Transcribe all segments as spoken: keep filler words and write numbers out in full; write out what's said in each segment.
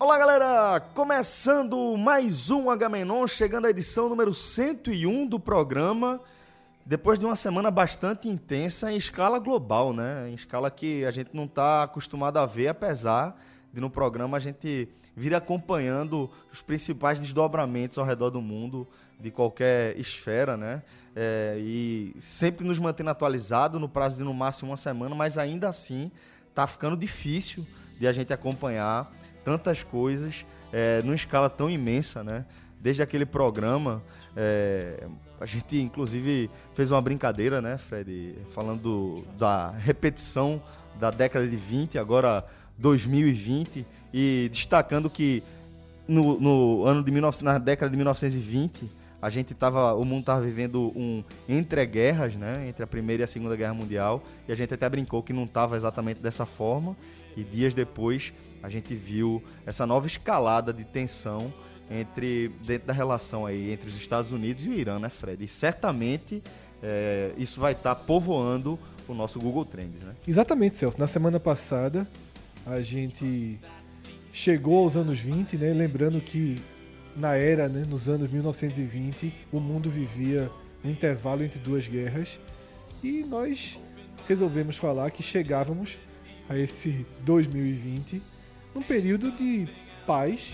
Olá, galera! Começando mais um Agamenon, chegando à edição número cento e um do programa, depois de uma semana bastante intensa em escala global, né? Em escala que a gente não está acostumado a ver, apesar de no programa a gente vir acompanhando os principais desdobramentos ao redor do mundo, de qualquer esfera, né? É, e sempre nos mantendo atualizado no prazo de no máximo uma semana, mas ainda assim tá ficando difícil de a gente acompanhar tantas coisas é, numa escala tão imensa, né? Desde aquele programa, é, a gente inclusive fez uma brincadeira, né, Fred? Falando da repetição da década de vinte, agora dois mil e vinte, e destacando que no, no ano de dezenove, na década de mil novecentos e vinte, a gente tava, o mundo estava vivendo um entre-guerras, né? Entre a Primeira e a Segunda Guerra Mundial, e a gente até brincou que não estava exatamente dessa forma, e dias depois a gente viu essa nova escalada de tensão entre, dentro da relação aí entre os Estados Unidos e o Irã, né, Fred? E certamente é, isso vai estar tá povoando o nosso Google Trends, né? Exatamente, Celso. Na semana passada a gente chegou aos anos vinte, né? Lembrando que na era, né, nos anos mil novecentos e vinte, o mundo vivia um intervalo entre duas guerras e nós resolvemos falar que chegávamos a esse dois mil e vinte num período de paz,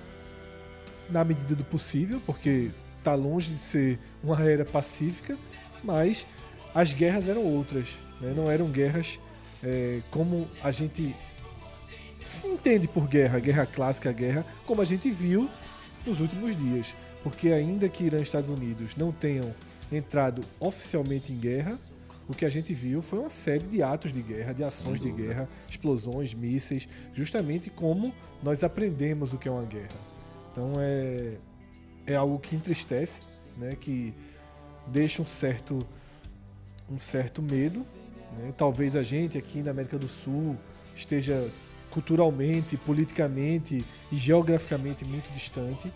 na medida do possível, porque está longe de ser uma era pacífica, mas as guerras eram outras, né? Não eram guerras é, como a gente se entende por guerra, guerra clássica, guerra, como a gente viu nos últimos dias, porque ainda que Irã e Estados Unidos não tenham entrado oficialmente em guerra, o que a gente viu foi uma série de atos de guerra, de ações de guerra, explosões, mísseis, justamente como nós aprendemos o que é uma guerra. Então é, é algo que entristece, né, que deixa um certo, um certo medo, né? Talvez a gente aqui na América do Sul esteja culturalmente, politicamente e geograficamente muito distante,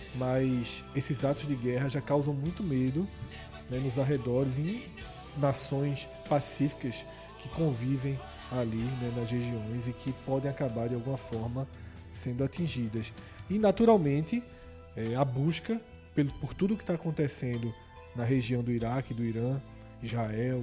mas esses atos de guerra já causam muito medo, né, nos arredores, em nações pacíficas que convivem ali, né, nas regiões e que podem acabar de alguma forma sendo atingidas. E naturalmente é, a busca pelo, por tudo que está acontecendo na região do Iraque, do Irã, Israel,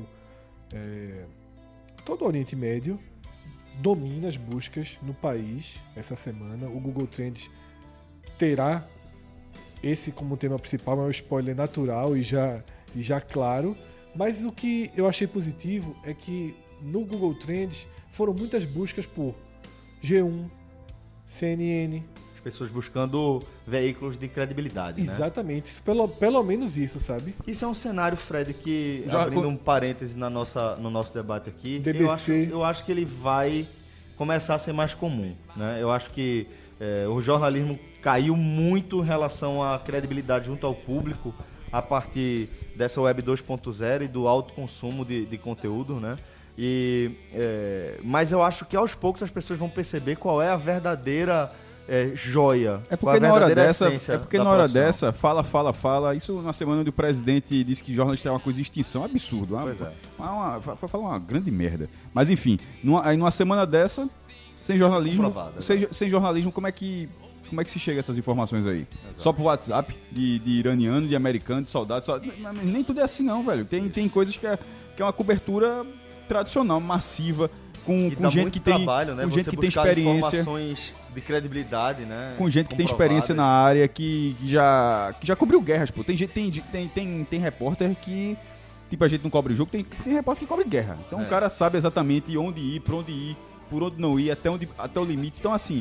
é, todo o Oriente Médio domina as buscas no país essa semana. O Google Trends terá esse como tema principal, é um spoiler natural e já, e já claro. Mas o que eu achei positivo é que no Google Trends foram muitas buscas por G um, C N N. As pessoas buscando veículos de credibilidade, né? Exatamente, isso, pelo, pelo menos isso, sabe? Isso é um cenário, Fred, que, já, abrindo com... um parêntese na nossa, no nosso debate aqui, D B C. Eu, acho, eu acho que ele vai começar a ser mais comum, né? Eu acho que é, o jornalismo caiu muito em relação à credibilidade junto ao público a partir dessa web dois ponto zero e do alto consumo de, de conteúdo, né? E, é, mas eu acho que aos poucos as pessoas vão perceber qual é a verdadeira é, joia, é qual é a na hora verdadeira dessa, é porque na hora profissão. dessa, fala, fala, fala, isso na semana onde o presidente disse que jornalista é uma coisa de extinção, é absurdo, uma, pois é. uma, uma, fala uma grande merda. Mas enfim, numa, aí numa semana dessa, sem jornalismo, sem, sem jornalismo, como é que Como é que se chega a essas informações aí? Exato. Só por WhatsApp, de, de iraniano, de americano, de soldado, só... Nem tudo é assim não, velho. Tem, tem coisas que é, que é uma cobertura tradicional, massiva, com, com gente que tem, trabalho, né? com Você gente que tem experiência, informações de credibilidade, né? Com gente que tem experiência na área, que, que, já, que já cobriu guerras, pô. Tem gente, tem, tem, tem, tem repórter que, tipo, a gente não cobre o jogo, tem, tem repórter que cobre guerra. Então é. O cara sabe exatamente onde ir, pra onde ir, por onde não ir, até, onde, até o limite. Então, assim,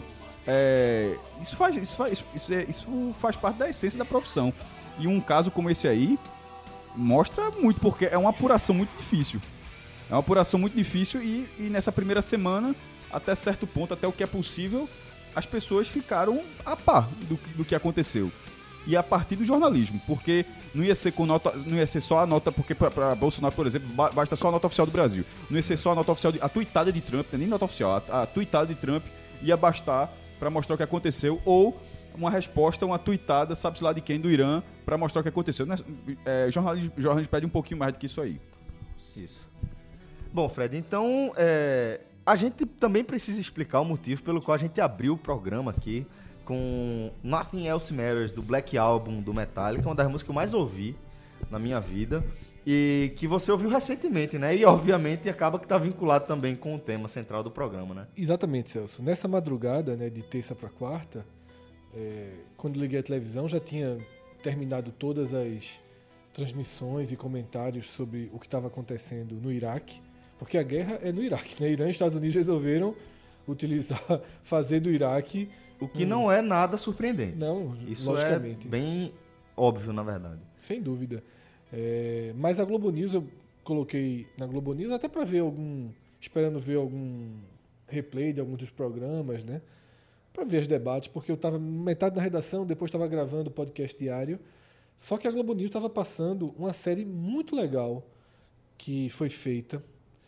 é, isso, faz, isso, faz, isso, é, isso faz parte da essência da profissão. E um caso como esse aí mostra muito, porque é uma apuração muito difícil. É uma apuração muito difícil e, e nessa primeira semana, até certo ponto, até o que é possível, as pessoas ficaram a par do, do que aconteceu. E a partir do jornalismo, porque não ia ser, com nota, não ia ser só a nota, porque para Bolsonaro, por exemplo, basta só a nota oficial do Brasil. Não ia ser só a nota oficial, de, a tuitada de Trump, nem nota oficial, a, a tuitada de Trump ia bastar para mostrar o que aconteceu, ou uma resposta, uma tuitada, sabe-se lá de quem, do Irã, para mostrar o que aconteceu. É, jornalismo, jornalismo pede um pouquinho mais do que isso aí. Isso. Bom, Fred, então, é, a gente também precisa explicar o motivo pelo qual a gente abriu o programa aqui com Nothing Else Matters, do Black Album, do Metallica, uma das músicas que eu mais ouvi na minha vida, e que você ouviu recentemente, né? E, obviamente, acaba que está vinculado também com o tema central do programa, né? Exatamente, Celso. Nessa madrugada, né, de terça para quarta, é, quando liguei a televisão, já tinha terminado todas as transmissões e comentários sobre o que estava acontecendo no Iraque, porque a guerra é no Iraque, né? Irã e Estados Unidos resolveram utilizar, fazer do Iraque... O que um... não é nada surpreendente. Não, isso logicamente. É bem óbvio, na verdade. Sem dúvida. É, mas a Globo News, eu coloquei na Globo News até para ver algum... Esperando ver algum replay de alguns dos programas, né? Para ver os debates, porque eu estava metade na redação, depois estava gravando o podcast diário. Só que a Globo News estava passando uma série muito legal que foi feita,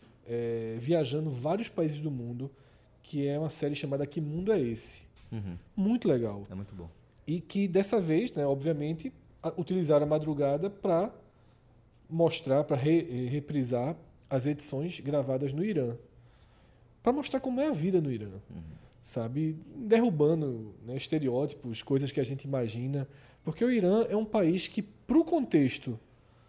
é, viajando vários países do mundo, que é uma série chamada Que Mundo é Esse? Uhum. Muito legal. É muito bom. E que dessa vez, né, obviamente, a, utilizaram a madrugada para mostrar, para re, reprisar as edições gravadas no Irã. Para mostrar como é a vida no Irã. Uhum. Sabe? Derrubando, né, estereótipos, coisas que a gente imagina. Porque o Irã é um país que, para o contexto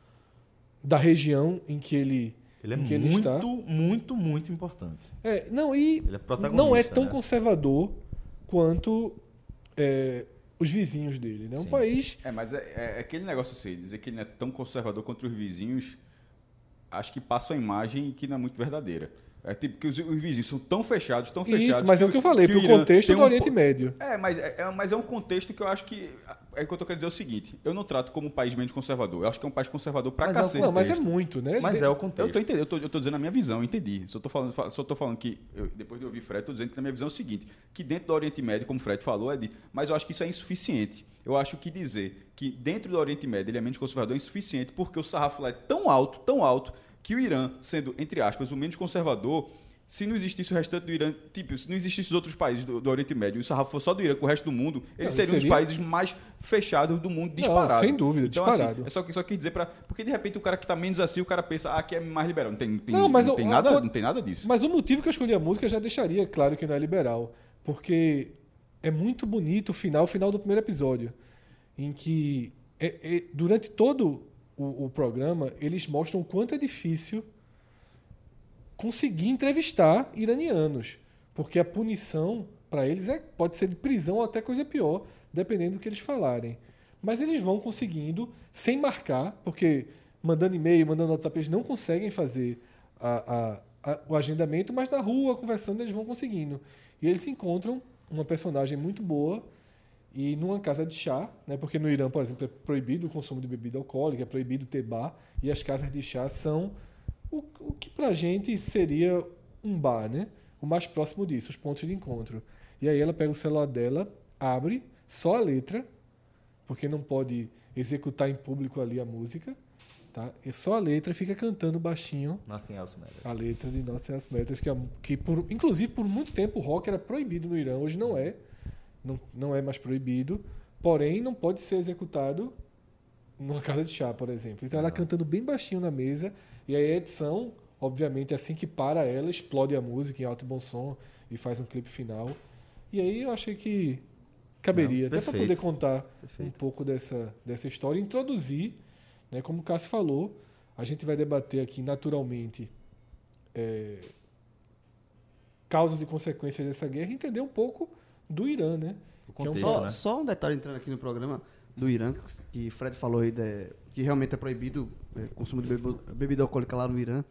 da região em que ele, ele é em que muito, ele está... muito, muito importante. É, não, e ele é protagonista, não é tão né? conservador quanto é, os vizinhos dele. Né? Um país... É, mas é, é aquele negócio assim, dizer que ele não é tão conservador quanto os vizinhos, acho que passa uma imagem que não é muito verdadeira. É tipo que os, os vizinhos são tão fechados, tão fechados... Isso, mas é o que eu falei, para o contexto do um... Oriente Médio. É mas é, é, mas é um contexto que eu acho que... É o que eu tô querendo dizer é o seguinte, eu não trato como um país menos conservador, eu acho que é um país conservador pra mas cacete. É, não, mas é muito, né? Mas é o contexto. Eu tô entendendo, eu tô, eu tô dizendo a minha visão, eu entendi. Só tô falando, só tô falando que, eu, depois de ouvir Fred, tô dizendo que a minha visão é o seguinte, que dentro do Oriente Médio, como o Fred falou, é de, mas eu acho que isso é insuficiente. Eu acho que dizer que dentro do Oriente Médio ele é menos conservador é insuficiente, porque o sarrafo lá é tão alto, tão alto, que o Irã, sendo, entre aspas, o menos conservador... Se não existisse o restante do Irã, tipo, se não existissem os outros países do, do Oriente Médio, e o sarrafo fosse só do Irã com o resto do mundo, eles não, seriam seria... os países mais fechados do mundo, disparado. Não, sem dúvida, então, disparado. Assim, é só, só quis dizer para, porque de repente o cara que está menos assim, o cara pensa, ah, aqui é mais liberal. Não tem, tem, não, mas não, eu, tem eu, nada, eu, não tem nada disso. Mas o motivo que eu escolhi a música já deixaria claro que não é liberal, porque é muito bonito o final, o final do primeiro episódio, em que é, é, durante todo o, o programa eles mostram o quanto é difícil conseguir entrevistar iranianos, porque a punição para eles é, pode ser de prisão ou até coisa pior, dependendo do que eles falarem. Mas eles vão conseguindo, sem marcar, porque mandando e-mail, mandando WhatsApp, eles não conseguem fazer a, a, a, o agendamento, mas na rua, conversando, eles vão conseguindo. E eles encontram uma personagem muito boa e numa casa de chá, né, porque no Irã, por exemplo, é proibido o consumo de bebida alcoólica, é proibido ter bar, e as casas de chá são... O, o que pra gente seria um bar, né? O mais próximo disso, os pontos de encontro. E aí ela pega o celular dela, abre só a letra, porque não pode executar em público ali a música, tá? É só a letra e fica cantando baixinho. Nothing Else Matters. A letra de Nothing Else Matters, que, é, que por, inclusive por muito tempo o rock era proibido no Irã, hoje não é, não, não é mais proibido, porém não pode ser executado numa casa de chá, por exemplo. Então ela cantando bem baixinho na mesa, e aí a edição, obviamente, assim que para ela, explode a música em alto e bom som e faz um clipe final. E aí eu achei que caberia, Não, até para poder contar perfeito. um pouco dessa, dessa história, introduzir, né, como o Cássio falou, a gente vai debater aqui naturalmente é, causas e consequências dessa guerra e entender um pouco do Irã, né? O contexto, que é um, só, né? só um detalhe entrando aqui no programa do Irã, que Fred falou aí, de, que realmente é proibido o é, consumo de bebida, bebida alcoólica lá no Irã.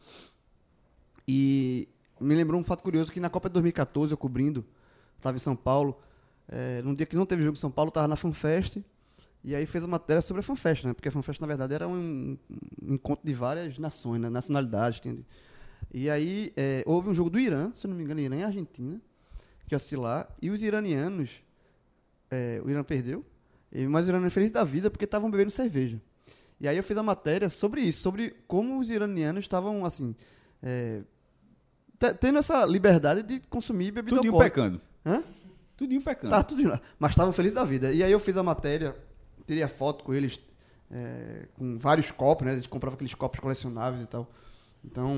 E me lembrou um fato curioso que na Copa de dois mil e catorze, eu cobrindo, estava em São Paulo, é, num dia que não teve jogo em São Paulo, estava na FanFest, e aí fez uma matéria sobre a FanFest, né? Porque a FanFest, na verdade, era um, um encontro de várias nações, né? Nacionalidades. Tinha... E aí é, houve um jogo do Irã, se não me engano, Irã e Argentina, que eu assisti lá, e os iranianos, é, o Irã perdeu, mas os iranianos felizes da vida porque estavam bebendo cerveja. E aí eu fiz a matéria sobre isso, sobre como os iranianos estavam, assim, é, tendo essa liberdade de consumir bebida Tudinho alcoólica. Pecando. Hã? Tudinho pecando. Tá, tudinho lá. Mas estavam felizes da vida. E aí eu fiz a matéria, tirei a foto com eles, é, com vários copos, né? Eles compravam aqueles copos colecionáveis e tal. Então,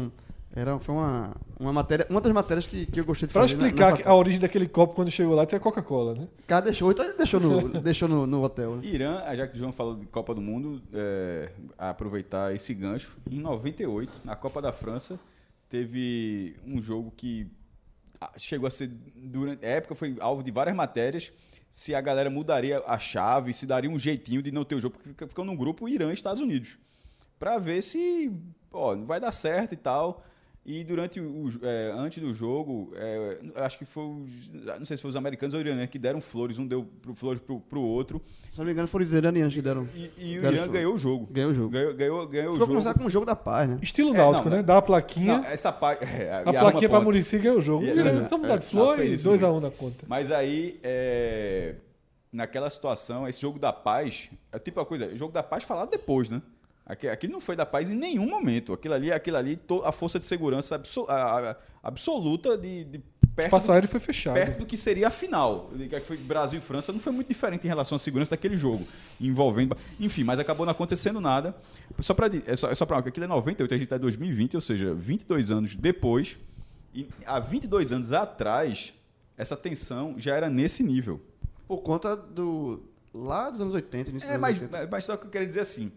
Era, foi uma, uma matéria, uma das matérias que, que eu gostei de Pra fazer. explicar nessa- a origem daquele copo quando chegou lá, tinha Coca-Cola, né? O cara deixou, então ele deixou no, deixou no, no hotel. Né? Irã, já que o João falou de Copa do Mundo, é, aproveitar esse gancho. Em noventa e oito, na Copa da França, teve um jogo que ah, chegou a ser, durante a época, foi alvo de várias matérias, se a galera mudaria a chave, se daria um jeitinho de não ter o jogo, porque ficou num grupo Irã e Estados Unidos, para ver se ó, vai dar certo e tal. E durante o, é, antes do jogo, é, acho que foi os, não sei se foi os americanos ou os iranianos que deram flores, um deu pro, flores pro, pro outro, Se não me engano, foram os iranianos que deram. e, e o deram Irã flor. ganhou o jogo. Ganhou o jogo. Ganhou, ganhou, ganhou o Ficou jogo. começar com o jogo da paz, né? Estilo É, náutico, não, né? Dá a plaquinha. Não, essa parte. É, a plaquinha pra Muricy ganhou o jogo. E- Vamos é, dar é, de flor não, fez e isso dois a mesmo. um na conta. Mas aí, é, naquela situação, esse jogo da paz, é tipo a coisa, o jogo da paz falado depois, né? Aqui- Aquilo não foi da paz em nenhum momento. Aquilo ali, aquilo ali to- a força de segurança abso- a- a- absoluta de, de O perto, espaço do, aéreo foi fechado. perto do que seria a final. Que foi Brasil e França, não foi muito diferente em relação à segurança daquele jogo, envolvendo. Enfim, mas acabou não acontecendo nada. Só para é só, é só para aquilo é noventa e oito, a gente está em dois mil e vinte, ou seja, vinte e dois anos depois. E há vinte e dois anos atrás, essa tensão já era nesse nível. Por conta do. Lá dos anos oitenta, início dos É, anos mas, oitenta. mas só que eu quero dizer assim,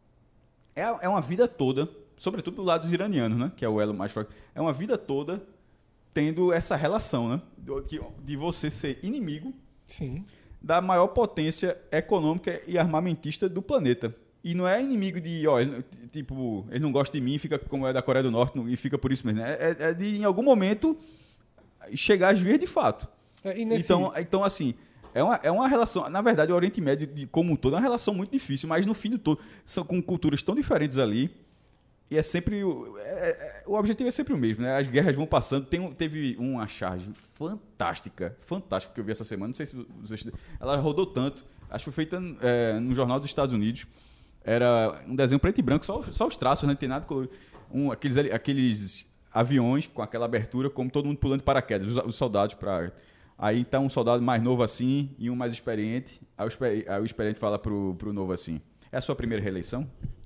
é, é uma vida toda, sobretudo do lado dos iranianos, né, que é o elo mais fraco, é uma vida toda tendo essa relação, né, de, de você ser inimigo Sim. da maior potência econômica e armamentista do planeta. E não é inimigo de, ó, ele, tipo, ele não gosta de mim, fica como é da Coreia do Norte e fica por isso mesmo. É, é- é de, em algum momento, chegar às vias de fato. É, e nesse- Então, então, assim, é uma, é uma relação... Na verdade, o Oriente Médio, de, como um todo, é uma relação muito difícil, mas no fim do todo, são com culturas tão diferentes ali, e é sempre... o- é- é- o objetivo é sempre o mesmo, né? As guerras vão passando. Tem, um- teve uma charge fantástica, fantástica, que eu vi essa semana, não sei se vocês... Ela rodou tanto, acho que foi feita é, no Jornal dos Estados Unidos. Era um desenho preto e branco, só, só os traços, não tem nada colorido. Um, aqueles, ali- aqueles aviões com aquela abertura, como todo mundo pulando de paraquedas, os, os soldados para... Aí tá um soldado mais novo assim e um mais experiente. Aí o, exper- aí o experiente fala pro, pro novo assim: é a sua primeira reeleição?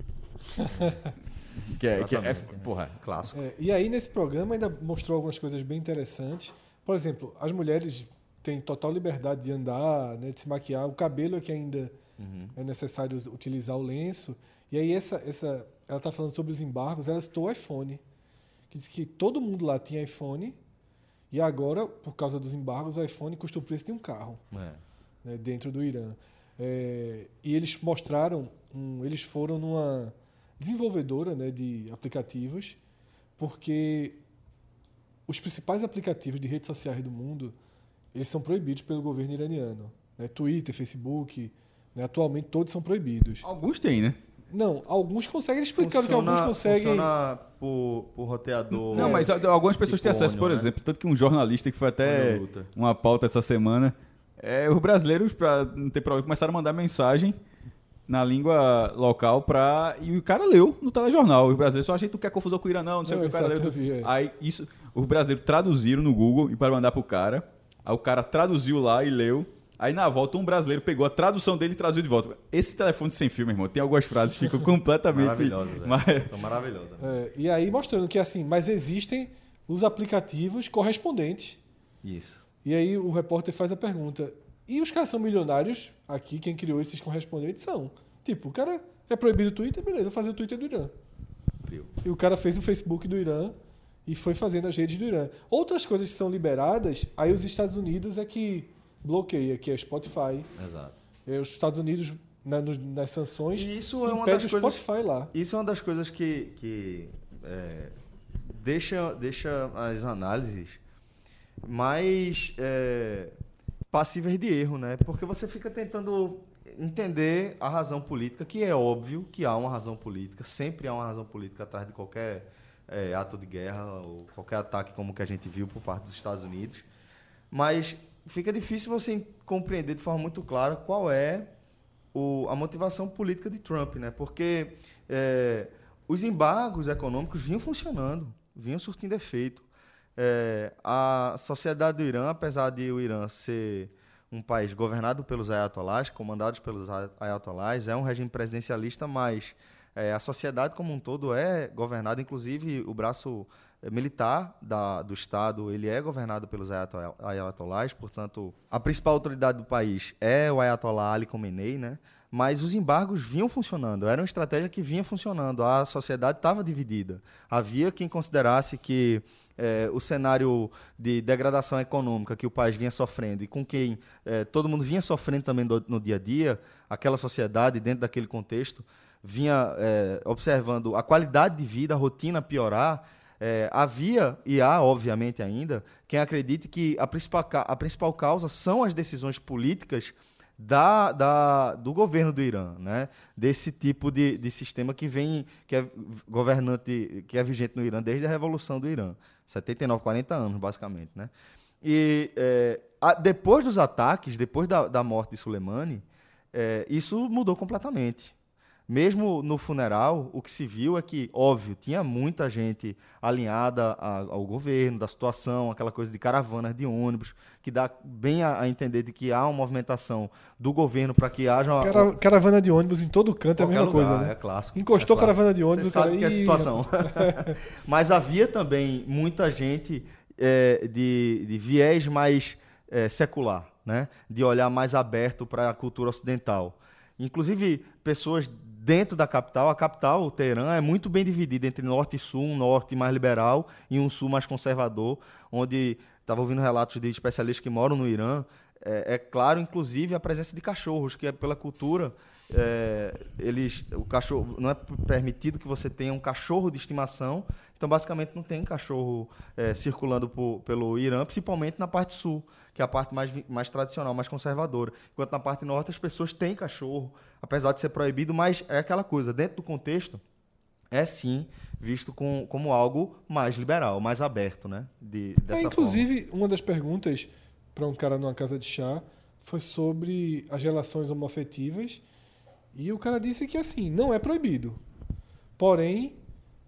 que é, que é, Exatamente. porra. Clássico. É, e aí, nesse programa, ainda mostrou algumas coisas bem interessantes. Por exemplo, as mulheres têm total liberdade de andar, né, de se maquiar. O cabelo é que ainda é necessário us- utilizar o lenço. E aí, essa, essa, ela está falando sobre os embargos. Ela citou o iPhone. Que diz que todo mundo lá tinha iPhone. E agora, por causa dos embargos, o iPhone custa o preço de um carro, É. né, dentro do Irã. É, e eles mostraram, um, eles foram numa desenvolvedora, né, de aplicativos, porque os principais aplicativos de redes sociais do mundo, eles são proibidos pelo governo iraniano. Né? Twitter, Facebook, né, atualmente todos são proibidos. Alguns tem, né? Não, alguns conseguem, explicando que alguns conseguem... Funciona por, por roteador. Não, mas algumas pessoas têm acesso, por né? exemplo. Tanto que um jornalista que foi até Olha a luta. uma pauta essa semana, é, os brasileiros, para não ter problema, começaram a mandar mensagem na língua local pra... E o cara leu no telejornal. Os brasileiros só, a gente não quer confusão com o Irã, não, não sei Não, o que o cara exato, leu. eu vi, é. Aí isso, os brasileiros traduziram no Google e para mandar pro cara. Aí o cara traduziu lá e leu. Aí na volta um brasileiro pegou a tradução dele e traduziu de volta. Esse telefone sem fio, meu irmão, tem algumas frases que ficam completamente... Maravilhosas. É. Mas- São maravilhosas. É, e aí mostrando que assim, mas existem os aplicativos correspondentes. Isso. E aí o repórter faz a pergunta: e os caras são milionários? Aqui, quem criou esses correspondentes são. Tipo, o cara é proibido o Twitter, beleza, vou fazer o Twitter do Irã. Viu? E o cara fez o Facebook do Irã e foi fazendo as redes do Irã. Outras coisas que são liberadas, aí os Estados Unidos é que bloqueia, que é Spotify. Exato. É, os Estados Unidos, na- nos- nas sanções, E isso é uma impede das o coisas. Spotify lá. Isso é uma das coisas que, que é, deixa, deixa as análises mais é, passíveis de erro, né? Porque você fica tentando entender a razão política, que é óbvio que há uma razão política, sempre há uma razão política atrás de qualquer é, ato de guerra ou qualquer ataque como o que a gente viu por parte dos Estados Unidos, mas fica difícil você compreender de forma muito clara qual é o, a motivação política de Trump, né? Porque é, os embargos econômicos vinham funcionando, vinham surtindo efeito. É, a sociedade do Irã, apesar de o Irã ser um país governado pelos ayatolás, comandados pelos ayatolás, é um regime presidencialista, mas é, a sociedade como um todo é governada, inclusive o braço militar da, do Estado, ele é governado pelos ayatolás, portanto, a principal autoridade do país é o ayatollah Ali Khamenei, né? Mas os embargos vinham funcionando, era uma estratégia que vinha funcionando, a sociedade estava dividida. Havia quem considerasse que eh, o cenário de degradação econômica que o país vinha sofrendo e com quem eh, todo mundo vinha sofrendo também do, no dia a dia, aquela sociedade, dentro daquele contexto, vinha eh, observando a qualidade de vida, a rotina piorar. Eh, havia, e há, obviamente, ainda, quem acredite que a principal, a principal causa são as decisões políticas Da, da, do governo do Irã, né? Desse tipo de, de sistema que vem, que é governante, que é vigente no Irã desde a Revolução do Irã, setenta e nove, quarenta anos, basicamente, né? E é, a, depois dos ataques, depois da, da morte de Soleimani, é, isso mudou completamente. Mesmo no funeral, o que se viu é que, óbvio, tinha muita gente alinhada a, ao governo, da situação, aquela coisa de caravanas de ônibus, que dá bem a, a entender de que há uma movimentação do governo para que haja... Uma, Cara, caravana de ônibus em todo canto é a mesma lugar, coisa, né? É clássico. Encostou é clássico. Caravana de ônibus... Você sabe cara, que é a e... situação. Mas havia também muita gente é, de, de viés mais é, secular, né? De olhar mais aberto para a cultura ocidental. Inclusive, pessoas... Dentro da capital, a capital, Teherã, é muito bem dividida entre norte e sul, um norte mais liberal e um sul mais conservador, onde estava ouvindo relatos de especialistas que moram no Irã. É, é claro, inclusive, a presença de cachorros, que é pela cultura, é, eles, o cachorro, não é permitido que você tenha um cachorro de estimação, então basicamente não tem cachorro é, circulando por, pelo Irã, principalmente na parte sul, que é a parte mais, mais tradicional, mais conservadora. Enquanto na parte norte as pessoas têm cachorro, apesar de ser proibido, mas é aquela coisa, dentro do contexto, é sim visto com, como algo mais liberal, mais aberto, né? De, dessa é, inclusive, forma. Uma das perguntas para um cara numa casa de chá foi sobre as relações homoafetivas, e o cara disse que assim, não é proibido. Porém,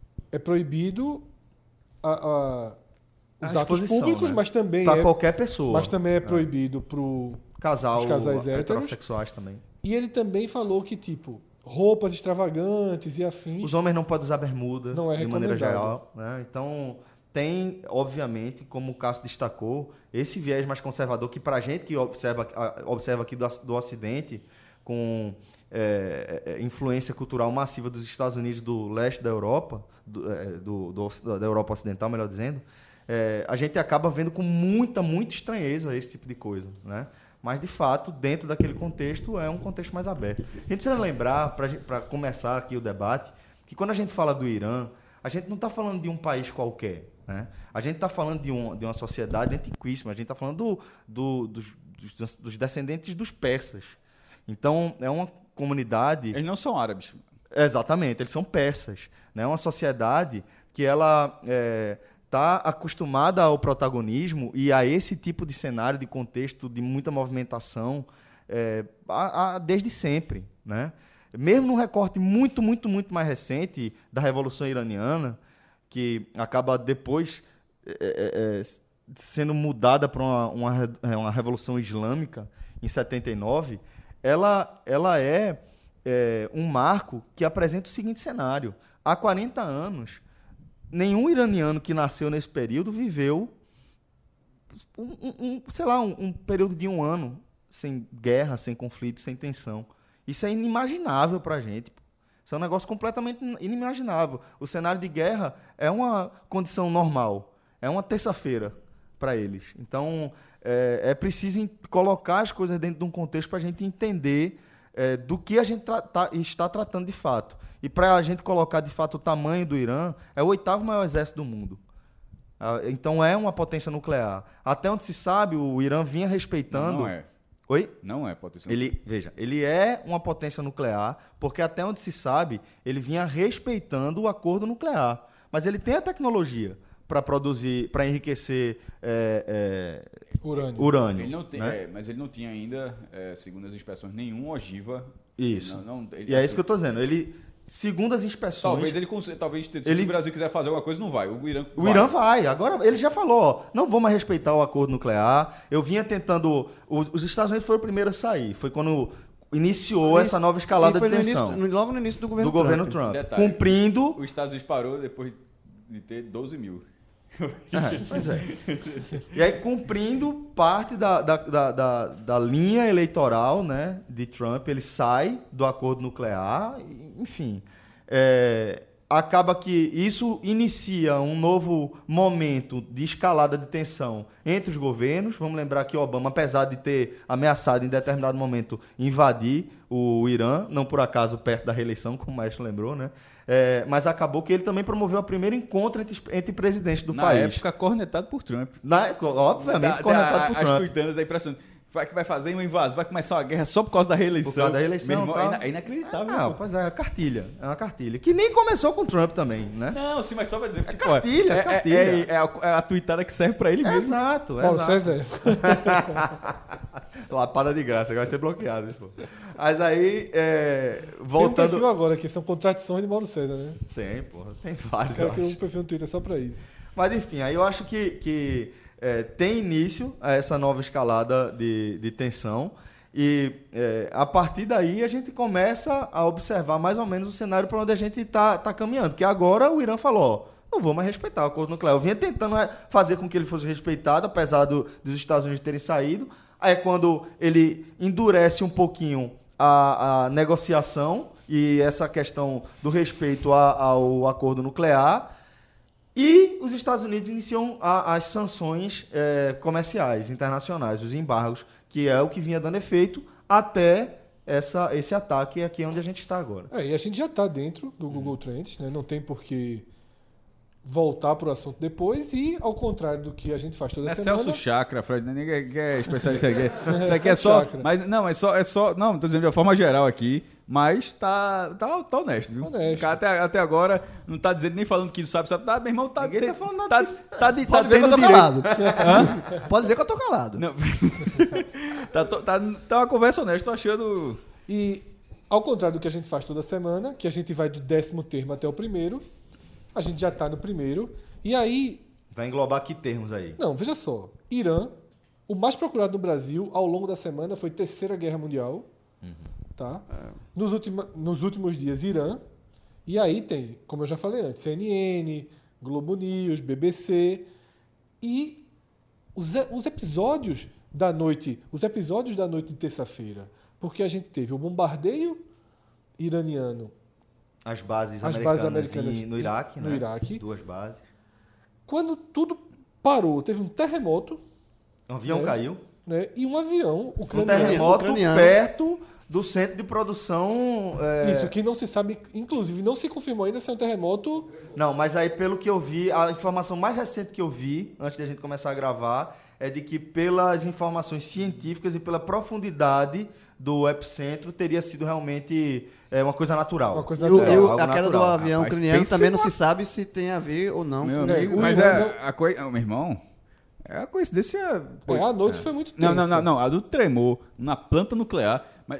é proibido a, a, os a atos públicos, né? mas também para é, qualquer pessoa. Mas também é proibido para Casal, os casais héteros. heterossexuais também. E ele também falou que, tipo, roupas extravagantes e afins... Os homens não podem usar bermuda, não é de maneira recomendado. geral. Né? Então, tem, obviamente, como o Cássio destacou, esse viés mais conservador que, para a gente que observa, observa aqui do, do Ocidente, com é, é, influência cultural massiva dos Estados Unidos, do leste da Europa, do, é, do, do, da Europa Ocidental, melhor dizendo, é, a gente acaba vendo com muita, muita estranheza esse tipo de coisa, né? Mas, de fato, dentro daquele contexto, é um contexto mais aberto. A gente precisa lembrar, para começar aqui o debate, que quando a gente fala do Irã, a gente não está falando de um país qualquer, né? A gente está falando de, um, de uma sociedade antiquíssima, a gente está falando do, do, dos, dos, dos descendentes dos persas. Então, é uma comunidade... Eles não são árabes. Exatamente, eles são persas. É, né? Uma sociedade que ela está é, acostumada ao protagonismo e a esse tipo de cenário, de contexto, de muita movimentação, é, a, a, desde sempre. Né? Mesmo num recorte muito, muito, muito mais recente da Revolução Iraniana, que acaba depois é, é, sendo mudada para uma, uma, uma Revolução Islâmica, em setenta e nove... Ela, ela é, é um marco que apresenta o seguinte cenário. Há quarenta anos, nenhum iraniano que nasceu nesse período viveu um, um, sei lá, um, um período de um ano sem guerra, sem conflito, sem tensão. Isso é inimaginável para a gente. Isso é um negócio completamente inimaginável. O cenário de guerra é uma condição normal. É uma terça-feira para eles. Então... É, é preciso colocar as coisas dentro de um contexto para a gente entender é, do que a gente tra- tá, está tratando de fato. E para a gente colocar de fato o tamanho do Irã, é o oitavo maior exército do mundo. Ah, então é uma potência nuclear. Até onde se sabe, o Irã vinha respeitando... Não, não é. Oi? Não é potência ele, nuclear. Veja, ele é uma potência nuclear, porque até onde se sabe, ele vinha respeitando o acordo nuclear. Mas ele tem a tecnologia para produzir, para enriquecer é, é, urânio. urânio Ele não tem, né? é, mas ele não tinha ainda, é, segundo as inspeções, nenhum ogiva. Isso. Não, não, ele, e é isso que eu estou dizendo. Ele, segundo as inspeções... Talvez ele consiga, talvez se ele, o Brasil quiser fazer alguma coisa, não vai. O Irã o vai. Irã vai. Agora, ele já falou, ó, não vou mais respeitar o acordo nuclear. Eu vinha tentando... Os, os Estados Unidos foram o primeiro a sair. Foi quando iniciou essa nova escalada de tensão. No início, logo no início do governo do Trump. governo Trump. Detalhe, Cumprindo... Os Estados Unidos parou depois de ter doze mil. É, pois é. E aí, cumprindo parte da, da, da, da, da linha eleitoral, né, de Trump, ele sai do acordo nuclear, enfim. É, acaba que isso inicia um novo momento de escalada de tensão entre os governos. Vamos lembrar que Obama, apesar de ter ameaçado em determinado momento invadir o Irã, não por acaso perto da reeleição, como o Maestro lembrou, né? É, mas acabou que ele também promoveu o primeiro encontro entre, entre presidentes do Na país. Na época, cornetado por Trump. Na, obviamente, da, cornetado da, por as Trump. tuitanas aí impressionante. Vai que vai fazer uma invasão, vai começar uma guerra só por causa da reeleição. Por causa da reeleição. Meu irmão, tá? é, ina- é inacreditável. Ah, pois é, é uma cartilha. É uma cartilha. Que nem começou com Trump também, né? Não, sim, mas só vai dizer. É cartilha, é, é cartilha. É, é, é a, é a tuitada que serve pra ele mesmo. Exato, Paulo exato. César. Lapada de graça, vai ser bloqueado. Isso. Mas aí, é, Tem um voltando... perfil agora que são contradições de Mauro César, né? Tem, porra. Tem vários, O cara eu criou um acho. perfil no Twitter só pra isso. Mas enfim, aí eu acho que, que é, tem início a essa nova escalada de, de tensão. E é, a partir daí a gente começa a observar mais ou menos o cenário para onde a gente está tá caminhando. Que agora o Irã falou, ó, não vou mais respeitar o acordo nuclear. Eu vinha tentando fazer com que ele fosse respeitado, apesar do, dos Estados Unidos terem saído. Aí é quando ele endurece um pouquinho a, a negociação e essa questão do respeito a, ao acordo nuclear. E os Estados Unidos iniciam a, as sanções é, comerciais, internacionais, os embargos, que é o que vinha dando efeito até essa, esse ataque aqui onde a gente está agora. É, e a gente já está dentro do Google Trends, né? Não tem por que voltar para o assunto depois e, ao contrário do que a gente faz toda É semana... Celso Chakra, Fred, ninguém é especialista aqui. Isso aqui é Celso só... Chakra. Mas, não, é só, é só... Não, estou dizendo de uma forma geral aqui, mas tá, tá, tá honesto, viu? Honesto. O cara até, até agora não tá dizendo nem falando que não sabe, sabe. Tá, meu irmão, tá... Ninguém tem- tá falando nada tá, disso. tá, de- tá Pode ver que eu tendo tô direito. calado. Pode ver que eu tô calado. Não. tá, to- tá, tá uma conversa honesta, tô achando... E, ao contrário do que a gente faz toda semana, que a gente vai do décimo termo até o primeiro, a gente já está no primeiro. E aí, Vai englobar que termos aí? não, veja só. Irã, o mais procurado no Brasil ao longo da semana foi Terceira Guerra Mundial. Tá? Nos, ultima, nos últimos dias, Irã. E aí tem, como eu já falei antes, C N N, Globo News, B B C. E os, e- os episódios da noite, os episódios da noite de terça-feira, porque a gente teve o bombardeio iraniano As bases As americanas, bases americanas em- no Iraque, no né? Iraque. Duas bases. quando tudo parou. Teve um terremoto, Um avião É. caiu. né? E um avião Um ucraniano. terremoto ucraniano. perto do centro de produção... é, Isso, que não se sabe, inclusive não se confirmou ainda se é um terremoto. Não, mas aí pelo que eu vi, a informação mais recente que eu vi, antes de a gente começar a gravar, é de que pelas informações científicas e pela profundidade do epicentro, teria sido realmente é, uma coisa natural. Uma coisa E, o- natural. e o- algo a queda do natural. avião Rapaz, ucraniano pense também não numa- se sabe se tem a ver ou não. Meu com- amigo, o mas Irã é, não- a coisa... Meu irmão, é a coincidência... É, a noite foi muito tensa. Não, não, não, não. A do tremor na planta nuclear. Mas,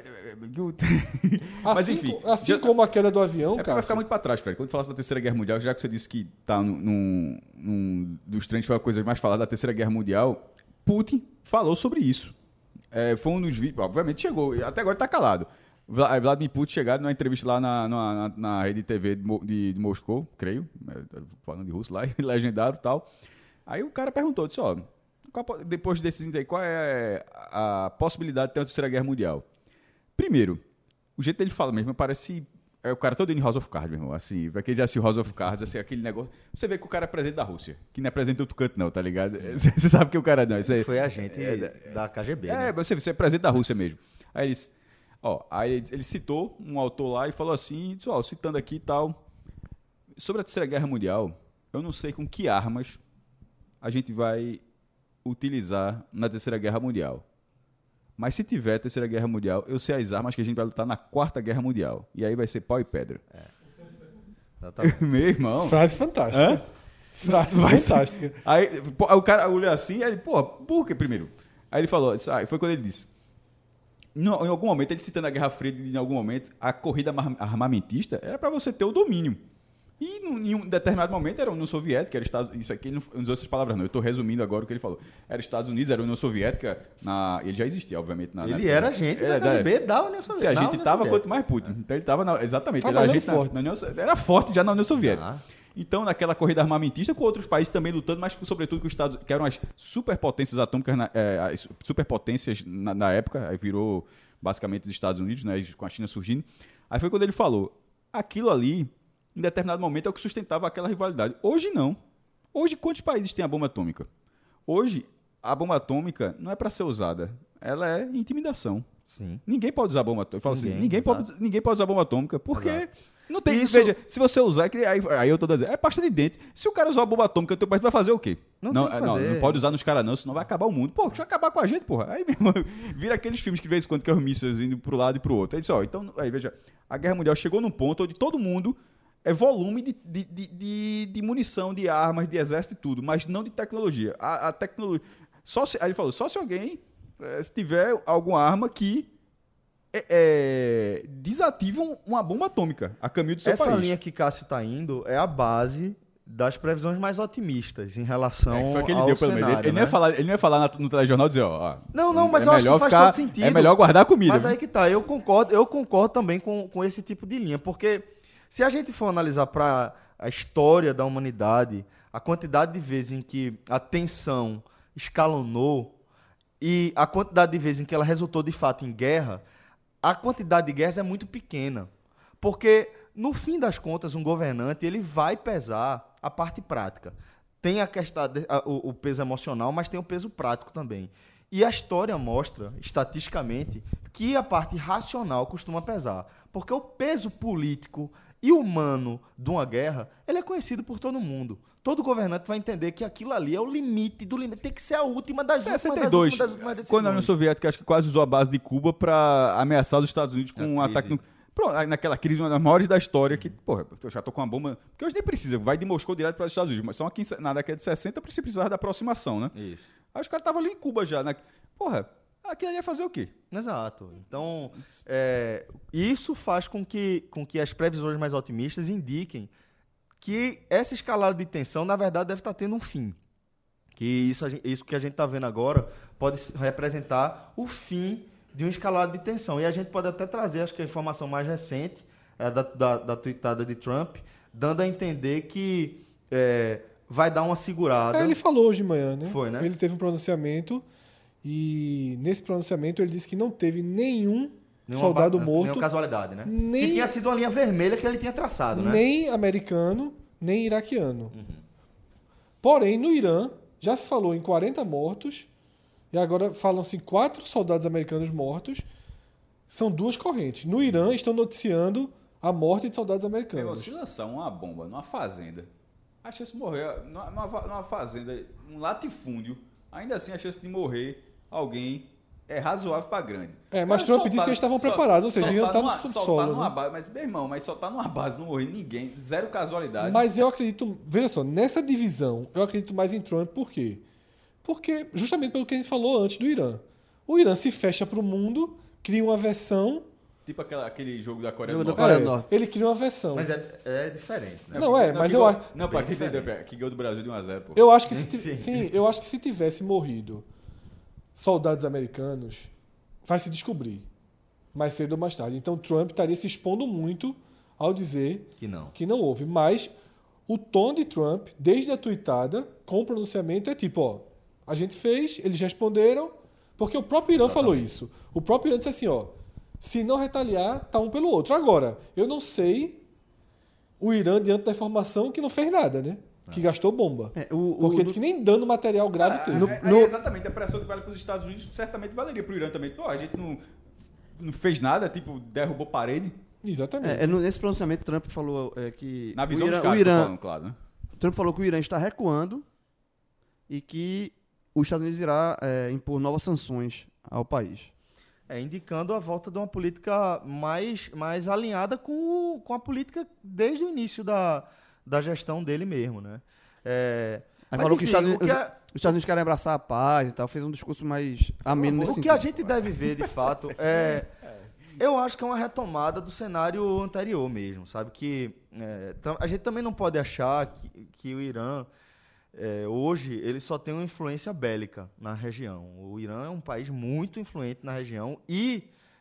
mas Assim, enfim. co- assim já- como a queda do avião, É porque vai cara. ficar muito pra trás, Fred. Quando falasse da Terceira Guerra Mundial, já que você disse que tá num, num, num dos trends foi a coisa mais falada da Terceira Guerra Mundial, Putin falou sobre isso. É, foi um dos vídeos, obviamente chegou, até agora tá calado. Vla- Vladimir Putin chegaram numa entrevista lá na, na, na, na rede T V de, Mo- de, de Moscou, creio, é, falando de russo lá, e legendado e tal. Aí o cara perguntou, disse, ó, qual a po- depois desses aí, qual é a possibilidade de ter uma Terceira Guerra Mundial? Primeiro, o jeito dele fala mesmo parece... É o cara todo em House of Cards, meu irmão. Assim, pra quem já assistiu House of Cards, assim, aquele negócio... Você vê que o cara é presidente da Rússia, que não é presidente do outro canto não, tá ligado? Você você sabe que o cara não. Isso aí, Foi a gente da K G B, é, né? você, você é presidente da Rússia mesmo. Aí eles... Ó, aí ele, ele citou um autor lá e falou assim, disse, ó, citando aqui e tal, sobre a Terceira Guerra Mundial, eu não sei com que armas a gente vai utilizar na Terceira Guerra Mundial. Mas se tiver Terceira Guerra Mundial, eu sei as armas que a gente vai lutar na Quarta Guerra Mundial. E aí vai ser pau e pedra. Exatamente. Meu irmão. Frase fantástica. Hã? Frase Vai ser- fantástica. Aí pô, aí o cara olhou assim, aí, pô, por que primeiro? Aí ele falou, disse, ah, foi quando ele disse. No- em algum momento, ele citando a Guerra Fria, em algum momento, a corrida arma- armamentista era para você ter o domínio. E num- em um determinado momento era a União Soviética, era Estados Isso aqui ele não usou essas palavras, não. Eu estou resumindo agora o que ele falou. Era Estados Unidos, era a União Soviética. Na, ele já existia, obviamente. Na, Ele na- era agente É, da K G B da União Soviética. Se a da gente União estava, Soviética. quanto mais Putin. Então ele estava, exatamente, ele era Trabalhando agente na, forte. na União, era forte já na União Soviética. Ah. Então, naquela corrida armamentista, com outros países também lutando, mas sobretudo com os Estados Unidos, que eram as superpotências atômicas, na, é, as superpotências na, na época, aí virou basicamente os Estados Unidos, né, com a China surgindo. Aí foi quando ele falou, aquilo ali, em determinado momento, é o que sustentava aquela rivalidade. Hoje não. Hoje, quantos países têm a bomba atômica? Hoje, a bomba atômica não é para ser usada, ela é intimidação. Sim. Ninguém pode usar bomba atômica. Ninguém, assim, ninguém, pode, ninguém pode usar bomba atômica, porque exato. Não tem... Isso... Veja, se você usar, aí, aí eu tô dizendo, é pasta de dente. Se o cara usar uma bomba atômica, o teu país vai fazer o quê? Não, não, não, fazer. não pode usar nos caras não, senão vai acabar o mundo. Pô, deixa eu acabar com a gente, porra. Aí, meu irmão, vira aqueles filmes que de vez em quando que é os mísseis indo pro lado e pro outro. Aí disse, ó, então, aí veja, a Guerra Mundial chegou num ponto onde todo mundo é volume de, de, de, de, de munição, de armas, de exército e tudo, mas não de tecnologia. A, a tecnologia... Só se, aí ele falou, só se alguém, é, se tiver alguma arma que é, é, desativam uma bomba atômica a caminho do seu Essa país. Essa linha que Cássio está indo é a base das previsões mais otimistas em relação é, foi que ele ao deu, pelo cenário. Ele, ele, né? não ia falar, ele não ia falar no telejornal e dizer, ó... Não, não, mas é eu acho que faz ficar, todo sentido. É melhor guardar a comida. Mas viu? Aí que tá, eu concordo, eu concordo também com, com esse tipo de linha, porque se a gente for analisar para a história da humanidade, a quantidade de vezes em que a tensão escalonou e a quantidade de vezes em que ela resultou de fato em guerra, a quantidade de guerras é muito pequena. Porque, no fim das contas, um governante ele vai pesar a parte prática. Tem a questão, a, o, o peso emocional, mas tem o peso prático também. E a história mostra, estatisticamente, que a parte racional costuma pesar. Porque o peso político e humano de uma guerra, ele é conhecido por todo mundo. Todo governante vai entender que aquilo ali é o limite do limite. Tem que ser a última das sessenta e dois, últimas, das últimas decisões. Quando a União Soviética acho que quase usou a base de Cuba para ameaçar os Estados Unidos com um ataque no... Pronto, naquela crise, uma das maiores da história, que, porra, eu já tô com uma bomba... Porque hoje nem precisa, vai de Moscou direto para os Estados Unidos, mas só aqui na década de sessenta precisava da aproximação, né? Isso. Aí os caras estavam ali em Cuba já, né? Porra, aquilo ali ia fazer o quê? Exato. Então, é, isso faz com que, com que as previsões mais otimistas indiquem que essa escalada de tensão, na verdade, deve estar tendo um fim. Que isso, isso que a gente está vendo agora pode representar o fim de uma escalada de tensão. E a gente pode até trazer, acho que a informação mais recente, é, da, da, da tweetada de Trump, dando a entender que é, vai dar uma segurada. É, ele falou hoje de manhã, né? Foi, né? Ele teve um pronunciamento e nesse pronunciamento ele disse que não teve nenhum Nenhuma, soldado morto. Nenhuma casualidade, né? Nem, que tinha sido uma linha vermelha que ele tinha traçado, né? Nem americano, nem iraquiano. Uhum. Porém, no Irã, já se falou em quarenta mortos, e agora falam-se em quatro soldados americanos mortos. São duas correntes. No Irã, estão noticiando a morte de soldados americanos. Meu, se lançar uma bomba numa fazenda, a chance de morrer, numa, numa fazenda, um latifúndio, ainda assim a chance de morrer alguém é razoável para grande. É, mas Trump disse que eles estavam preparados, ou seja, iam estar no subsolo. Numa base, mas, meu irmão, mas soltar numa base, não morrer ninguém, zero casualidade. Mas eu acredito, veja só, nessa divisão, eu acredito mais em Trump, por quê? Porque, justamente pelo que a gente falou antes do Irã. O Irã se fecha para o mundo, cria uma versão... Tipo aquela, aquele jogo da Coreia do Norte. Coreia é, do Norte. Ele cria uma versão. Mas é, é diferente, né? Não, é, não, mas que eu gol, acho... Não, para quem entendeu, que ganhou do Brasil de um a zero, pô. Eu acho que se, sim. sim, eu acho que se tivesse morrido soldados americanos, vai se descobrir mais cedo ou mais tarde. Então Trump estaria se expondo muito ao dizer que não, que não houve. Mas o tom de Trump, desde a tuitada, com o pronunciamento, é tipo, ó, a gente fez, eles responderam, porque o próprio Irã Exatamente. falou isso. O próprio Irã disse assim, ó, se não retaliar, tá um pelo outro. Agora, eu não sei o Irã diante da informação que não fez nada, né? Que gastou bomba. É, o, o, Porque diz que nem dano material grave ah, teve. No, é, no... É exatamente, a pressão que vale para os Estados Unidos certamente valeria para o Irã também. Pô, a gente não, não fez nada, tipo, derrubou parede. Exatamente. É, nesse pronunciamento, Trump falou é, que... Na visão o Irã, dos caras, o Irã, falando, claro, né? Trump falou que o Irã está recuando e que os Estados Unidos irá é, impor novas sanções ao país. É, indicando a volta de uma política mais, mais alinhada com, o, com a política desde o início da, da gestão dele mesmo, né? É, Aí falou enfim, que, os Estados, Unidos, que a, os Estados Unidos querem abraçar a paz e tal, fez um discurso mais ameno nesse O que sentido. a gente deve ver, de fato, é... Eu acho que é uma retomada do cenário anterior mesmo, sabe? Que é, a gente também não pode achar que, que o Irã, é, hoje, ele só tem uma influência bélica na região. O Irã é um país muito influente na região e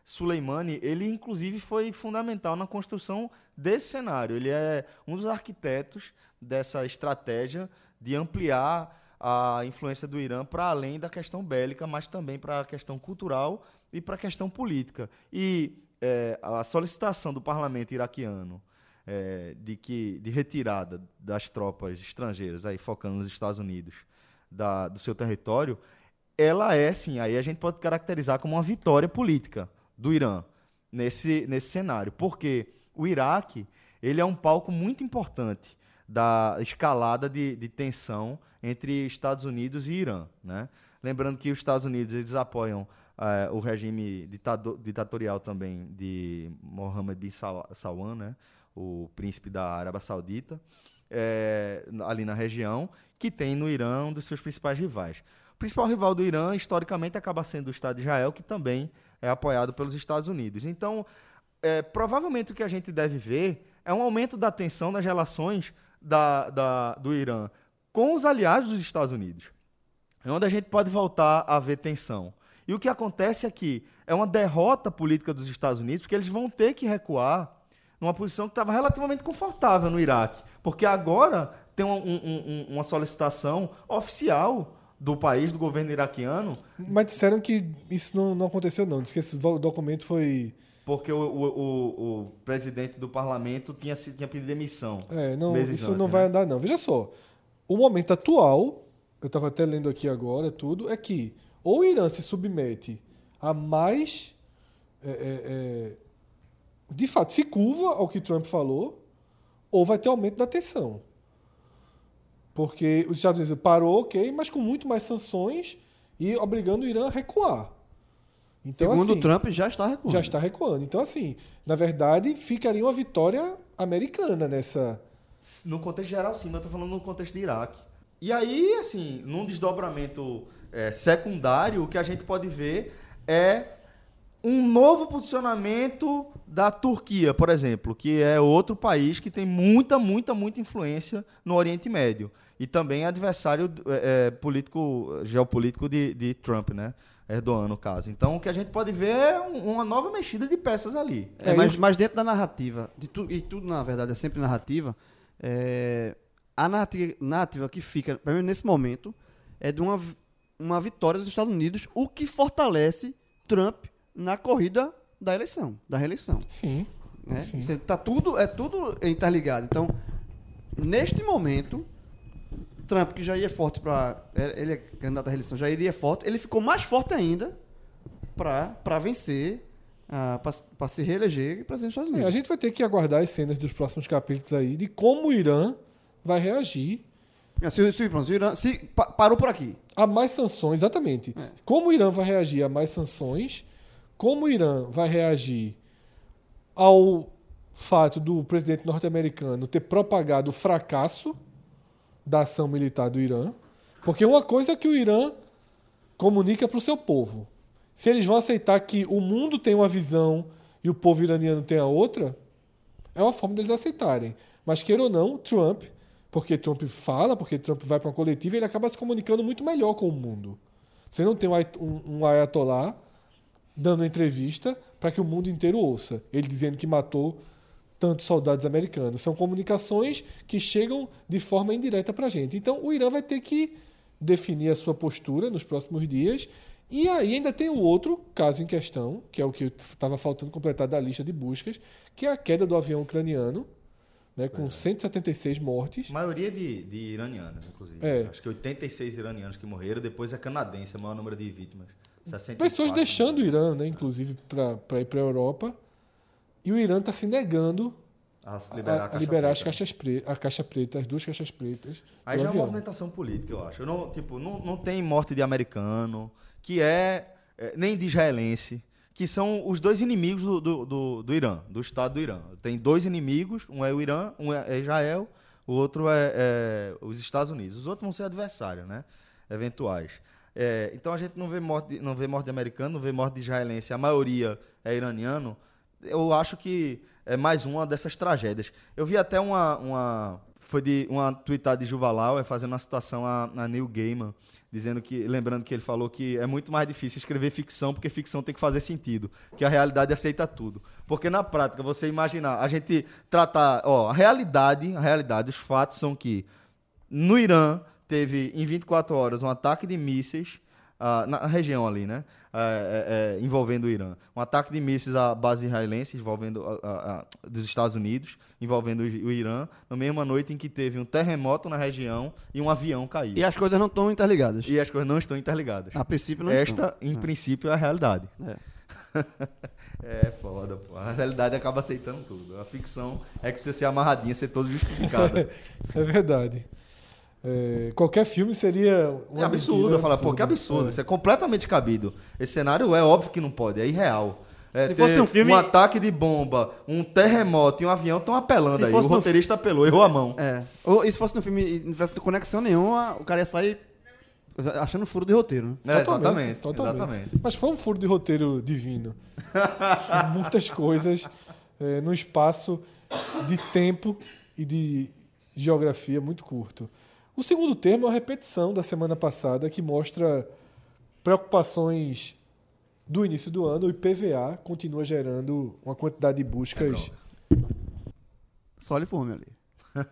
Soleimani, ele inclusive foi fundamental na construção desse cenário. Ele é um dos arquitetos dessa estratégia de ampliar a influência do Irã para além da questão bélica, mas também para a questão cultural e para a questão política. E é, a solicitação do parlamento iraquiano é, de, que, de retirada das tropas estrangeiras, aí focando nos Estados Unidos, da, do seu território, ela é, sim, aí a gente pode caracterizar como uma vitória política do Irã nesse, nesse cenário, porque o Iraque ele é um palco muito importante da escalada de, de tensão entre Estados Unidos e Irã, né? Lembrando que os Estados Unidos eles apoiam uh, o regime ditado, ditatorial também de Mohammed bin Salman, né? O príncipe da Arábia Saudita, é, ali na região, que tem no Irã um dos seus principais rivais. O principal rival do Irã, historicamente, acaba sendo o Estado de Israel, que também é apoiado pelos Estados Unidos. Então, é, provavelmente o que a gente deve ver é um aumento da tensão nas relações da, da, do Irã com os aliados dos Estados Unidos. É onde a gente pode voltar a ver tensão. E o que acontece é que é uma derrota política dos Estados Unidos, porque eles vão ter que recuar numa posição que estava relativamente confortável no Iraque. Porque agora tem um, um, um, uma solicitação oficial do país, do governo iraquiano. Mas disseram que isso não, não aconteceu, não. Diz que esse documento foi... Porque o, o, o, o presidente do parlamento tinha, tinha pedido demissão. É, não, isso antes, não vai né? andar, não. Veja só, o momento atual, eu estava até lendo aqui agora, tudo, é que ou o Irã se submete a mais... É, é, é, de fato, se curva ao que Trump falou, ou vai ter aumento da tensão. Porque os Estados Unidos parou, ok, mas com muito mais sanções e obrigando o Irã a recuar. Então, Segundo assim, Trump, já está recuando. Já está recuando. Então, assim, na verdade, ficaria uma vitória americana nessa... No contexto geral, sim, mas eu estou falando no contexto do Iraque. E aí, assim, num desdobramento é, secundário, o que a gente pode ver é um novo posicionamento da Turquia, por exemplo, que é outro país que tem muita, muita, muita influência no Oriente Médio. E também adversário é, político, geopolítico de, de Trump, né? Erdogan, no caso. Então, o que a gente pode ver é uma nova mexida de peças ali. É, mas, mas dentro da narrativa, de tu, e tudo, na verdade, é sempre narrativa, é, a narrativa, narrativa que fica, pelo menos nesse momento, é de uma, uma vitória dos Estados Unidos, o que fortalece Trump na corrida da eleição, da reeleição. Sim. Né? sim. Isso tá tudo, é tudo interligado. Então, neste momento, Trump, que já ia forte para... Ele é candidato à reeleição, já iria forte. Ele ficou mais forte ainda para vencer, uh, para se reeleger presidente dos Estados Unidos. É, a gente vai ter que aguardar as cenas dos próximos capítulos aí de como o Irã vai reagir. Se, se, pronto, se o Irã se, pa, parou por aqui. A mais sanções, exatamente. É. Como o Irã vai reagir a mais sanções, como o Irã vai reagir ao fato do presidente norte-americano ter propagado o fracasso da ação militar do Irã. Porque uma coisa é que o Irã comunica para o seu povo. Se eles vão aceitar que o mundo tem uma visão e o povo iraniano tem a outra, é uma forma deles aceitarem. Mas, queira ou não, Trump, porque Trump fala, porque Trump vai para uma coletiva, ele acaba se comunicando muito melhor com o mundo. Você não tem um, um ayatolá dando entrevista para que o mundo inteiro ouça. Ele dizendo que matou tantos soldados americanos. São comunicações que chegam de forma indireta para a gente. Então, o Irã vai ter que definir a sua postura nos próximos dias. E aí ainda tem o outro caso em questão, que é o que estava faltando completar da lista de buscas, que é a queda do avião ucraniano, né, com é. cento e setenta e seis mortes. Maioria de, de iranianos, inclusive. É. Acho que oitenta e seis iranianos que morreram. Depois é canadense, o maior número de vítimas. sessenta e quatro, pessoas deixando o Irã, né, inclusive, para ir para a Europa. E o Irã está se negando a, liberar, a, a, a liberar as caixas pre, a caixa preta, as duas caixas pretas. Aí já é uma movimentação política, eu acho. Eu não, tipo, não, não tem morte de americano, que é, é nem de israelense, que são os dois inimigos do, do, do, do Irã, do Estado do Irã. Tem dois inimigos, um é o Irã, um é Israel, o outro é, é os Estados Unidos. Os outros vão ser adversários, né? Eventuais. É, então a gente não vê morte de, não vê morte de americano, não vê morte de israelense, a maioria é iraniano. Eu acho que é mais uma dessas tragédias. Eu vi até uma, uma foi de uma tweetada de Juvalau, é fazendo uma citação a, a Neil Gaiman, dizendo que, lembrando que ele falou que é muito mais difícil escrever ficção, porque ficção tem que fazer sentido, que a realidade aceita tudo. Porque na prática, você imaginar, a gente tratar, ó, a realidade, a realidade, os fatos são que no Irã teve em vinte e quatro horas um ataque de mísseis uh, na região ali, né? É, é, é, envolvendo o Irã. Um ataque de mísseis à base israelense envolvendo a, a, a, dos Estados Unidos, envolvendo o, o Irã, na mesma noite em que teve um terremoto na região e um avião caiu. E as coisas não estão interligadas. E as coisas não estão interligadas. A princípio não Esta, estão. em Ah. princípio, é a realidade. É. É foda, pô. A realidade acaba aceitando tudo. A ficção é que precisa ser amarradinha, ser toda justificada. É verdade. É, qualquer filme seria uma É absurdo, mentira eu falo, pô, que absurdo. É. Isso é completamente cabido. Esse cenário é óbvio que não pode, é irreal. É, Se ter fosse um filme- ataque de bomba, um terremoto e um avião estão apelando Se aí. O fosse no roteirista apelou, errou a mão. É. Ou, e se fosse no filme e não tivesse conexão nenhuma, o cara ia sair achando furo de roteiro. Né? É, exatamente, exatamente. Mas foi um furo de roteiro divino. Muitas coisas é, num espaço de tempo e de geografia muito curto. O segundo termo é a repetição da semana passada, que mostra preocupações do início do ano. O I P V A continua gerando uma quantidade de buscas. Só olhe por mim ali.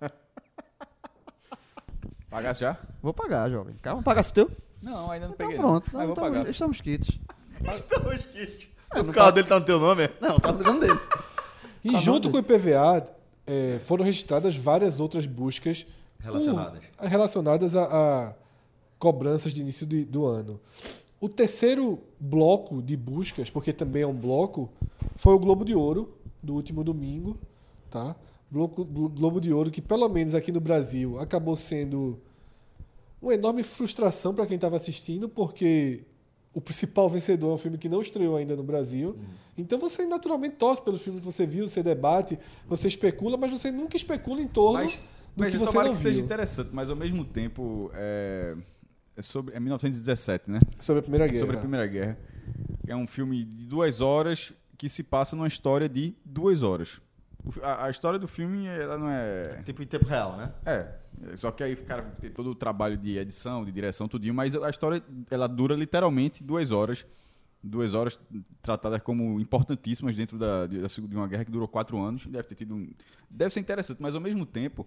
Pagasse já? Vou pagar, jovem. Calma, pagasse o teu? Não, ainda não Então peguei. pronto. Não. Mas vou Então, pagar. estamos quites. Estamos quites. É, O não carro pode- dele tá no teu nome? é? Não, tá no nome dele. E Tá junto bom. com o I P V A, é, foram registradas várias outras buscas Relacionadas. com- relacionadas a, a cobranças de início de- do ano. O terceiro bloco de buscas, porque também é um bloco, foi o Globo de Ouro, do último domingo. Tá? Bloco- Glo- Globo de Ouro, que pelo menos aqui no Brasil acabou sendo uma enorme frustração para quem estava assistindo, porque o principal vencedor é um filme que não estreou ainda no Brasil. Então você naturalmente torce pelos filmes que você viu, você debate, você especula, mas você nunca especula em torno Mas, do mas que você tomara não que viu. seja interessante, mas ao mesmo tempo é, é sobre é mil novecentos e dezessete, né? Sobre a Primeira Guerra. Sobre a Primeira Guerra. É um filme de duas horas que se passa numa história de duas horas. O fi- A, a história do filme, ela não é... Tipo em tempo real, né? É, só que aí o cara tem todo o trabalho de edição, de direção, tudinho, mas a história, ela dura literalmente duas horas. Duas horas tratadas como importantíssimas dentro da, de, de uma guerra que durou quatro anos. Deve ter tido um, deve ser interessante, mas ao mesmo tempo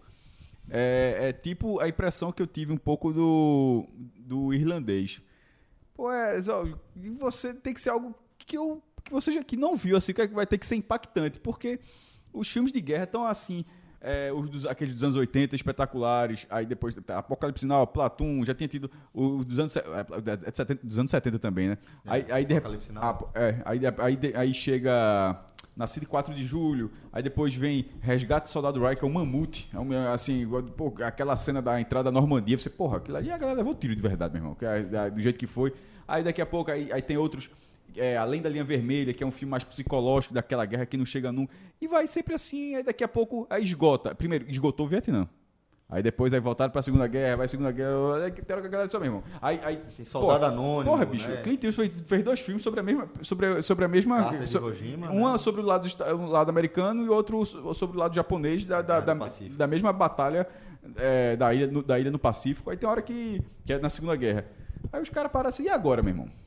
é, é tipo a impressão que eu tive um pouco do, do irlandês. Pô, é, Zó, você tem que ser algo que, eu, que você já que não viu, assim, que vai ter que ser impactante, porque os filmes de guerra estão assim, é, os dos, aqueles dos anos oitenta espetaculares, aí depois Apocalipse Now, Platoon, já tinha tido os dos anos, é, setenta, dos anos setenta também, né? É, aí, aí, de, Apocalipse Now. ah, é, aí, aí, aí chega Nascido em quatro de julho, aí depois vem Resgate do Soldado Ryan, que é um mamute, é um, assim, igual, pô, aquela cena da entrada da Normandia, você, porra, aquilo ali a galera levou tiro de verdade, meu irmão, que é, do jeito que foi. Aí daqui a pouco, aí, aí tem outros, é, Além da Linha Vermelha, que é um filme mais psicológico daquela guerra que não chega num... E vai sempre assim, aí daqui a pouco, aí esgota. Primeiro, esgotou o Vietnã. Aí depois, aí voltaram pra Segunda Guerra, vai Segunda Guerra, aí tem hora que a galera disse, ó, meu irmão. Aí, aí, Tem Soldado porra, Anônimo, Porra, bicho, né? Clint Eastwood fez, fez dois filmes sobre a mesma... Sobre, sobre a mesma Carta de so- Iwo Jima, uma né? sobre o lado, esta- o lado americano e outro sobre o lado japonês da, da, Guerra do da, Pacífico. da mesma batalha é, da, ilha, no, da ilha no Pacífico. Aí tem hora que, que é na Segunda Guerra. Aí os caras param assim, e agora, meu irmão?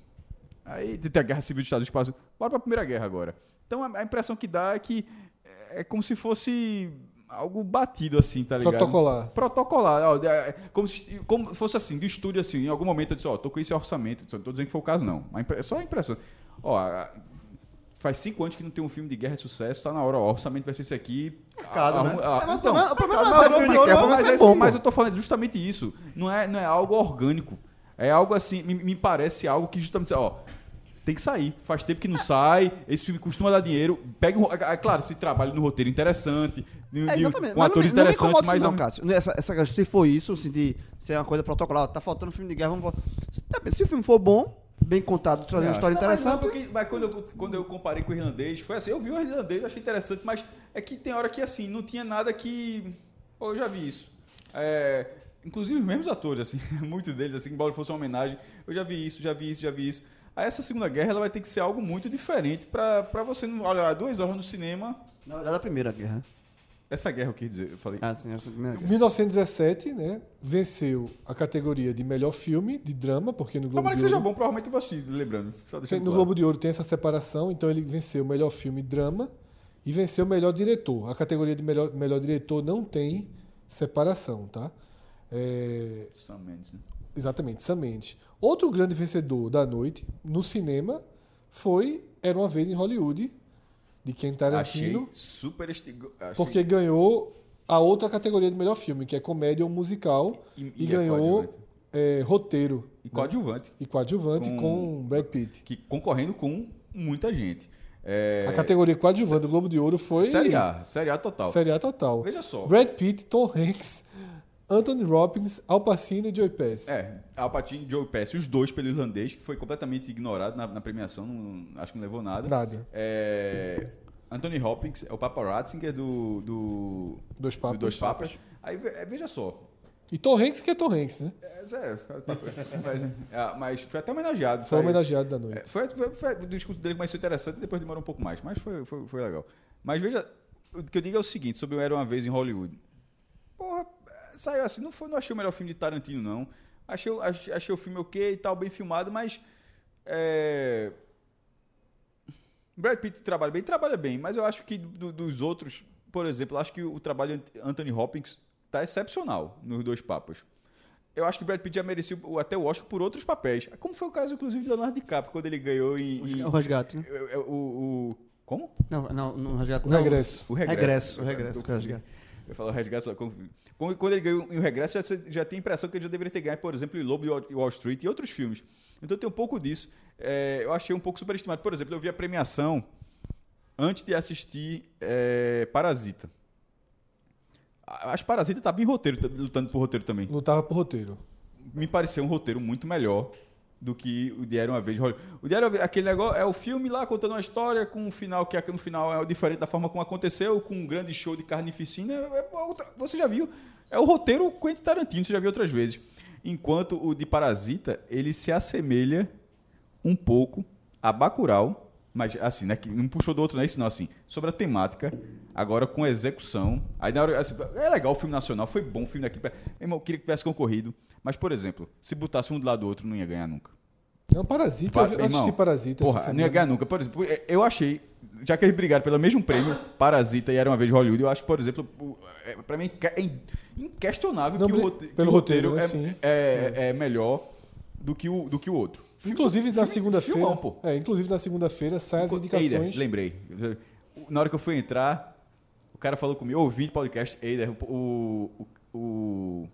Aí tem a Guerra Civil dos Estados Unidos, bora pra Primeira Guerra agora. Então a, a impressão que dá é que é como se fosse algo batido assim, tá ligado? Protocolar. Protocolar. Ó, é, como se como fosse assim, do estúdio assim, em algum momento eu disse, ó, tô com esse orçamento, não tô dizendo que foi o caso não. A impre- É só a impressão. Ó, a- faz cinco anos que não tem um filme de guerra de sucesso, tá na hora, ó, o orçamento vai ser esse aqui. Mercado, Ah, né? ah, É, mas então, o problema mas não é ser eu- filme de eu- guerra, mas mas é é- bom, mas pô. eu tô falando justamente isso. Não é, não é algo orgânico. É algo assim, me, me parece algo que justamente, ó, tem que sair. Faz tempo que não sai. Esse filme costuma dar dinheiro. Pega um, é claro, se trabalha no roteiro interessante, de- É, de- exatamente. com Mas atores não me- não me interessantes, incomoda mas isso ao não, Cássio. Essa, essa, se for isso, assim, de ser uma coisa protocolar, tá faltando filme de guerra, vamos... Se o filme for bom, bem contado, trazer uma história Não, mas não, interessante... porque- mas quando eu, quando eu comparei com o irlandês, foi assim, eu vi o irlandês, eu achei interessante, mas é que tem hora que assim, não tinha nada que... Pô, eu já vi isso. É, inclusive os mesmos atores, assim, muitos deles, assim, embora fosse uma homenagem, eu já vi isso, já vi isso, já vi isso. Aí essa Segunda Guerra, ela vai ter que ser algo muito diferente pra, pra você não olhar duas horas no cinema. Na verdade, a Primeira Guerra. Essa guerra eu quis dizer, eu falei. Ah, sim, essa primeira guerra. mil novecentos e dezessete, né, venceu a categoria de melhor filme de drama, porque no Globo Tomara que de Ouro... seja bom, provavelmente eu vou assistir, lembrando. Só Tem- deixando No claro. Globo de Ouro tem essa separação, então ele venceu o melhor filme drama e venceu o melhor diretor. A categoria de melhor, melhor diretor não tem separação, tá? É, Sam Mendes, né? exatamente, Sam Mendes. Outro grande vencedor da noite no cinema foi Era Uma Vez em Hollywood, de Quentin Tarantino, Achei super estigo... achei... porque ganhou a outra categoria de melhor filme, que é comédia ou musical, E- e, e é ganhou coadjuvante. é, roteiro E coadjuvante, e coadjuvante Com- com Brad Pitt. que concorrendo com muita gente. É... A categoria coadjuvante do Globo de Ouro foi Série A, Série A total. Série A total. Veja só. Brad Pitt, Tom Hanks, Anthony Hopkins, Al Pacino e Joe Pesci. É, Al Pacino e Joe Pesci, os dois pelo irlandês, que foi completamente ignorado na, na premiação, não- acho que não levou nada. Nada. É, Anthony Hopkins é o Papa Ratzinger do, do, Dois do Papas. Dois Papas. Aí ve- é, veja só. E Tom Hanks, que é Tom Hanks, né? É, é, mas, é, mas foi até homenageado. Foi saiu- homenageado da É, noite. foi, foi, foi- o discurso dele começou interessante e depois demorou um pouco mais, mas foi, foi, foi legal. Mas veja, o que eu digo é o seguinte, sobre o Era Uma Vez em Hollywood. Porra, saiu assim, não, foi, não achei o melhor filme de Tarantino, não. Achei, o- achei, achei o filme ok e tal, bem filmado, mas... É... Brad Pitt trabalha bem, trabalha bem, mas eu acho que do- dos outros, por exemplo, eu acho que o trabalho de Anthony Hopkins tá excepcional nos Dois Papas. Eu acho que Brad Pitt já merecia o- até o Oscar por outros papéis. Como foi o caso, inclusive, de Leonardo DiCaprio, quando ele ganhou em... em- O resgate, né? é, é, o, o- como? Não, não, no resgate O não. regresso. O Regresso, o regresso, o resgate. Eu falo regresso, só confundi. Quando, quando ele ganhou em O Regresso, já, já tem a impressão que ele já deveria ter ganho, por exemplo, em Lobo e Wall- e Wall Street e outros filmes. Então tem um pouco disso. É, eu achei um pouco superestimado. Por exemplo, eu vi a premiação antes de assistir é, Parasita. Acho que Parasita tá bem roteiro, tá lutando por roteiro também. Lutava por roteiro. Me pareceu um roteiro muito melhor do que o de Era Uma Vez de Hollywood. O de Era Uma Vez, aquele negócio, é o filme lá contando uma história com um final que aqui no final é diferente da forma como aconteceu, com um grande show de carnificina. É- é outra- você já viu? É o roteiro Quentin Tarantino, você já viu outras vezes. Enquanto o de Parasita, ele se assemelha um pouco a Bacurau, mas assim, né, que não puxou do outro, não é isso não, assim, sobre a temática, agora com a execução. Aí na hora, assim, é legal o filme nacional, foi bom o filme daqui, pra- meu irmão, eu queria que tivesse concorrido, mas, por exemplo, se botasse um do lado do outro, não ia ganhar nunca. Não, Parasita. Pa- eu assisti irmão, Parasita. Porra, essa não ia semana. ganhar nunca. Por exemplo, eu achei, já que eles brigaram pelo mesmo prêmio, Parasita e Era Uma Vez de Hollywood, eu acho que, por exemplo, o- é, pra mim é in- inquestionável Não, que o, bri- rote- que pelo o roteiro, roteiro, né? é, Sim. é, é melhor do que o, do que o outro. Inclusive na filme- segunda-feira. filmão, pô. É, inclusive na segunda-feira saem as Eider, indicações. lembrei. Na hora que eu fui entrar, o cara falou comigo, ouvi de podcast, Eider, o, o, o,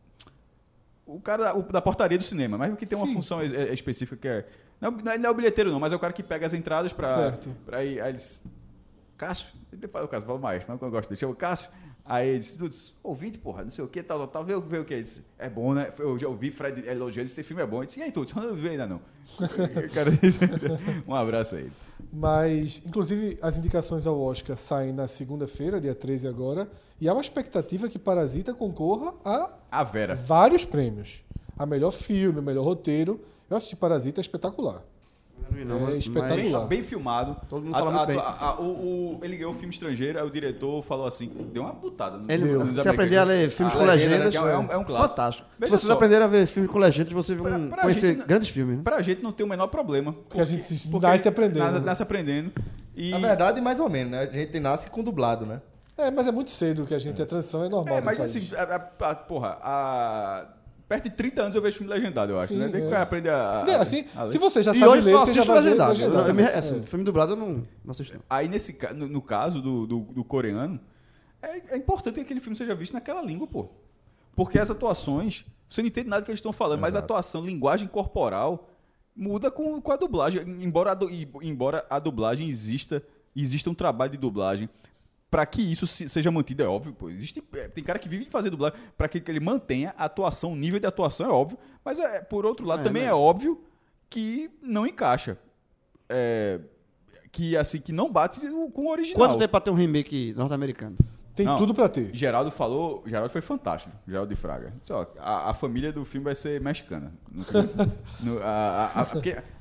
o cara da, o- da portaria do cinema, mas que tem uma Sim. função es- é- específica que é... Não, é- não é- não é o bilheteiro não, mas é o cara que pega as entradas pra, Certo. pra ir. Aí eles... Cássio, ele fala o Cássio, fala mais, mas eu gosto dele. Chama o Cássio, aí ele disse, "Dudes, ouvinte, porra, não sei o que, tal, tal, tal, vê, o- vê o que. Ele disse, é bom, né? Eu já ouvi Fred elogiando, esse filme é bom. Ele disse, e aí, Tudes, eu não vi ainda não. O cara disse, um abraço aí. Mas, inclusive, as indicações ao Oscar saem na segunda-feira, dia treze agora, e há uma expectativa que Parasita concorra a A Vera. vários prêmios. A melhor filme, a melhor roteiro. Eu assisti Parasita, é espetacular. Não, É mas- espetacular. Bem, Lá. bem filmado. Todo mundo A- fala a- muito bem. a- a- o, o- ele ganhou o filme estrangeiro, aí o diretor falou assim, deu uma putada. No, Ele, nos se americanos. aprender a ler filmes A com legenda, né, legendas, que é um- é um- é um clássico. fantástico. Veja se vocês só. aprenderem a ver filmes com legendas, vocês vão Pra- pra conhecer gente não- grandes filmes. Né? Pra gente não tem o menor problema. Porque a gente se- nasce aprendendo, Nasce, né? nasce aprendendo. E, Na verdade, mais ou menos, né? A gente nasce com dublado, né? É, mas é muito cedo que a gente, a transição é normal. é, no mas país. assim, a, a- a- porra, a, perto de trinta anos eu vejo filme legendado, eu acho. Sim, né? Desde que é. o cara aprende a... a- Não, assim, a ler. se você já E sabe hoje ler, só você já assisto vai ver legendado. Eu- eu me- legendado. assim, filme dublado eu não, não assisto. não. Aí, nesse, ca- no, no caso do, do, do coreano, é, é importante que aquele filme seja visto naquela língua, pô. Porque as atuações, você não entende nada do que eles estão falando, mas a atuação, linguagem corporal, muda com, com a dublagem. Embora a, du- e- embora a dublagem exista, exista um trabalho de dublagem, para que isso se- seja mantido, é óbvio, pô. Existe, é, tem cara que vive de fazer dublagem, para que, que ele mantenha a atuação, o nível de atuação é óbvio, mas é, por outro lado É, também né? é óbvio que não encaixa. É, que assim que não bate o- com o original. Quanto tempo pra ter um remake norte-americano? Tem Não. tudo pra ter. Geraldo falou, Geraldo foi fantástico, Geraldo de Fraga. Disse, ó, a, a família do filme vai ser mexicana. No, no- a, a- a- porque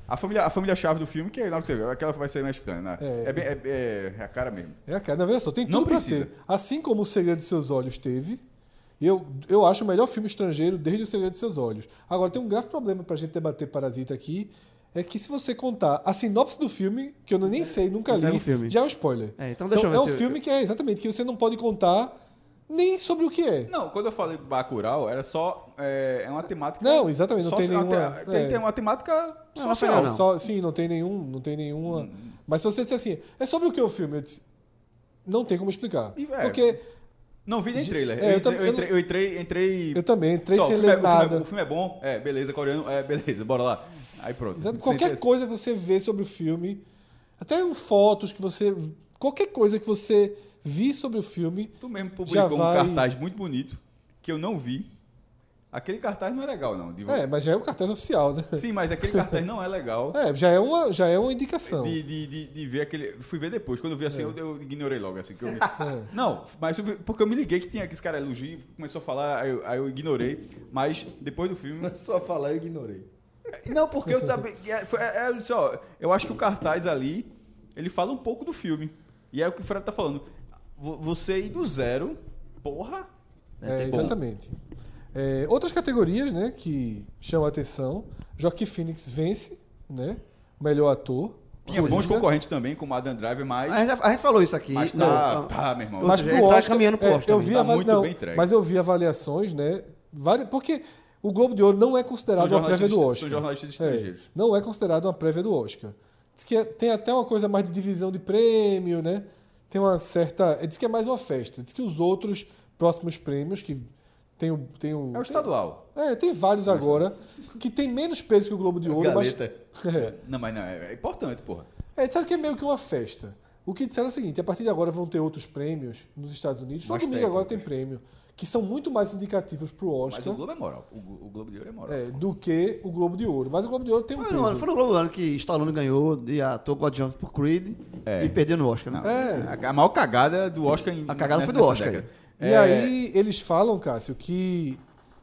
A família, a família chave do filme, que é, não, aquela vai ser mexicana. Né? É. É, bem- é, é, é a cara mesmo. É a cara. Não, veja só, tem tudo Não pra precisa. ter. Assim como O Segredo de Seus Olhos teve, eu, eu acho o melhor filme estrangeiro desde O Segredo de Seus Olhos. Agora, tem um grave problema pra gente debater Parasita aqui, é que se você contar a sinopse do filme, que eu nem sei, nunca Entrega li, o filme. já é um spoiler. É, então deixa eu ver é um se eu- filme que é exatamente, que você não pode contar nem sobre o que é. Não, quando eu falei Bacurau, era só... É, é uma temática... Não, exatamente, não só- tem nenhuma- Tem, tem, é. tem uma temática Não, não social. não. Só, sim, não tem nenhum, não tem nenhuma. Mas se você disser assim, é sobre o que é o filme? Eu disse, não tem como explicar. E, é, Porque Não vi nem trailer. É, eu eu, entrei, tam- eu, eu entrei, eu entrei... entrei- eu também entrei Só, o sem filme é- ler o filme é- nada. O filme é bom? É, beleza, coreano. É, beleza, bora lá. Aí pronto. Exato. Sem Qualquer ter- coisa que você vê sobre o filme, até um fotos que você. Qualquer coisa que você vi sobre o filme. Tu mesmo Já publicou vai- um cartaz muito bonito, que eu não vi. Aquele cartaz não é legal, não. de- É, mas já é o cartaz oficial, né? Sim, mas aquele cartaz não é legal. É, já é uma, já é uma indicação. De, de, de, de ver aquele. Fui ver depois. Quando eu vi assim, eu, eu ignorei logo. Assim, que eu me- É. Não, mas eu vi- porque eu me liguei que tinha que esse cara elogio, começou a falar, aí eu, aí eu ignorei. Mas depois do filme. Só falar, eu ignorei. Não, porque eu sabia. é, foi- é, eu disse, ó, eu acho que o cartaz ali, ele fala um pouco do filme. E é o que o Fred tá falando. Vo- Você ir do zero, porra. É, bom. exatamente. É, outras categorias, né, que chamam a atenção. Joaquin Phoenix vence, né? Melhor ator. Tinha bons Coringa. concorrentes também, como Adam Driver, mas. A gente, a gente falou isso aqui. Mas não, tá, não. tá, meu irmão. Ou Mas seja, pro ele tá Oscar, caminhando pro é, Oscar eu também. vi Tá avali- muito não, bem entregue. Mas eu vi avaliações, né? vari- Porque o Globo de Ouro não é São considerado uma prévia jornalistas, do são Oscar. jornalistas É, estrangeiros. não é considerado uma prévia do Oscar. Diz que é- tem até uma coisa mais de divisão de prêmio, né? Tem uma certa. Diz que é mais uma festa. Diz que os outros próximos prêmios, que tem o. Tem o É o estadual. É, tem vários agora, que tem menos peso que o Globo de Ouro, mas. É. Não, mas não, é, é importante, porra. É, sabe que é meio que uma festa. O que disseram é o seguinte: a partir de agora vão ter outros prêmios nos Estados Unidos. Todo Mais domingo agora técnicos. tem prêmio. Que são muito mais indicativos pro Mas Oscar o Globo é moral. O, Glo- o Globo de Ouro é moral. é, do que o Globo de Ouro. Mas o Globo de Ouro tem um Foi no, peso. foi no Globo do ano que Stallone ganhou de ator coadjuvante por Creed É. e perdeu no Oscar, né? Não, É. A, a maior cagada do Oscar em A cagada nessa- foi do nessa Oscar. década. E É, aí eles falam, Cássio, que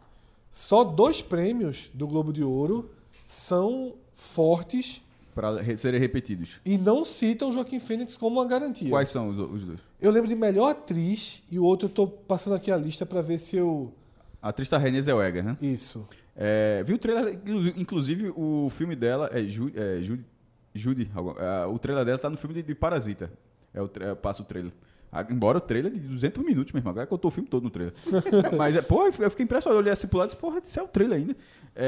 só dois prêmios do Globo de Ouro são fortes Para re- serem repetidos. e não citam Joaquim Fênix como uma garantia. Quais são os, os dois? Eu lembro de melhor atriz e o outro eu tô passando aqui a lista pra ver se eu. A atriz tá Renée Zellweger, né? Isso. É, viu o trailer, inclu- inclusive o filme dela é Judy, é, Judy, Judy algo- é, o trailer dela tá no filme de, de Parasita. É o tra- é, passa o trailer. Ah, embora o trailer de duzentos minutos, meu irmão. Agora contou o filme todo no trailer. Mas, é, pô, eu fiquei impressionado. Eu olhei assim pro lado e disse, porra, isso é o trailer ainda.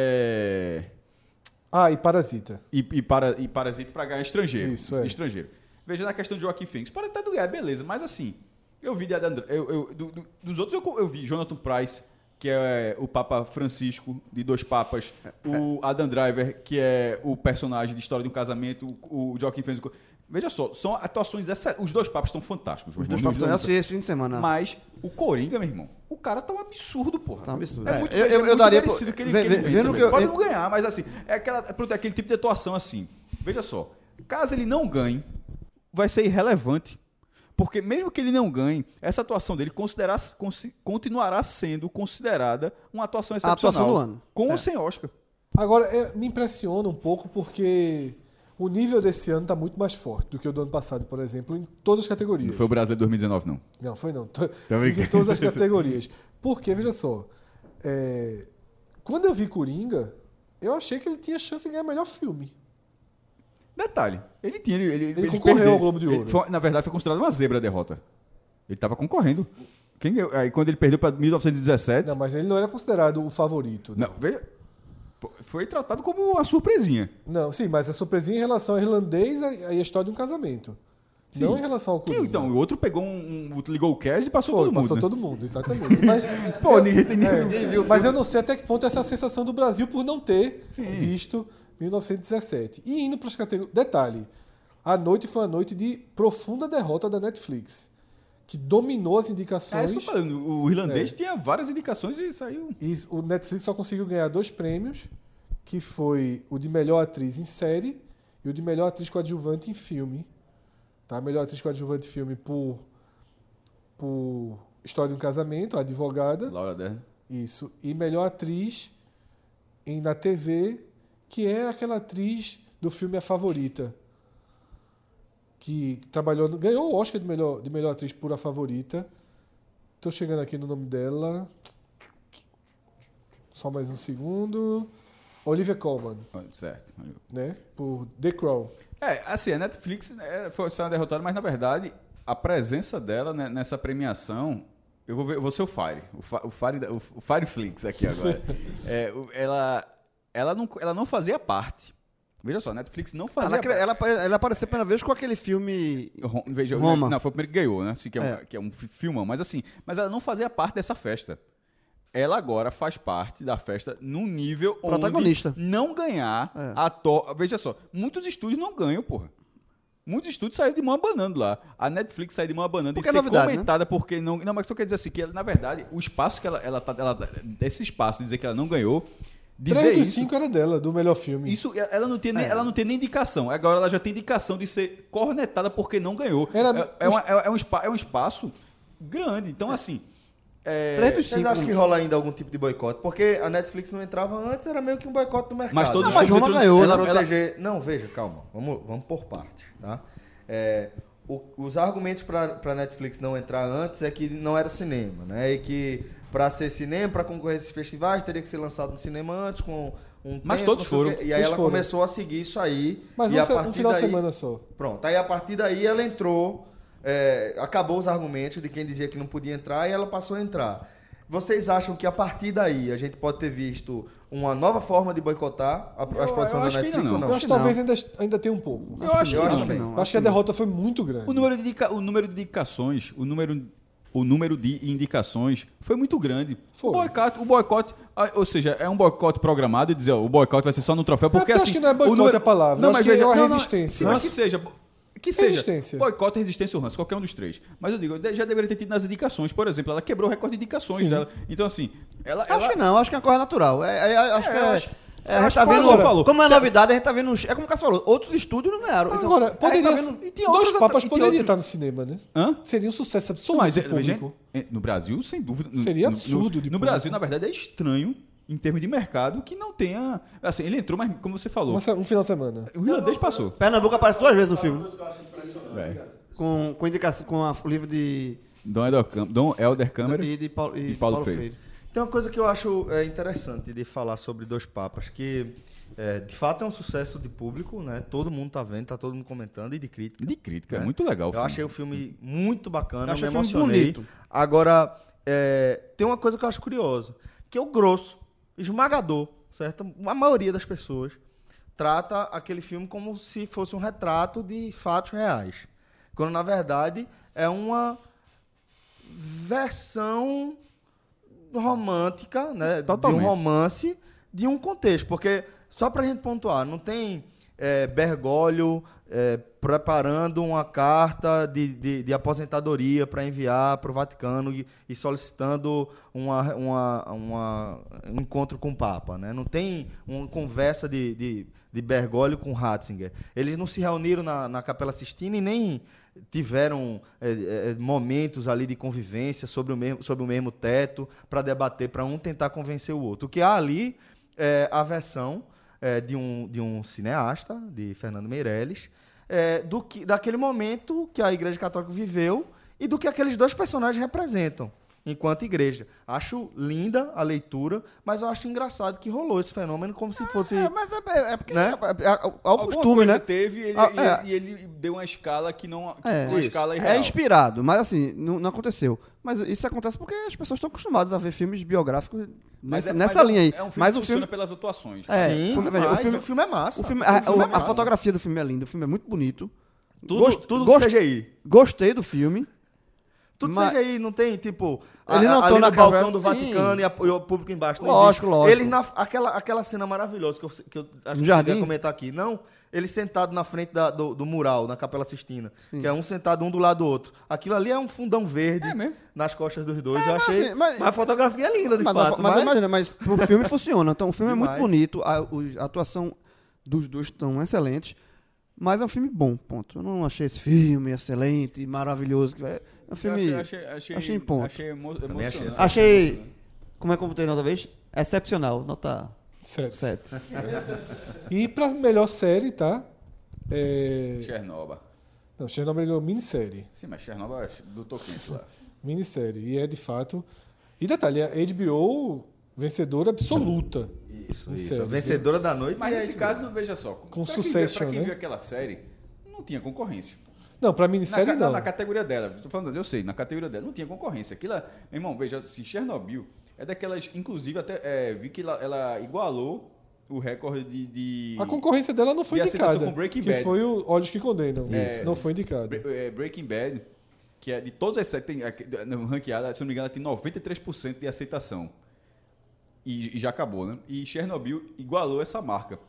É, Ah, e Parasita. e, e, para, e Parasita pra ganhar estrangeiro. Isso, é. Estrangeiro. Veja na questão de Joaquim Phoenix. Pode até do ganhar, beleza. Mas assim, eu vi de Adam, eu, eu, do- do- dos outros eu, eu vi Jonathan Pryce, que é o Papa Francisco, de Dois Papas. O Adam Driver, que é o personagem de História de um Casamento. O, o Joaquim Phoenix. Veja só, são atuações excelentes. Os dois papas estão fantásticos. Os dois Nos papos eu assisti esse fim de semana. Mas o Coringa, meu irmão, o cara tá um absurdo, porra. Tá um absurdo. É, É, muito, eu- é eu- eu muito daria merecido por- que ele, ve- que ele ve- vença, vendo mesmo. que eu- Pode eu- não ganhar, mas assim, é, aquela, pronto, é aquele tipo de atuação assim. Veja só, caso ele não ganhe, vai ser irrelevante. Porque mesmo que ele não ganhe, essa atuação dele considerar, consi- continuará sendo considerada uma atuação excepcional. atuação do ano. Com É. ou sem Oscar. Agora, é, me impressiona um pouco porque o nível desse ano tá muito mais forte do que o do ano passado, por exemplo, em todas as categorias. Não foi o Brasil de dois mil e dezenove, não. Não, foi não. Tô- Tá brincando. em todas as categorias. Porque, veja só, é, quando eu vi Coringa, eu achei que ele tinha chance de ganhar melhor filme. Detalhe, ele tinha. Ele, ele, Ele concorreu perdeu. ao Globo de Ele Ouro. foi- na verdade, foi considerado uma zebra a derrota. Ele estava concorrendo. Quem, ganhou? Aí, quando ele perdeu para mil novecentos e dezessete. Não, mas ele não era considerado o favorito. Não, veja. pô, Foi tratado como uma surpresinha. Não, sim, mas a surpresinha em relação ao irlandês e a história de um casamento. Sim. Não em relação ao Que, Coringa. então, o outro pegou um. um ligou o cash e passou Foi, todo mundo. passou né? todo mundo, exatamente. Mas, Pô, ninguém tem é, ninguém mas eu não sei até que ponto essa é a sensação do Brasil por não ter Sim. visto mil novecentos e dezessete. E indo para as categorias. Detalhe: a noite foi uma noite de profunda derrota da Netflix, que dominou as É indicações. isso que eu tô falando. O irlandês É. tinha várias indicações e saiu. E o Netflix só conseguiu ganhar dois prêmios, que foi o de melhor atriz em série e o de melhor atriz coadjuvante em filme. Tá? Melhor atriz coadjuvante em filme por, por História de um Casamento, a advogada. Laura Dern. Isso. E melhor atriz em, na T V, que é aquela atriz do filme A Favorita, que trabalhou, ganhou o Oscar de melhor, de melhor atriz por A Favorita. Tô chegando aqui no nome dela. Só mais um segundo. Olivia Colman, Certo. né? Por The Crown. É, assim, a Netflix é, foi uma derrotada, mas na verdade a presença dela né, nessa premiação, eu vou, ver, eu vou ser o Fire, o, Fa- o, Fire, da- o, o Fireflix aqui agora. É, o- ela, ela, não, ela não fazia parte. Veja só, a Netflix não Ah, fazia naquele- parte. ela, ela apareceu a primeira vez com aquele filme. Ro- Veja, Roma. Não, foi o primeiro que ganhou, né? Assim, que, é um, É. que é um fi- filmão, mas assim, mas ela não fazia parte dessa festa. Ela agora faz parte da festa num nível Protagonista. onde não ganhar É. a to... Veja só, muitos estúdios não ganham, porra. Muitos estúdios saíram de mão abanando lá. A Netflix saiu de mão abanando Porque e é ser novidade, comentada porque não... Não, mas tu quer dizer assim, que ela, na verdade, o espaço que ela, ela tá... Ela, esse espaço de dizer que ela não ganhou, dizer Três dos isso... cinco era dela, do melhor filme. Isso, ela não, tem nem, É. ela não tem nem indicação. Agora ela já tem indicação de ser cornetada porque não ganhou. Era- É, é, uma- é- é um, espa- é um espaço grande. Então, assim... é- Três dos Vocês cinco. acham que rola ainda algum tipo de boicote? Porque a Netflix não entrava antes, era meio que um boicote do mercado. Mas todos Não, os mas filmes Roma entrou- ganhou, ela- Pra ela- proteger... Não, veja, calma. Vamos, vamos por partes, tá? É, o- os argumentos para a Netflix não entrar antes é que não era cinema, né? E que para ser cinema, para concorrer a esses festivais, teria que ser lançado no cinema antes, com um Mas tempo, todos não sei o foram. quê. E aí Todos ela foram. começou a seguir isso aí. Mas e um, a se- um partir final daí, de semana só. Pronto, aí a partir daí ela entrou, é, acabou os argumentos de quem dizia que não podia entrar e ela passou a entrar. Vocês acham que a partir daí a gente pode ter visto uma nova forma de boicotar a- Eu- as produções eu da acho que Netflix ainda ou não. não? Eu acho que que talvez ainda, ainda tenha um pouco. Eu acho Eu que acho não. também. não. Eu acho que a derrota foi muito grande. O número de, indica- o número de indicações, o número, o número de indicações foi muito grande. Foi. O boicote, o boicote, ah, ou seja, é um boicote programado e dizer, ó, o boicote vai ser só no troféu, porque eu acho assim, que não é boicote o número, a palavra, eu acho que é uma resistência. sim, mas que seja, que seja, Resistência. boicote, resistência ou ranço, qualquer um dos três. Mas eu digo, de- já deveria ter tido nas indicações, por exemplo, ela quebrou o recorde de indicações Sim. dela. Então assim, ela, Acho ela que não, acho que é uma coisa natural. É, é, acho É, que eu é. acho- é, eu a gente acho tá que vendo, como você falou, como é se- novidade, a gente tá vendo. É como o Cássio falou, outros estúdios não ganharam. Isso- Agora, a gente poderia, tá vendo- e tem Dois outros- Papas e tem poderia outros- estar no cinema, né? Hã? Seria um sucesso absoluto Mas, é, público. gente, no Brasil, sem dúvida. no- Seria no- absurdo No, de no público. Brasil, na verdade, é estranho, em termos de mercado, que não tenha. Assim, ele entrou, mas como você falou, Uma se- um final de semana. o irlandês passou. Pernambuco aparece duas vezes no filme. Velho. Com, com indicação, com a- o livro de. Dom Helder, Cam- Dom Helder Câmara. E de Paulo, e e Paulo Paulo Freire. Freire. Tem uma coisa que eu acho é, interessante de falar sobre Dois Papas, que é, de fato é um sucesso de público, né? Todo mundo tá vendo, tá todo mundo comentando e de crítica. De crítica, é né? muito legal. o Eu filme. achei o filme muito bacana, Eu achei eu me o filme emocionei. bonito. Agora, é, tem uma coisa que eu acho curiosa, que é o grosso, esmagador, certo? A maioria das pessoas trata aquele filme como se fosse um retrato de fatos reais. Quando, na verdade, é uma versão romântica, né? Totalmente. De um romance, de um contexto. Porque, só pra gente pontuar, não tem é, Bergoglio é, preparando uma carta de, de, de aposentadoria para enviar para o Vaticano e, e solicitando uma, uma, uma- um encontro com o Papa. Né? Não tem uma conversa de, de, de Bergoglio com Ratzinger. Eles não se reuniram na, na Capela Sistina e nem tiveram é, é, momentos ali de convivência sobre o mesmo, sobre o mesmo teto para debater, para um tentar convencer o outro. O que há ali é a versão é, de, um, de um cineasta, de Fernando Meirelles, é, do que, daquele momento que a Igreja Católica viveu e do que aqueles dois personagens representam enquanto igreja. Acho linda a leitura, mas eu acho engraçado que rolou esse fenômeno como se fosse... É, mas é, é porque Né? é, é, é, é o Alguma costume, coisa né? teve e ele, Ah, e é. ele- e ele deu uma escala que não. É, uma isso. escala irreal. É inspirado, mas assim, não, não aconteceu. Mas isso acontece porque as pessoas estão acostumadas a ver filmes biográficos Mas nessa, é- nessa mas é um- linha aí. É um filme mas que o funciona filme. pelas atuações. É, Sim, o filme- demais. o filme- o filme é massa. O filme, O a, filme é a- a massa. fotografia do filme é linda, o filme é muito bonito. Tudo, Gost- tudo gost- C G I. Gostei do filme. Tudo Mas- C G I, não tem, tipo, Eles não ali tão no na balcão câmera, do sim. Vaticano e, a- e o público embaixo. Não Lógico, existe. lógico. Eles na, aquela, aquela cena maravilhosa que eu, que eu acho No que jardim? eu ia comentar aqui. Não, eles sentados na frente da- do, do mural, na Capela Sistina. Que é um sentado um do lado do outro. Aquilo ali é um fundão verde É mesmo? nas costas dos dois. É, eu mas achei. assim, mas- mas a fotografia é linda, de mas, fato. mas, mas- imagina, mas pro filme funciona. Então o filme é muito Demais. bonito, a, os- a atuação dos dois estão excelentes, mas é um filme bom, ponto. Eu não achei esse filme excelente, maravilhoso. que É um Eu filme. achei, achei, achei, achei em ponto. Achei emo- Também achei emocionante. essa- Achei. Como é que eu botei nota vez? Excepcional, nota Sete. Sete. E pra melhor série, tá? É... Chernobyl. Não, Chernobyl ganhou minissérie. Sim, mas Chernobyl é do Tolkien lá. Minissérie. E é de fato. E detalhe, a H B O vencedora absoluta. Isso, Em isso. série. A vencedora da noite. Mas é nesse isso caso, mesmo. não veja só. Com pra quem Succession, viu, pra quem né? viu aquela série, não tinha concorrência. Não, pra Na, minissérie ca- na, não. na categoria dela, tô falando, eu sei, na categoria dela não tinha concorrência. Aquilo, é- meu irmão, veja, assim, Chernobyl é daquelas, inclusive, até é, vi que ela, ela igualou o recorde de. de A concorrência dela não foi E a indicada. aceitação com Breaking que Bad. foi o Olhos que Condenam. É. Não foi indicada. Bre- é, Breaking Bad, que é de todas as sete, tem, aqui, no ranqueada, se não me engano, ela tem noventa e três por cento de aceitação. E, e já acabou, né? E Chernobyl igualou essa marca.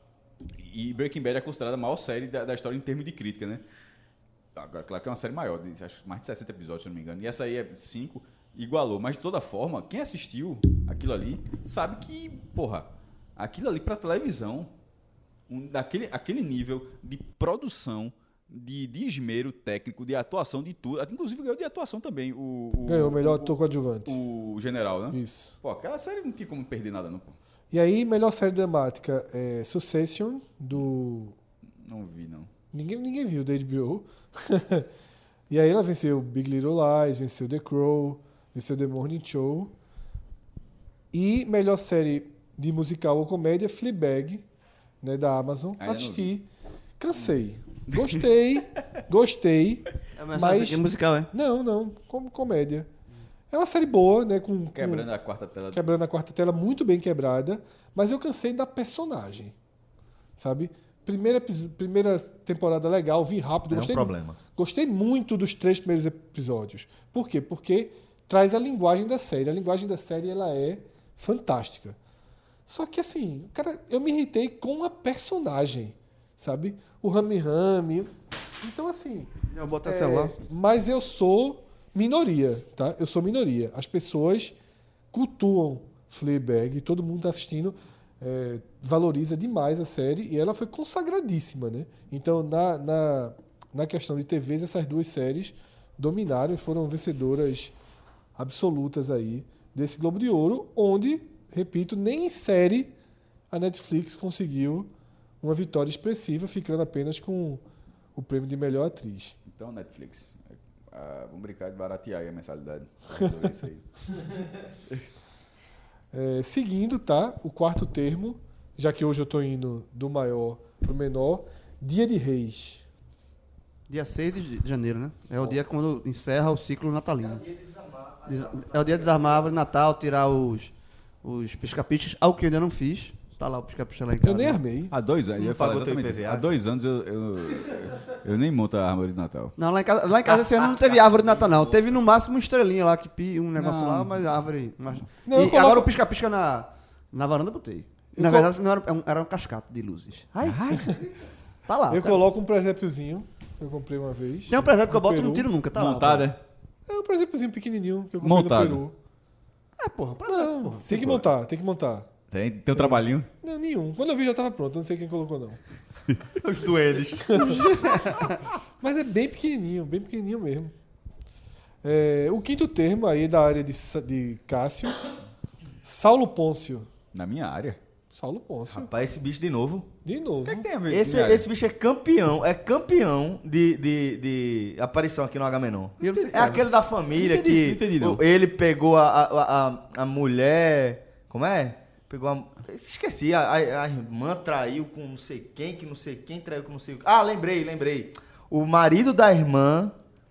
E Breaking Bad é considerada a maior série da, da história em termos de crítica, né? Agora, claro que é uma série maior, de, acho que mais de sessenta episódios, se não me engano. E essa aí é cinco, igualou. Mas, de toda forma, quem assistiu aquilo ali sabe que, porra, aquilo ali pra televisão, um, daquele, aquele nível de produção, de, de esmero técnico, de atuação, de tudo. Inclusive, ganhou de atuação também o... o Ganhou o melhor o, ator coadjuvante. o general, né? Isso. Pô, aquela série não tinha como perder nada, não, pô. E aí, melhor série dramática é Succession, do. Não vi, não. Ninguém, ninguém viu, da H B O. E aí ela venceu Big Little Lies, venceu The Crow, venceu The Morning Show. E melhor série de musical ou comédia, Fleabag, né, da Amazon. Ainda não Assisti. Cansei. Gostei, gostei. É, mas, Mas- é musical, é? Não, não, como comédia. É uma série boa, né? Com, com- Quebrando a quarta tela. quebrando a quarta tela, muito bem quebrada, mas eu cansei da personagem, sabe? Primeira, epi- primeira temporada legal, vi rápido, É um gostei, problema. gostei muito dos três primeiros episódios. Por quê? Porque traz a linguagem da série. A linguagem da série ela é fantástica. Só que assim, cara, eu me irritei com a personagem, sabe? O Rami Rami. Então assim, Já bota é, celular. mas eu sou minoria, tá? Eu sou minoria. As pessoas cultuam Fleabag, todo mundo tá assistindo, é, valoriza demais a série e ela foi consagradíssima, né? Então, na, na, na questão de T Vs, essas duas séries dominaram e foram vencedoras absolutas aí desse Globo de Ouro, onde, repito, nem em série a Netflix conseguiu uma vitória expressiva, ficando apenas com o prêmio de melhor atriz. Então, Netflix. Ah, vamos brincar de baratear aí a mensalidade. Resolver isso aí. É, seguindo, tá? O quarto termo, já que hoje eu estou indo do maior para o menor, Dia de Reis. Dia seis de janeiro, né? É o dia quando encerra o ciclo natalino. Des- É o dia de desarmar a árvore de Natal, tirar os, os pisca-piscas. Algo que eu ainda não fiz. Tá lá o pisca-pisca lá em casa. Eu nem armei. Há dois anos, Não eu ia falar pagou teu exatamente I P V A? isso. Há dois anos eu, eu, eu nem monto a árvore de Natal. Não, lá em casa, lá em casa esse ano não teve árvore de Natal, não. Teve no máximo uma estrelinha lá, que pi, um negócio Não. lá, mas árvore. Mas... Não, eu e coloco- agora o pisca-pisca na, na varanda eu botei. Eu Na co- verdade, não era, é um- era um cascato de luzes. Ai, tá lá. Eu tá. coloco um presépiozinho, que eu comprei uma vez. Tem um presépio que eu no boto e não Peru. tiro nunca, tá lá. Montada? É um presépiozinho pequenininho que eu comprei Montado. no Peru. É, porra, presépio, Não, porra. tem que montar, tem que montar. Tem, tem um trabalhinho? Não, nenhum. Quando eu vi já estava pronto, não sei quem colocou não. Os duendes. Mas é bem pequenininho, bem pequenininho mesmo. É, o quinto termo aí da área de, Sa- de Cássio, Saulo Pôncio. Na minha área. Saulo Pôncio, Rapaz, esse bicho de novo. de novo. O que é que tem a ver Esse, com minha esse bicho é campeão, é campeão de, de, de aparição aqui no Agamenon. E eu não sei É falar. aquele da família Entendi, que entendi, não. o- ele pegou a, a, a, a mulher. Como é? Pegou a. Esqueci, a, a, a irmã traiu com não sei quem, que não sei quem traiu com não sei. Ah, lembrei, lembrei. O marido da irmã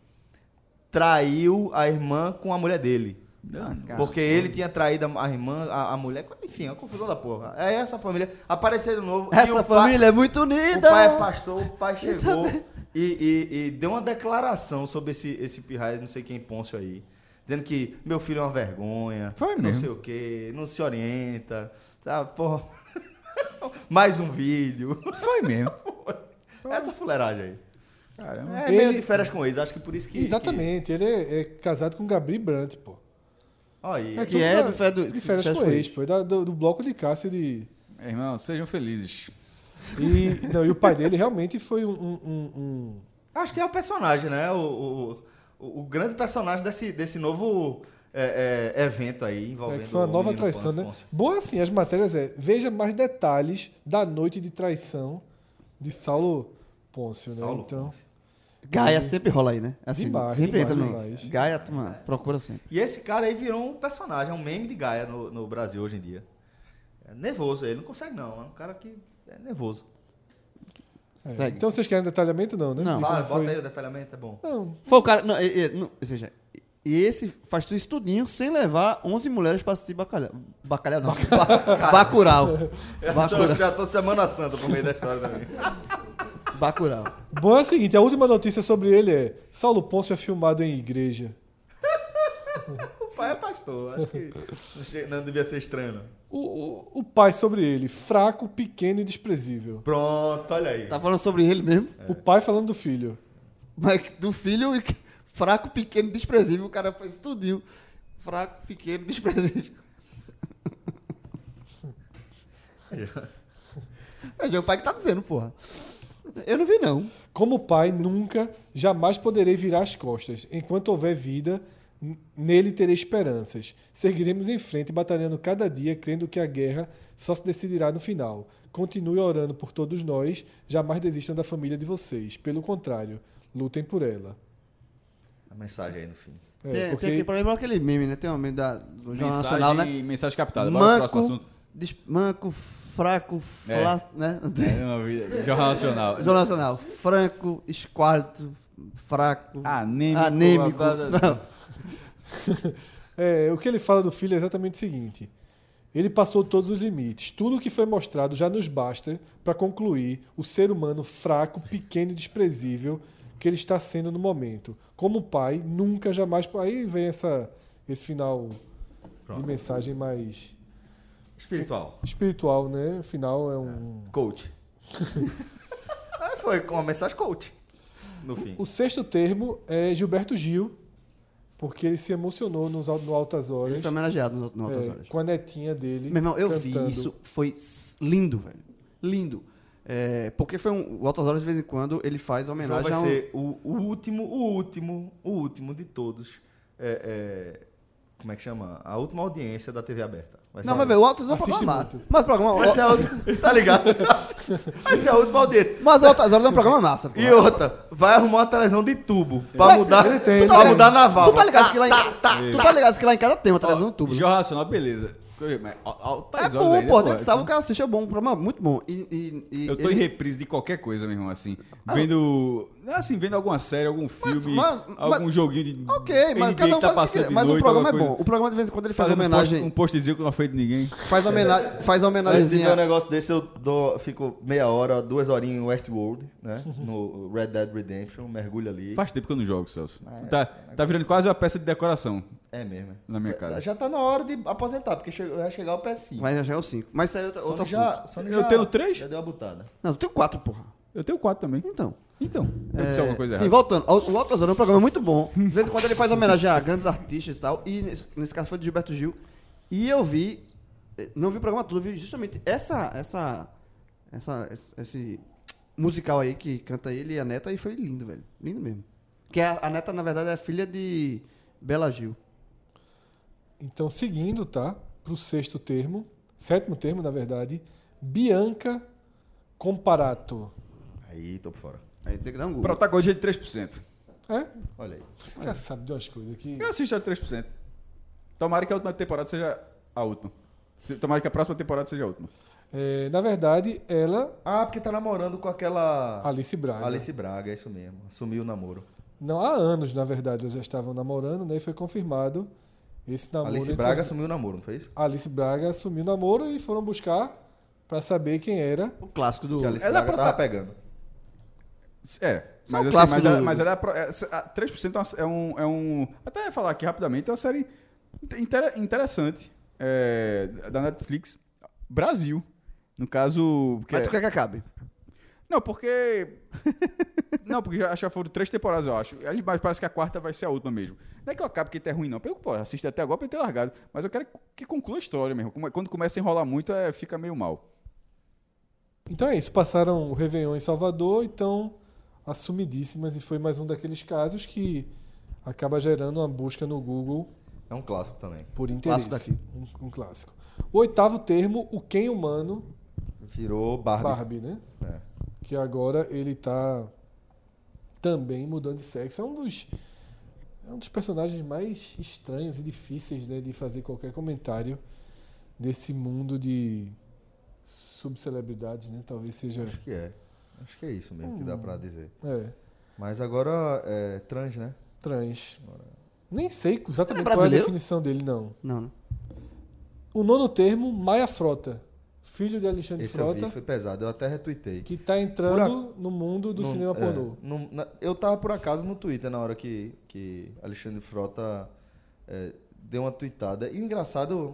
traiu a irmã com a mulher dele. Ah, não. Porque ele tinha traído a a irmã, a, a mulher. Enfim, é uma confusão da porra. É essa família. Apareceu de novo. e Essa o pai- família é muito o unida. pai é pastor, o pai chegou e, e- e deu uma declaração sobre esse, esse pirraia, não sei quem Pôncio aí. Dizendo que meu filho é uma vergonha, Foi não mesmo. sei o quê, não se orienta, tá, porra. Mais um vídeo. Foi mesmo. Essa fuleiragem aí. Caramba. É meio Ele- de férias com ex, acho que por isso que... Exatamente, ele é, é casado com Gabriel Brandt, pô. Que... Olha aí. É Que tudo é da- do Fé do- de férias com ex, pô. É da- do, do bloco de Cássio de... Irmão, sejam felizes. E, não, e o pai dele realmente foi um... um- um- um- Acho que é o personagem, né? O, o, o- o grande personagem desse, desse novo é, é, evento aí É, envolvendo que foi uma o nova menino traição, Pôncio né? Pôncio. Bom assim, as matérias é, veja mais detalhes da noite de traição de Saulo Pôncio, né? Saulo Então, Pôncio. Gaia sempre rola aí, né? Assim, Demais, sempre demais, entra no. demais. Gaia, turma, procura sempre. E esse cara aí virou um personagem, é um meme de Gaia no, no Brasil hoje em dia. É nervoso, ele não consegue não, é um cara que é nervoso. é. Segue. Então vocês querem detalhamento não, né? Não. De Vai, como bota foi- aí o detalhamento, é bom. Não, Foi o cara. Não, e- e- não, veja. E esse faz tudo estudinho sem levar onze mulheres pra assistir bacalhau. Bacalhau não. Ba- Bacurau. Eu Bacurau. tô- já tô Semana Santa pro meio da história também. Bacurau. bom é o seguinte, a última notícia sobre ele é Saulo Pôncio é filmado em igreja. O pai é pastor, acho que não, che- não devia ser estranho, não. O, o, o pai sobre ele, fraco, pequeno e desprezível. Pronto, olha aí. Tá falando sobre ele mesmo? O pai falando do filho. Mas do filho e fraco, pequeno, desprezível. O cara fez tudinho. Fraco, pequeno, desprezível. É o pai que tá dizendo, porra. Eu não vi, não. Como pai, nunca, jamais poderei virar as costas. Enquanto houver vida, n- nele terei esperanças. Seguiremos em frente, batalhando cada dia, crendo que a guerra só se decidirá no final. Continue orando por todos nós, jamais desistam da família de vocês. Pelo contrário, lutem por ela. A mensagem aí no fim. É, tem, porque tem aquele problema aquele meme, né? Tem um meme da, do Jornal Mensagem, Nacional, né? mensagem captada. Bora pro próximo Manco, assunto. des- manco, fraco, É. fla, né? É, uma vida- Jornal Nacional. Jornal Nacional. Franco, esquálito, fraco, Anêmico. anêmico. blá, blá, blá. É, o que ele fala do filho é exatamente o seguinte. Ele passou todos os limites. Tudo o que foi mostrado já nos basta para concluir o ser humano fraco, pequeno e desprezível que ele está sendo no momento. Como pai, nunca, jamais... Aí vem essa, esse final Pronto. de mensagem mais Espiritual. espiritual, né? O final é um... Coach. Aí foi com uma mensagem coach. No fim. O sexto termo é Gilberto Gil, porque ele se emocionou nos, al- no Altas Ele Horas, foi homenageado no, no Altas é, Horas. com a netinha dele Meu irmão, eu cantando. vi isso, foi s- lindo, velho. Lindo. É, porque foi um, o Altas Horas, de vez em quando, ele faz João homenagem vai a um... ser o, o último, o último, o último de todos. É, é, como é que chama? A última audiência da T V aberta. Vai ser Não, a mas, velho, o Altas Horas é um Assiste programa... muito. Mas o programa... Vai ser a última, tá ligado? Vai ser a última audiência. Mas o Altas Horas é um programa massa, pô. E outra, vai arrumar uma televisão de tubo pra mudar, ele tem, pra ele tem. mudar a naval. Tu tá ligado que lá em, tu tá ligado que lá em casa tem uma televisão tubo. né? Jornal Nacional, beleza. Mas, al- altas É horas bom, ainda, pô. pô, Tem que saber, o cara assiste, é bom. Um programa muito bom. E, e, e Eu tô ele- em reprise de qualquer coisa, meu irmão, assim. Vendo. Assim, vendo alguma série, algum filme, mas- algum mas- joguinho de. Ok, N B A mas cada um que tá faz o que passando quiser. de Mas noite, o programa é alguma bom. coisa. O programa, de vez em quando, ele faz Fazendo homenagem... post- um postzinho que não foi de ninguém. Faz homenagem... Faz Antes de ver um homenagemzinha... negócio desse, eu dou, fico meia hora, duas horinhas em Westworld, né? No Red Dead Redemption, mergulho ali. Faz tempo que eu não jogo, Celso. É, tá, tá virando quase uma peça de decoração É mesmo. é. na minha casa. Já tá na hora de aposentar, porque chegou- vai chegar o P S cinco. Vai já chegar o cinco. Mas isso aí é outra, outra Sony já, Sony Eu já- tenho três? Já deu a butada. Não, tu tem quatro, porra. Eu tenho quatro também. Então... Então, aconteceu É, alguma coisa sim, errada. voltando. O o Altas Horas é um programa muito bom. De vez em quando ele faz homenagem a grandes artistas e tal. E nesse, nesse caso foi do Gilberto Gil. E eu vi, eh, não vi o programa todo, eu vi justamente essa, essa, essa, esse, esse musical aí que canta ele e a neta, e foi lindo, velho. Lindo mesmo. Que a, a neta, na verdade, é filha de Bela Gil. Então, seguindo, tá? Para o sexto termo, sétimo termo, na verdade, Bianca Comparato. Aí, tô por fora. Aí tem que dar um Google. Protagonista de três por cento. É? Olha aí. Você já sabe de umas coisas aqui. Eu assisto a três por cento. Tomara que a última temporada seja a última. Se- Tomara que a próxima temporada seja a última. É, na verdade, ela, Ah, porque tá namorando com aquela... Alice Braga. Alice Braga, é isso mesmo. Assumiu o namoro. Não, há anos, na verdade, eles já estavam namorando, né? E foi confirmado esse namoro. Alice entre Braga as- assumiu o namoro, não foi isso? Alice Braga assumiu o namoro e foram buscar para saber quem era. O clássico do... Que a Alice Ela é Braga prota- tava pegando. É, Isso é um mas, assim, clássico mas, ela, do- mas ela é, pro- é, a três por cento é uma- é um, é um. Até ia falar aqui rapidamente, é uma série inter- interessante é, da Netflix. Brasil. No caso. porque- Mas tu quer que acabe? Não, porque. Não, porque já, acho que já foram três temporadas, eu acho. Aí, mas parece que a quarta vai ser a última mesmo. Não é que eu acabe que é ruim, não. Pelo que, pô, assisti até agora pra ter largado. Mas eu quero que conclua a história mesmo. Como- Quando começa a enrolar muito, é, fica meio mal. Então é isso, passaram o Réveillon em Salvador, então assumidíssimas, e foi mais um daqueles casos que acaba gerando uma busca no Google É um clássico também. Por interesse. Clássico Um, um clássico. O oitavo termo, o Ken humano, Virou Barbie. Barbie, né? É. Que agora ele tá também mudando de sexo. É um dos, é um dos personagens mais estranhos e difíceis, né, de fazer qualquer comentário desse mundo de subcelebridades, né? Talvez seja... Acho que é. Acho que é isso mesmo que dá pra dizer. É, Mas agora é trans, né? trans. Nem sei exatamente Ele é qual é a brasileiro? definição dele, não. Não, né? O nono termo, Maia Frota. Filho de Alexandre Esse eu Frota, vi, foi pesado. Eu até retuitei. que tá entrando no mundo do Não- cinema é, pornô. não- na- eu tava por acaso no Twitter na hora que, que Alexandre Frota é, deu uma tweetada. E o engraçado,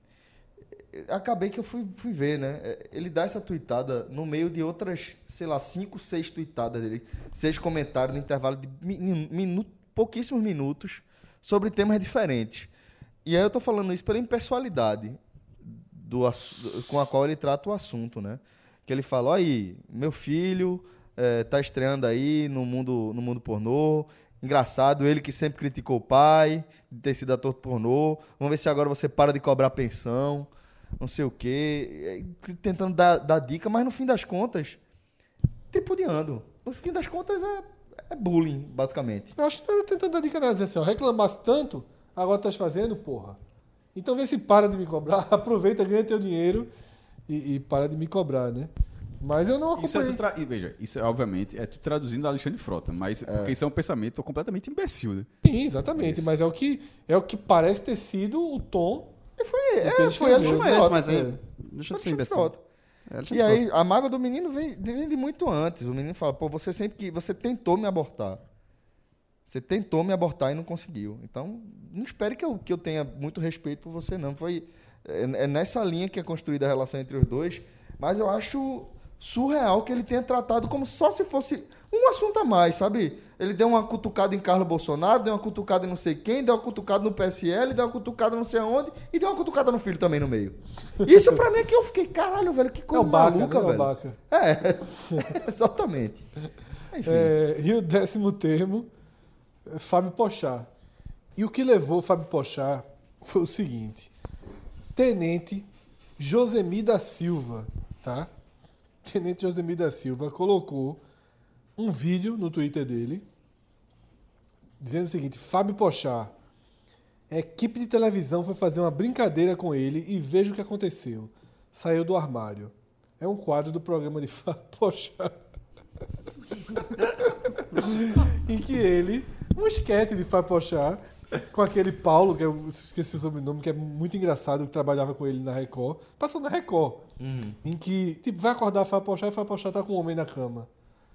é, acabei que eu fui, fui ver, né? É, Ele dá essa tweetada no meio de outras, sei lá, cinco, seis tweetadas dele, seis comentários no intervalo de mi- minu- pouquíssimos minutos sobre temas diferentes. E aí eu tô falando isso pela impessoalidade do, assu- com a qual ele trata o assunto, né? Que ele fala, ó aí, meu filho é, tá estreando aí no mundo, no mundo pornô, engraçado, ele que sempre criticou o pai de ter sido ator pornô, vamos ver se agora você para de cobrar pensão, não sei o quê, é, tentando dar, dar dica, mas no fim das contas, tripudiando. No fim das contas é, é bullying, basicamente. Eu acho que ele tentando dar dica nas assim, ó, reclamasse tanto, agora estás fazendo, porra. Então vê se para de me cobrar, aproveita, ganha teu dinheiro e, e para de me cobrar, né? Mas eu não Isso é acompanhei. tu tra... e veja, isso é, obviamente, é tu traduzindo a Alexandre Frota, mas porque isso é um pensamento completamente imbecil, né? Sim, exatamente, Isso. mas é o, que, é o que parece ter sido o tom. E foi, do que é, ele foi escreveu. Alexandre Não é esse, Frota. mas aí, é. deixa de ser Alexandre imbecil. Frota. É, Alexandre E aí, Frota. a mágoa do menino vem, vem de muito antes. O menino fala, pô, você sempre que. Você tentou me abortar. Você tentou me abortar e não conseguiu. Então, não espere que eu, que eu tenha muito respeito por você, não. Foi, é, é nessa linha que é construída a relação entre os dois. Mas eu acho surreal que ele tenha tratado como só se fosse um assunto a mais, sabe? Ele deu uma cutucada em Carlos Bolsonaro, deu uma cutucada em não sei quem, deu uma cutucada no P S L, deu uma cutucada não sei aonde e deu uma cutucada no filho também no meio. Isso pra mim é que eu fiquei, caralho, velho, que É coisa o Baca, maluca, né? É o velho. Baca. É, exatamente. Enfim. É, e o décimo termo, é Fábio Pochá. E o que levou o Fábio Pochá foi o seguinte: Tenente Josemi da Silva, tá? Tenente Josemi da Silva colocou um vídeo no Twitter dele dizendo o seguinte: Fábio Pochá, a equipe de televisão foi fazer uma brincadeira com ele e veja o que aconteceu. Saiu do armário. É um quadro do programa de Fábio Pochá. Em que ele, um esquete de Fábio Pochá, com aquele Paulo, que eu esqueci o sobrenome, que é muito engraçado, que trabalhava com ele na Record, passou na Record, em que, tipo, vai acordar Fábio Pochá e Fábio Pochá tá com um homem na cama.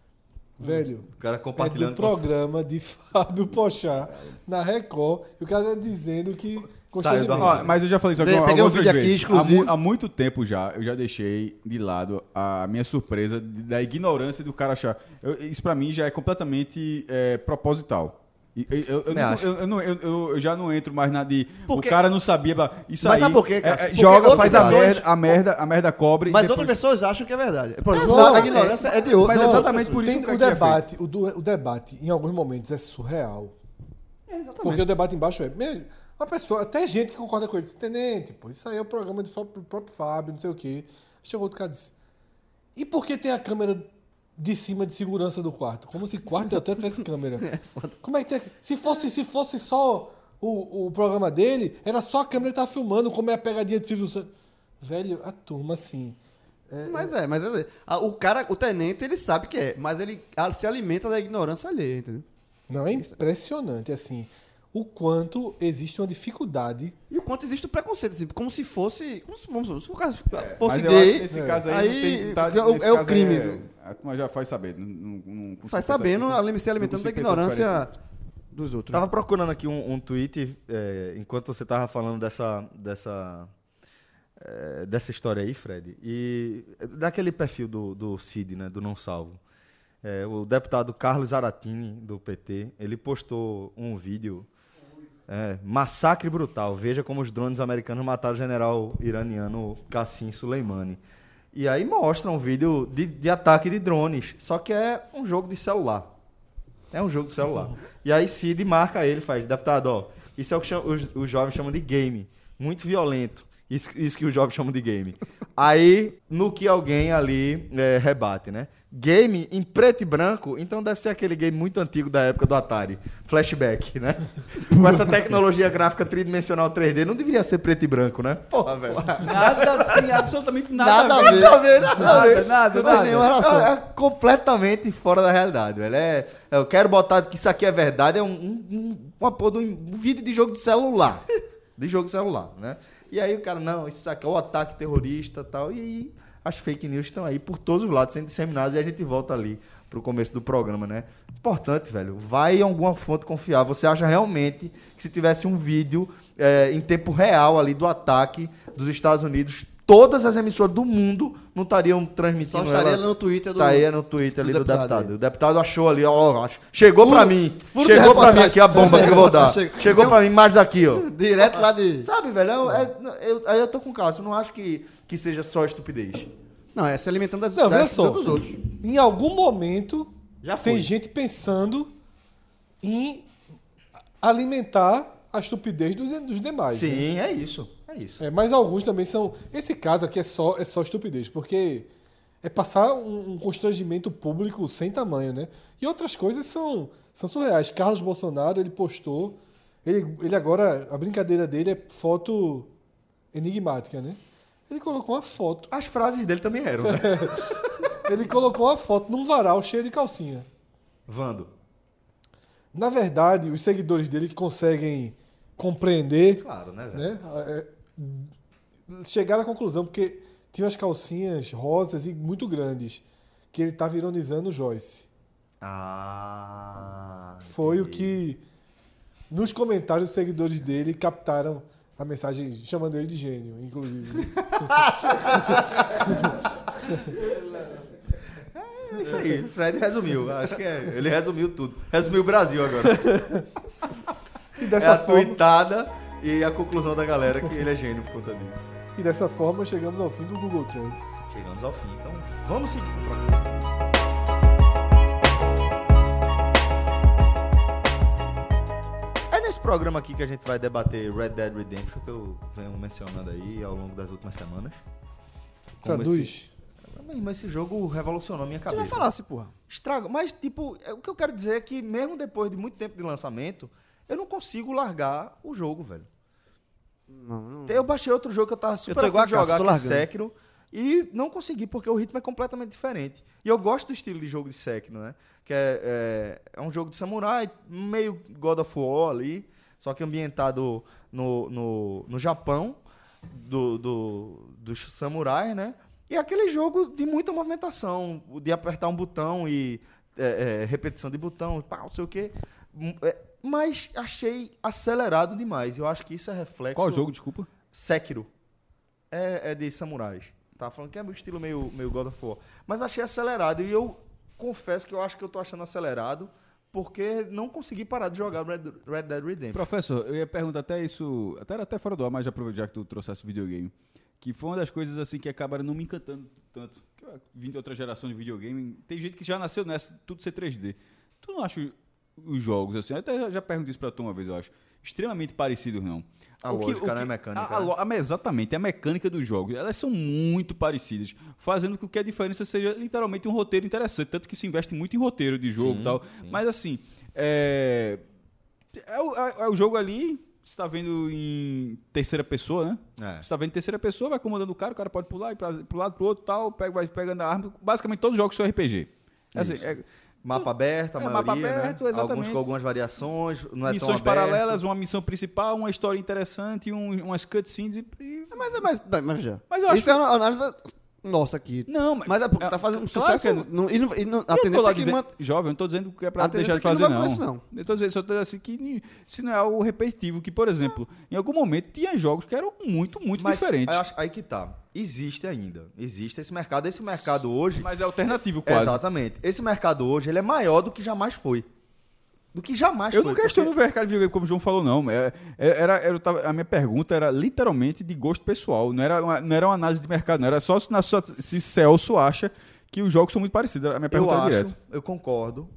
Velho, O cara é do compartilhando com programa de Fábio Pochá na Record, e o cara tá dizendo que... Saiu do constrangimento. armário. Ó, mas eu já falei isso Peguei- algumas peguei um outras vídeo aqui vezes. exclusivo. Há, mu- há muito tempo já, eu já deixei de lado a minha surpresa de- da ignorância do cara achar. Eu- isso pra mim já é completamente é, proposital. E- e- Eu, eu, Também não- acho. eu- eu não- eu- eu- eu já não entro mais na de. Porque- O cara não sabia. blá, Isso Mas aí. sabe por quê, é- Cássio? é, Porque joga, outras faz a pessoas- merda, a merda, a merda cobre. Mas e depois... outras pessoas acham que é verdade. Por exemplo, Não, a é- ignorância é de outro. mas Não, exatamente por isso Tem que o aqui é debate, o, do- o debate, em alguns momentos, é surreal. É, exatamente. Porque o debate embaixo é. meu, Uma pessoa, até gente que concorda com ele, diz, tenente, pô, isso aí é o programa do próprio, próprio Fábio, não sei o quê. Chegou outro cara e disse: e por que tem a câmera de cima de segurança do quarto? Como se quarto de hotel tivesse câmera. Como é que tem. Se fosse, se fosse só o, o programa dele, era só a câmera que tava filmando, como é a pegadinha de Silvio Santos. Velho, a turma, assim. Mas é, mas é, a- o cara, o tenente, ele sabe que é, mas ele a- se alimenta da ignorância alheia, entendeu? Não, é impressionante, assim. O quanto existe uma dificuldade. E o quanto existe o preconceito, assim, como se fosse, como se, vamos, se o caso É, fosse mas eu gay, acho que nesse caso aí, aí não tem, tá, é o- nesse é o caso crime aí do- a turma já faz saber. Não, não, não consigo vai pensar- sabendo, não- além de se não alimentando da consigo pensar ignorância diferente. dos outros. Tava procurando aqui um, um tweet, é, enquanto você tava falando dessa, dessa, é, dessa história aí, Fred, e daquele perfil do, do Cid, né, do Não Salvo. É, o deputado Carlos Aratini, do P T, ele postou um vídeo, é, massacre brutal, veja como os drones americanos mataram o general iraniano Qassim Soleimani. E aí mostra um vídeo de, de ataque de drones, só que é um jogo de celular. É um jogo de celular. E aí Cid marca ele, faz, deputado, ó, isso é o que chama, os, os jovens chamam de game. Muito violento. Isso, isso que os jovens chamam de game. Aí, no que alguém ali é, rebate, né? Game em preto e branco, então deve ser aquele game muito antigo da época do Atari. Flashback, né? Com essa tecnologia gráfica tridimensional três D, não deveria ser preto e branco, né? Porra, velho. Nada, tem absolutamente nada, Nada a a ver. ver. Nada a ver, nada a ver. Nada, nada, Não tem nada. nenhuma relação. É, é completamente fora da realidade, velho. É, eu quero botar que isso aqui é verdade, é um, um, um, uma porra de um, um vídeo de jogo de celular. De jogo de celular, né? E aí o cara, não, isso aqui é o ataque terrorista e tal. E aí as fake news estão aí por todos os lados sendo disseminadas e a gente volta ali pro começo do programa, né? Importante, velho. Vai em alguma fonte confiável. Você acha realmente que se tivesse um vídeo é, em tempo real ali do ataque dos Estados Unidos, todas as emissoras do mundo não estariam transmitindo Só estaria ela? no Twitter do... Estaria no Twitter ali do do deputado deputado. aí. O deputado achou ali, ó, acho- chegou Furo- pra mim. furo de Chegou pra mim reportagem. aqui a bomba que eu vou dar. Chegou- Chegou pra mim, mais aqui, ó. Direto lá de... Sabe, velho? Eu, é- eu- aí eu tô com o Cássio. Eu não acho que, que seja só estupidez. Não, é se alimentando das, Não, das veja só. dos outros. Em algum momento, Já foi. tem gente pensando em alimentar a estupidez dos, dos demais. né? Sim, é isso. É isso. É, mas alguns também são. Esse caso aqui é só, é só estupidez, porque é passar um, um constrangimento público sem tamanho, né? E outras coisas são, são surreais. Carlos Bolsonaro, ele postou. Ele, ele agora, a brincadeira dele é foto enigmática, né? Ele colocou uma foto. As frases dele também eram, né? Ele colocou uma foto num varal cheio de calcinha. Vando. Na verdade, os seguidores dele que conseguem compreender, Claro, né, velho? né? é, chegaram à conclusão, porque tinha umas calcinhas rosas e muito grandes, que ele estava ironizando o Joyce. Ah. Foi o entendi. que, nos comentários, os seguidores dele captaram a mensagem, chamando ele de gênio, inclusive. É isso aí. O Fred resumiu. Acho que é. Ele resumiu tudo. Resumiu o Brasil agora. E É dessa, a forma, tuitada e a conclusão da galera que ele é gênio por conta disso. e dessa forma, chegamos ao fim do Google Trends. Chegamos ao fim. Então, vamos seguir com o programa. É nesse programa aqui que a gente vai debater Red Dead Redemption, que eu venho mencionando aí ao longo das últimas semanas. Como Traduz. Esse, mas esse jogo revolucionou a minha Tu cabeça. vai falar assim, porra. Estrago. Mas, tipo, é- o que eu quero dizer é que mesmo depois de muito tempo de lançamento, eu não consigo largar o jogo, velho. Não, não. Eu baixei outro jogo que eu tava super tô igual afim de a Cássio, jogar, tô que é largando. Sekiro, e não consegui, porque o ritmo é completamente diferente. E eu gosto do estilo de jogo de Sekiro, né? Que é, é, é um jogo de samurai, meio God of War ali, só que ambientado no, no, no Japão, do, do, dos samurais, né? E é aquele jogo de muita movimentação, de apertar um botão e é, é, repetição de botão, pá, não sei o quê. É, mas achei acelerado demais. Eu acho que isso é reflexo... Qual o jogo, desculpa? Sekiro. É, é de samurais. Tá falando que é um estilo meio, meio God of War. Mas achei acelerado. E eu confesso que eu acho que eu tô achando acelerado porque não consegui parar de jogar Red, Red Dead Redemption. Professor, eu ia perguntar até isso, até, até fora do ar, mas já, aprove- já que tu trouxesse o videogame, que foi uma das coisas assim que acabaram não me encantando tanto. Que eu vim de outra geração de videogame, tem gente que já nasceu nessa, tudo ser três D. Tu não acha os jogos, assim, eu até já, já perguntei isso pra tu uma vez, eu acho, extremamente parecidos, não? A O que- lógica, o né, que- mecânica, a- a né? lo- a- exatamente, a mecânica dos jogos, elas são muito parecidas, fazendo com que a diferença seja literalmente um roteiro interessante, tanto que se investe muito em roteiro de jogo Sim, e tal, sim. mas assim, é, é, o, é- é o jogo ali, você tá vendo em terceira pessoa, né? É. Você tá vendo em terceira pessoa, vai comandando o cara, o cara pode pular, ir pra, pro lado, pro outro tal, pega, vai pegando a arma, basicamente todos os jogos são R P G. É assim, Isso. é, Mapa aberto, a É, maioria, mapa aberto, né? exatamente. Alguns com algumas variações, não é missões tão aberto. paralelas, uma missão principal, uma história interessante, um, umas cutscenes e... e- Mas é mais. Mas, mas já. Mas eu acho Isso é uma análise nossa aqui. Não, mas... Mas é porque é- tá fazendo um claro sucesso. que é- não- e não- e não- a Eu tô tendência lá é que dizendo, mant- jovem, eu não tô dizendo que é pra A deixar tendência de é que fazer, não não. vai acontecer, não. Eu tô dizendo, só tô dizendo assim que se não é algo repetitivo, que, por exemplo, em algum momento tinha jogos que eram muito, muito Mas diferentes. aí, eu acho- aí que tá. Existe ainda. Existe esse mercado. Esse mercado hoje... Mas é alternativo quase. Exatamente. Esse mercado hoje, ele é maior do que jamais foi. Do que jamais Eu foi. não questiono porque- o mercado de videogame como o João falou, não. É, é- era, era- eu tava- a minha pergunta era literalmente de gosto pessoal. Não era uma, não era uma análise de mercado, não. Era só se, na sua, se Celso acha que os jogos são muito parecidos. A minha Eu pergunta era acho, direto. eu concordo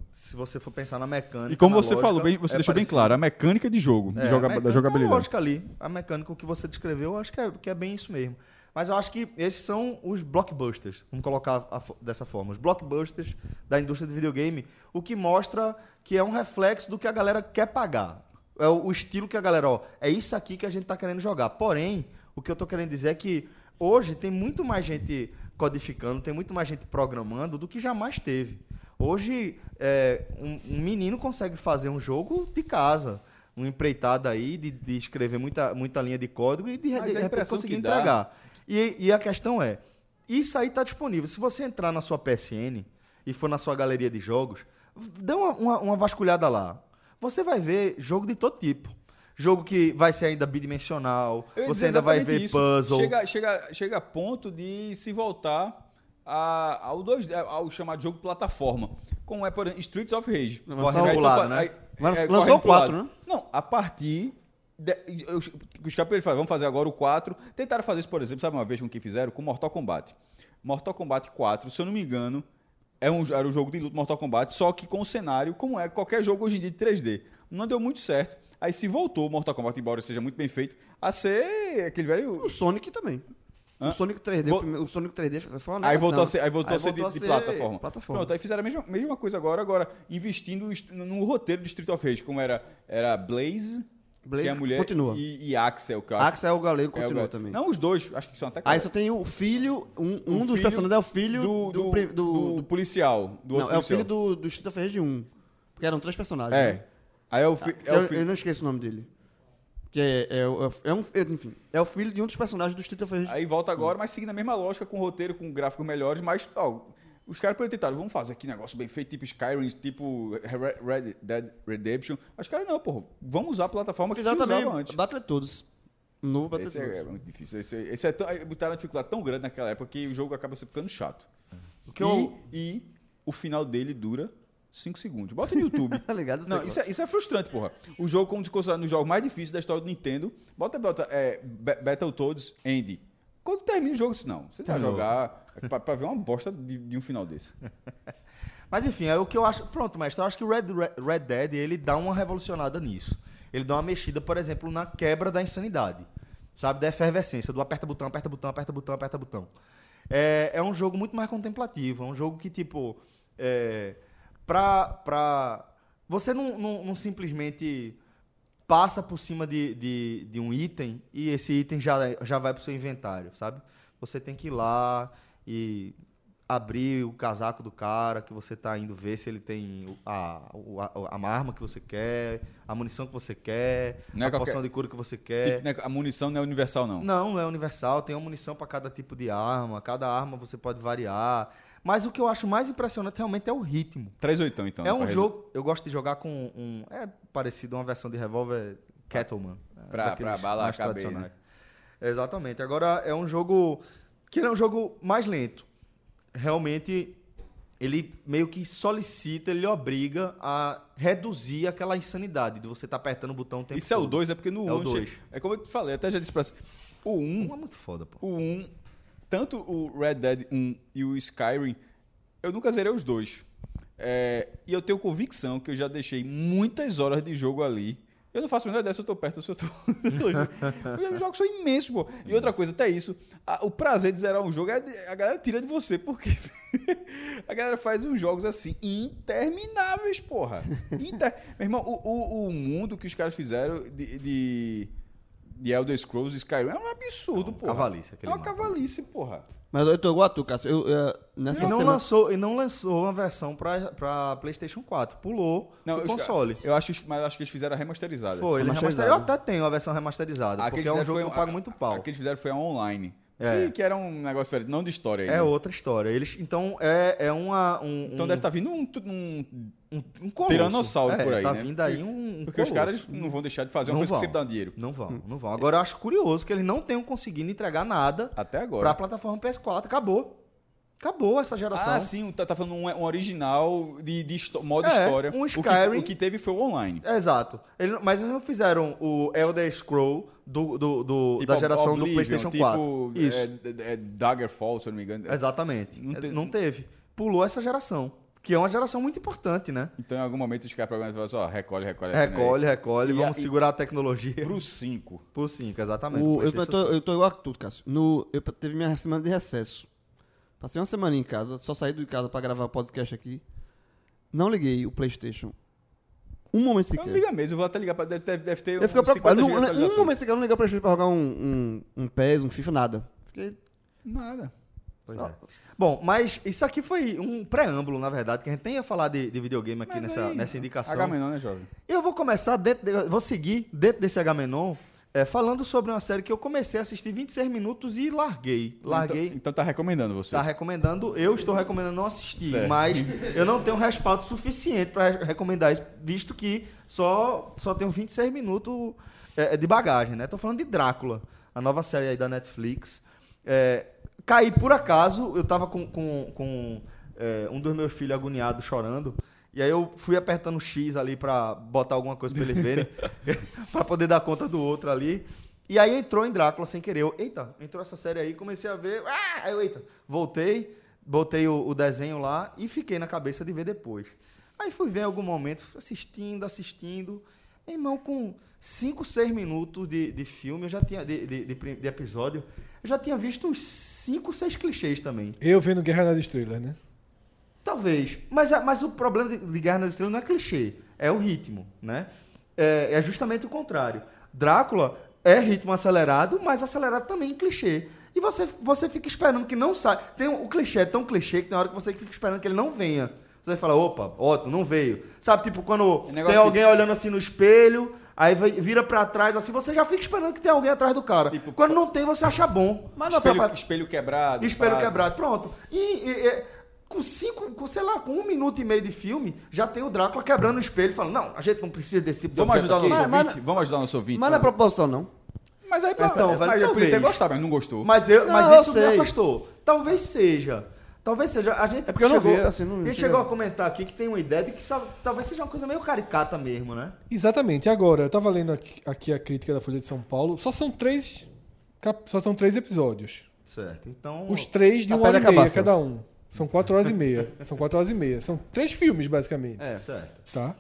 se você for pensar na mecânica... E como na você lógica, falou, bem, você é deixou bem parecido. claro, a mecânica de jogo, É, de joga- a mecânica da jogabilidade. É a lógica ali. A mecânica que você descreveu, eu acho que é, que é bem isso mesmo. Mas eu acho que esses são os blockbusters, vamos colocar a, dessa forma. Os blockbusters da indústria de videogame, o que mostra que é um reflexo do que a galera quer pagar. É o, o estilo que a galera, ó, é isso aqui que a gente está querendo jogar. Porém, o que eu estou querendo dizer é que hoje tem muito mais gente codificando, tem muito mais gente programando do que jamais teve. Hoje, é, um, um menino consegue fazer um jogo de casa, uma empreitada aí de, de escrever muita, muita linha de código e de, Mas de a repente impressão conseguir que dá- entregar. E, e a questão é, isso aí está disponível. Se você entrar na sua P S N e for na sua galeria de jogos, dê uma, uma, uma vasculhada lá. Você vai ver jogo de todo tipo. Jogo que vai ser ainda bidimensional, Eu ia você dizer ainda vai exatamente ver isso. puzzle. Chega, chega, chega a ponto de se voltar a- ao, dois D, ao chamado jogo plataforma. Como é, por exemplo, Streets of Rage. Não, Corre só pro o lado, fa- né? aí- Lan- é, lançou correndo o pro quatro, lado. né? Não, a partir... De, os, os caras falaram, vamos fazer agora o quatro. Tentaram fazer isso, por exemplo, sabe uma vez com o que fizeram? Com Mortal Kombat. Mortal Kombat quatro, se eu não me engano, é um, era o jogo de luta Mortal Kombat, só que com o cenário, como é qualquer jogo hoje em dia de três D. Não deu muito certo. Aí se voltou o Mortal Kombat, embora seja muito bem feito, a ser aquele velho... O Sonic também. Hã? O Sonic três D, Vo- o, primeiro- o Sonic três D foi uma Aí negação. voltou a ser, aí voltou Aí a ser de, voltou de a ser plataforma. plataforma. Pronto, aí fizeram a mesma, mesma coisa agora, agora investindo est- no roteiro de Street of Rage, como era, era Blaze, Blaze que é a mulher, continua. E, e Axel, que eu acho. Axel Galego é o continua ga- também. Não, os dois, acho que são até Aí só tem o filho, um, um O dos filho personagens é o filho do, do, prim- do- do policial. Do não, outro é o policial. filho do, do Street of Rage um. Porque eram três personagens. É. né? Aí é o, fi, é eu, o filho. eu não esqueço o nome dele. Que é, é, o- é um, é, enfim, é o filho de um dos personagens do Street of Rage. Aí volta agora, mas seguindo a mesma lógica, com roteiro, com gráficos melhores, mas, ó, os caras podem tentar, vamos fazer aqui negócio bem feito, tipo Skyrim, tipo Re- Red Dead Redemption. Os caras, não, porra, vamos usar a plataforma que se Fizeram usava também antes. Battletoads. Um novo Esse Battletoads. é, é muito difícil. Esse, esse é tão, aí botaram uma dificuldade tão grande naquela época que o jogo acaba se ficando chato. O que e, eu- e o final dele dura cinco segundos. Bota no YouTube. Tá ligado? Não, isso é, isso é frustrante, porra. O jogo, como se considerado um dos jogos mais difíceis da história do Nintendo, bota, bota é, Ba- Battletoads End. Quando termina o jogo, isso não. Você vai Terminou. jogar pra, pra ver uma bosta de, de um final desse. Mas enfim, é o que eu acho. Pronto, mestre, eu acho que o Red, Red Dead ele dá uma revolucionada nisso. Ele dá uma mexida, por exemplo, na quebra da insanidade. Sabe? Da efervescência, do aperta botão, aperta botão, aperta botão, aperta botão. É, é um jogo muito mais contemplativo. É um jogo que, tipo. É, pra, pra... Você não, não, não simplesmente passa por cima de, de, de um item e esse item já, já vai pro seu inventário, sabe? Você tem que ir lá e abrir o casaco do cara que você tá indo ver se ele tem a, a, a arma que você quer, a munição que você quer, Não é a qualquer- poção de cura que você quer. Tipo, né, a munição não é universal, não. Não, não é universal, tem uma munição para cada tipo de arma, cada arma você pode variar. Mas o que eu acho mais impressionante realmente é o ritmo. Três oitão, então. é né, um pra jogo, eu gosto de jogar com um, é parecido a uma versão de revólver Kettleman. é, Pra- daqueles pra bala mais caber, tradicionais. Exatamente. Agora é um jogo que ele é um jogo mais lento. Realmente ele meio que solicita, ele obriga a reduzir aquela insanidade de você estar apertando o botão o tempo Isso é o todo. dois, é porque no É o um... dois. che- É como eu te falei, até já disse pra você. O um... Um é muito foda, pô. O um, tanto o Red Dead um e o Skyrim, eu nunca zerei os dois. É, e eu tenho convicção que eu já deixei muitas horas de jogo ali. Eu não faço a menor ideia se eu tô perto ou se eu tô longe. Os jogos são imensos, pô. E outra coisa, até isso, a- o prazer de zerar um jogo é de- a galera tira de você, porque a galera faz uns jogos assim, intermináveis, porra. Inter... Meu irmão, o, o, o mundo que os caras fizeram de, de, de Elder Scrolls e Skyrim é um absurdo, É uma porra. cavalice É aquele uma mapa. cavalice, porra. Mas eu tô igual a tu, Cássio. Eu, eu, nessa E não, semana... lançou, e não lançou uma versão pra, pra PlayStation quatro. Pulou Não, o os console. ca- Eu acho, que- mas eu acho que eles fizeram a remasterizada. Foi, ele Remasterizado. remasterizou. Eu até tenho a versão remasterizada, A que porque eles é um fizeram jogo foi que eu pago muito pau. A que eles fizeram foi a online. É. Que, que era um negócio diferente, não de história. É ainda. outra história. Eles, então, é, é uma... Um, Então um, deve estar vindo um, tu- um... um, um colosso. tiranossauro é, por aí, tá né? vindo aí um, um Porque os colosso. caras não vão deixar de fazer uma Não coisa vão. que sempre dá dinheiro. Não vão, não vão. Agora eu acho curioso que eles não tenham conseguido entregar nada Até pra agora. plataforma P S quatro. Acabou. Acabou essa geração. Ah, sim, tá, tá falando um, um original de, de histó- modo É, história. um O que- Skyrim. O que, teve foi o online. É, exato. Ele- mas eles não fizeram o Elder Scroll do, do, do- Tipo da geração Oblivion, do PlayStation tipo, quatro. Isso. É, é, é Daggerfall, se eu não me engano. Exatamente. Não Não, te- não teve. Pulou essa geração. que é uma geração muito importante, né? Então, em algum momento, os caras programam e falam assim, ó, recolhe, recolhe. essa Recolhe, recolhe, E vamos a- e- segurar a tecnologia. Pro cinco. Por cinco, exatamente. O- pro eu, PlayStation tô, eu tô igual a tudo, Cássio. No, eu teve minha semana de recesso. Passei uma semana em casa, só saí de casa pra gravar o podcast aqui. Não liguei o PlayStation. Um momento Então, sequer. liga mesmo, eu vou até ligar, pra, deve, deve, deve ter Eu fiquei uns preocupado. cinquenta Num, gigas de um atualização. momento sequer eu não liguei o PlayStation pra jogar um, um, um P E S, um FIFA, nada. Fiquei. Nada. Pois Só- é. Bom, mas isso aqui foi um preâmbulo, na verdade, que a gente nem ia falar de, de videogame aqui Mas nessa, aí, nessa indicação. Agamenon, né, jovem? Eu vou começar dentro, de- vou seguir dentro desse Agamenon, é, falando sobre uma série que eu comecei a assistir vinte e seis minutos e larguei. Larguei. Então, então tá recomendando você. Tá recomendando, eu estou recomendando não assistir, Certo. mas eu não tenho respaldo suficiente para recomendar isso, visto que só, só tenho vinte e seis minutos é, de bagagem, né? Tô falando de Drácula, a nova série aí da Netflix. É, caí por acaso, eu tava com, com, com é, um dos meus filhos agoniado, chorando, e aí eu fui apertando o X ali para botar alguma coisa para eles verem, para poder dar conta do outro ali. E aí entrou em Drácula sem querer. Eu, eita, entrou essa série aí, comecei a ver. Ah, aí eu, eita, voltei, botei o, o desenho lá e fiquei na cabeça de ver depois. Aí fui ver em algum momento, assistindo, assistindo. Meu irmão, com cinco, seis minutos de, de filme, eu já tinha, de, de, de, de episódio, eu já tinha visto uns cinco, seis clichês também. Eu vendo Guerra nas Estrelas, né? Talvez. Mas, a- mas o problema de, de Guerra nas Estrelas não é clichê, é o ritmo, né? É, é justamente o contrário. Drácula é ritmo acelerado, mas acelerado também em clichê. E você, você fica esperando que não saia. Tem um, o clichê é tão clichê que tem hora que você fica esperando que ele não venha. Você fala, opa, ótimo, não veio. Sabe, tipo, quando É tem negócio alguém olhando assim no espelho, aí vai- vira pra trás, assim, você já fica esperando que tem alguém atrás do cara. Tipo, quando não tem, você acha bom. Mas não, você Espelho, fala, espelho quebrado. espelho tá? quebrado, pronto. E, e- e- com cinco, com, sei lá, com um minuto e meio de filme, já tem o Drácula quebrando o espelho, falando, não, a gente não precisa desse tipo de Vamos objeto ajudar o aqui. nosso Mas- ouvinte? Vamos ajudar o nosso ouvinte? Mas não é proporção, não. Mas aí, Então, mas, velho, mas eu podia ter talvez. gostado, mas não gostou. Mas, eu, Não, mas eu isso me sei. afastou. Talvez seja. Talvez seja. A gente É porque eu não chegou, vi, assim, não a gente chega- chegou a comentar aqui que tem uma ideia de que só- talvez seja uma coisa meio caricata mesmo, né? Exatamente. E agora, eu tava lendo aqui, aqui a crítica da Folha de São Paulo. Só são três, cap- só são três episódios. Certo. Então. Os três de Tá uma hora e perto de meia acabar, cada Celso. um. São quatro horas e meia. São quatro horas e meia. São três filmes, basicamente. É. Certo. Tá?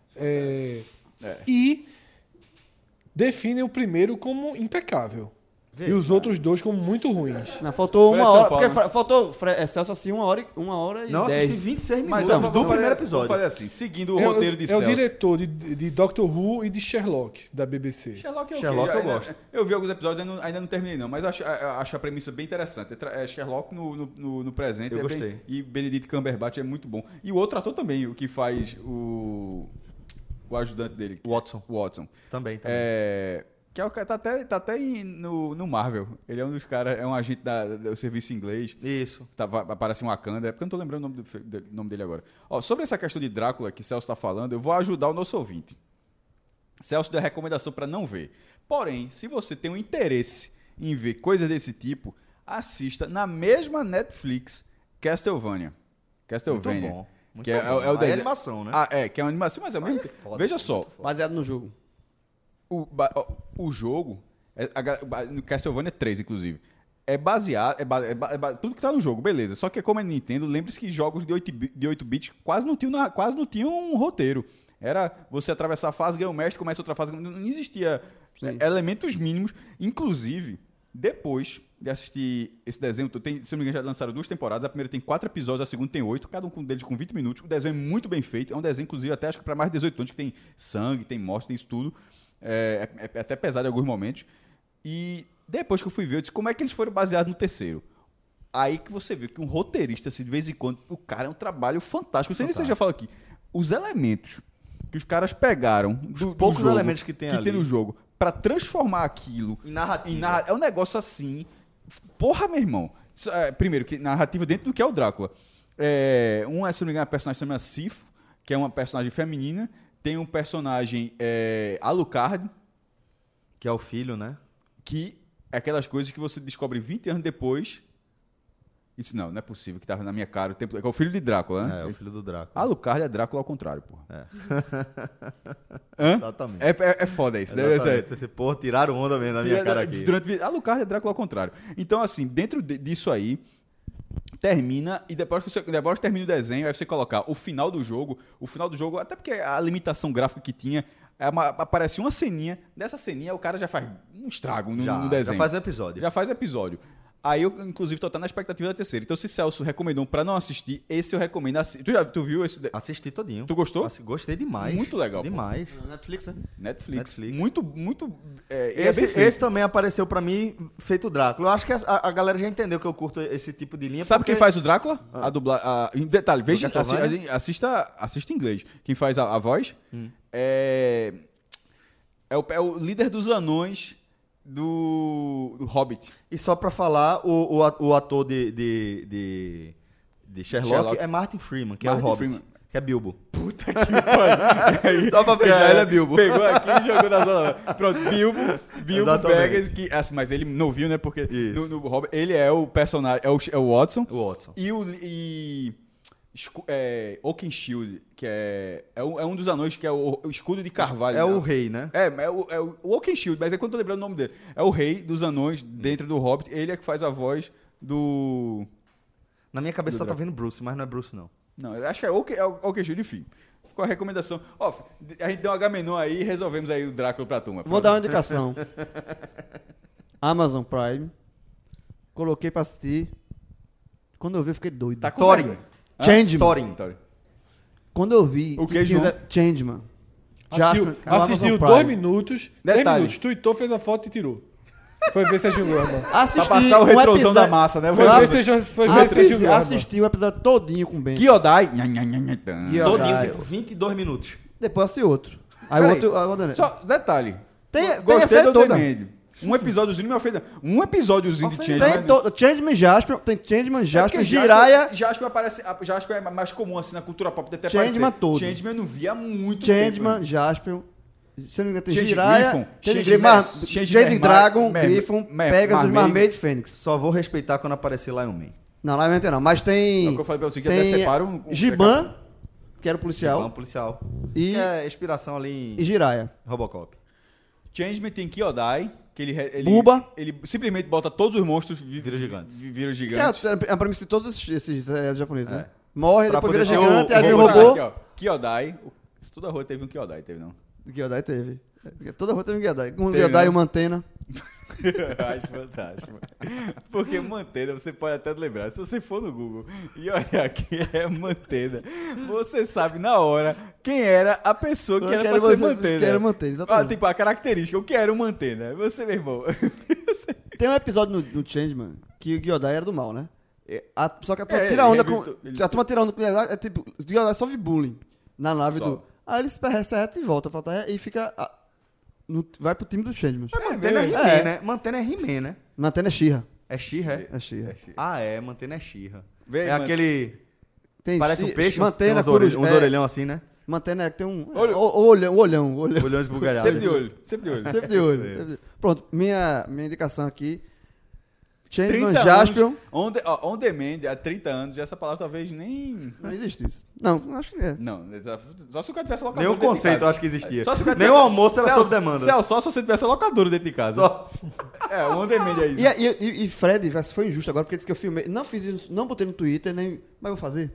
É, É. E definem o primeiro como impecável. Vê, e os outros dois como muito ruins. Não, faltou Fred uma São hora. Paulo, Porque né? fra- faltou Fre- é, Celso assim uma hora, e- uma hora e Não, dez. assisti vinte e seis minutos Mas do vamos, vamos, primeiro fazer, episódio. vamos fazer assim, seguindo o É o- roteiro de é Celso. o diretor de, de Doctor Who e de Sherlock, da B B C. Sherlock é o Sherlock quê? eu Ainda- gosto. Eu vi alguns episódios, ainda não, ainda não terminei não, mas eu acho, eu acho a premissa bem interessante. É tra- É Sherlock no, no, no- no presente. Eu é gostei. bem- e Benedict Cumberbatch é muito bom. E o outro ator também, o que faz o, o ajudante dele. Watson. O Watson. Também, também. É, que é o cara, tá até, tá até em- no, no Marvel. Ele é um dos caras, é um agente da- do serviço inglês. Isso. Tava, aparece um Wakanda, é porque eu não tô lembrando o nome, do, fe- do nome dele agora. Ó, sobre essa questão de Drácula que Celso tá falando, eu vou ajudar o nosso ouvinte. Celso deu a recomendação para não ver. Porém, se você tem um interesse em ver coisas desse tipo, assista na mesma Netflix Castlevania. Castlevania. Muito bom. Muito que é, bom. é o Aí é desenho- animação, né? Ah, é, que é uma animação, mas é o mesmo tempo. foda, Veja é só, Baseado no jogo. o, ba- ó, o jogo, é, a ga- ba- no Castlevania três, inclusive, é baseado, é ba- é ba- é ba- tudo que tá no jogo, beleza. Só que como é Nintendo, lembre-se que jogos de oito bi- de oito bits quase não tinham, na- quase não tinham um roteiro. Era você atravessar a fase, ganha o mestre, começa outra fase. Não não existia é, elementos mínimos. Inclusive, depois de assistir esse desenho, tem, se eu não me engano, já lançaram duas temporadas. A primeira tem quatro episódios, a segunda tem oito, cada um deles com vinte minutos. O desenho é muito bem feito. É um desenho, inclusive, até acho que para mais de dezoito anos, que tem sangue, tem morte, tem isso tudo. É, é- é até pesado em alguns momentos. E depois que eu fui ver, eu disse, como é que eles foram baseados no terceiro? Aí que você vê que um roteirista, assim, de vez em quando, o cara é um trabalho fantástico. Não sei nem se você já fala aqui. Os elementos que os caras pegaram, do, do poucos jogo, elementos que tem ali. no jogo, pra transformar aquilo Em narrativa. em narra- é um negócio assim. Porra, meu irmão. Isso, é, primeiro, que narrativa dentro do que é o Drácula. É, um é, se não me engano, a personagem chama Sif, que é uma personagem feminina. Tem um personagem é, Alucard, Que é o filho, né? que é aquelas coisas que você descobre vinte anos depois. Isso não, não é possível que tava na minha cara o tempo. É o filho de Drácula, né? É, o filho do Drácula. Alucard é Drácula ao contrário, porra. É. Hã? Exatamente. É, é, é foda isso, né? Exatamente. Esse porra, tiraram onda mesmo na minha cara aqui. Durante, Alucard é Drácula ao contrário. Então, assim, dentro de- disso aí, termina, e depois que, você, depois que termina o desenho, aí você colocar o final do jogo, o final do jogo, até porque a limitação gráfica que tinha, é uma, aparece uma ceninha, dessa ceninha o cara já faz um estrago no, Já, no desenho. já faz o episódio. Já faz o episódio. Aí eu, inclusive, tô até na expectativa da terceira. Então, se Celso recomendou pra não assistir, esse eu recomendo. Assi- tu já tu viu esse? de- Assisti todinho. Tu gostou? Assi- Gostei demais. Muito legal, pô. Demais. Netflix, né? Netflix. Netflix. Muito, muito... É, e é Esse, bem feito. esse também apareceu pra mim feito Drácula. Eu acho que a, a galera já entendeu que eu curto esse tipo de linha. Sabe porque- quem faz o Drácula? A dubla... A, em detalhe, veja, Lucas assi- Salvani? assista, assista em inglês. Quem faz a, a voz é, é, o, é o líder dos anões do, do Hobbit. E só pra falar, o, o, a- o ator de, de, de, de Sherlock, Sherlock. é Martin Freeman, que Martin é o Hobbit. Freeman. Que é Bilbo. Puta que pariu. Só pra fechar, ele é Bilbo. Pegou aqui e jogou na zona. Pronto, Bilbo, Bilbo Exatamente. Baggins, que, assim, mas ele não viu, né? Porque Isso. no, no Hobbit, ele é o personagem, é o, é o Watson. O Watson. E o e, escu- é, Oakenshield, que é, é, um, é um dos anões que é o, o escudo de carvalho. É o né? rei, né? É, é o, é o Oakenshield, mas é quando eu tô lembrando o nome dele. É o rei dos anões dentro do Hobbit. Ele é que faz a voz do... Na minha cabeça Do só tá Drácula. vendo Bruce, mas não é Bruce, não. Não, eu acho que é o é o Oakenshield, enfim. Ficou a recomendação. Ó, a gente deu um Agamenon aí e resolvemos aí o Drácula pra turma. Vou dar uma indicação. Amazon Prime. Coloquei pra assistir. Quando eu vi, eu fiquei doido. Tá com Thorin. vergonha. Hã? Changeman. Thorin. Thorin. Quando eu vi... O que, que João? quiser- Changeman. Assistiu, Jasper, no Amazon assistiu Prime. dois minutos, três Detalhe. minutos, tweetou, fez a foto e tirou. Foi ver se é Gil Gorman. Assisti Pra passar o um retrosão episódio- da massa, né? Foi Vamos- ver se é foi ver se é Gil Assisti, Gorman. assisti o episódio todinho com o Ben. Kyodai. Nha, nha, nha, nha, tan. Kyodai. Todinho, tipo, vinte e dois minutos. Depois assisti outro. Aí o Peraí, outro... aí o outro- Só detalhe. Tem- tem a Gostei série do toda. Demand. Um episódiozinho me ofendeu. Um episódiozinho de Tem Changeman. to- Changeman Jasper, tem Changeman É Jasper, porque Jiraiya, Jasper aparece. a- Jasper é mais comum assim na cultura pop até Changeman aparecer. todo. Changeman eu não via há muito Changeman, tempo. Jasper, se não me engano tem Change Jiraiya, Griffon, Change Change Mar- Mer- Change Jade Mer- Dragon, Mer- Griffon, Mer- Pegasus, Mermaid. Marmaid, Fênix. Só vou respeitar quando aparecer Lion Man. Não, lá não tem não, mas É tem... o que eu falei pra você, que tem até separa um- um- Giban, que era o É um policial, policial. e, Que é inspiração ali e em Jiraiya. Robocop. Changeman tem Kyodai, que ele, re- ele, Buba. ele simplesmente bota todos os monstros vi, Viram gigantes. vi- viram Que é gigantes. a, a premissa de todos esses, esses seriados japoneses, né? É. Morre, Pra depois vira poder ter gigante, o- aí vem o Vou botar robô. aqui, ó. Kyodai. O- Toda rua teve um Kyodai, teve não? Gyodai teve. Toda rua teve um Gyodai. Um Teve, Gyodai né? e uma antena. Acho fantástico. Porque mantena, você pode até lembrar. Se você for no Google e olhar aqui é mantena, você sabe na hora quem era a pessoa que Eu era quero pra ser você- mantena. que era mantena, exatamente. Ah, tipo, a característica, o que era o mantena. Você, meu irmão. Tem um episódio no, no Changeman que o Gyodai era do mal, né? É, a- só que a turma É, tira ele onda com. revirtou- ele- A turma tira onda com o Gyodai, é tipo, o Gyodai sofre bullying na nave Só. do. Aí ele se reseta e volta pra terra e fica. a- no- vai pro time do Changeman. Mantendo é mesmo? He-Man, É. né? Mantendo é He-Man, né? Mantendo é Shira. É She-Ra, é? É Shira. Ah, é. Mantendo é She-Ra. Vê, É mano. aquele... Tem Parece um Shi- peixe, Mantena, tem uns, orelhão, coruja- uns é, orelhão assim, né? Mantena é que tem um. Olho- O, o olhão, o olhão, o olhão. Olhão esbugalhado. Sempre de olho, sempre de olho. Sempre de olho. sempre de- Pronto, minha, minha indicação aqui. Changeman trinta Jaspion. anos, on, de, ó, on demand, há trinta anos, essa palavra talvez nem... Não existe isso. Não, acho que é. Não, só se o cara tivesse locador Nenhum dentro de conceito eu casa. acho que existia. Só se o cara Nem o tivesse- almoço era Celso- sob demanda. Celso, só se você tivesse locador dentro de casa. Só. É, o on demand aí. E, e, e- e Fred, vai- foi injusto agora, porque disse que eu filmei. Não fiz isso, não botei no Twitter, nem. Mas vou fazer.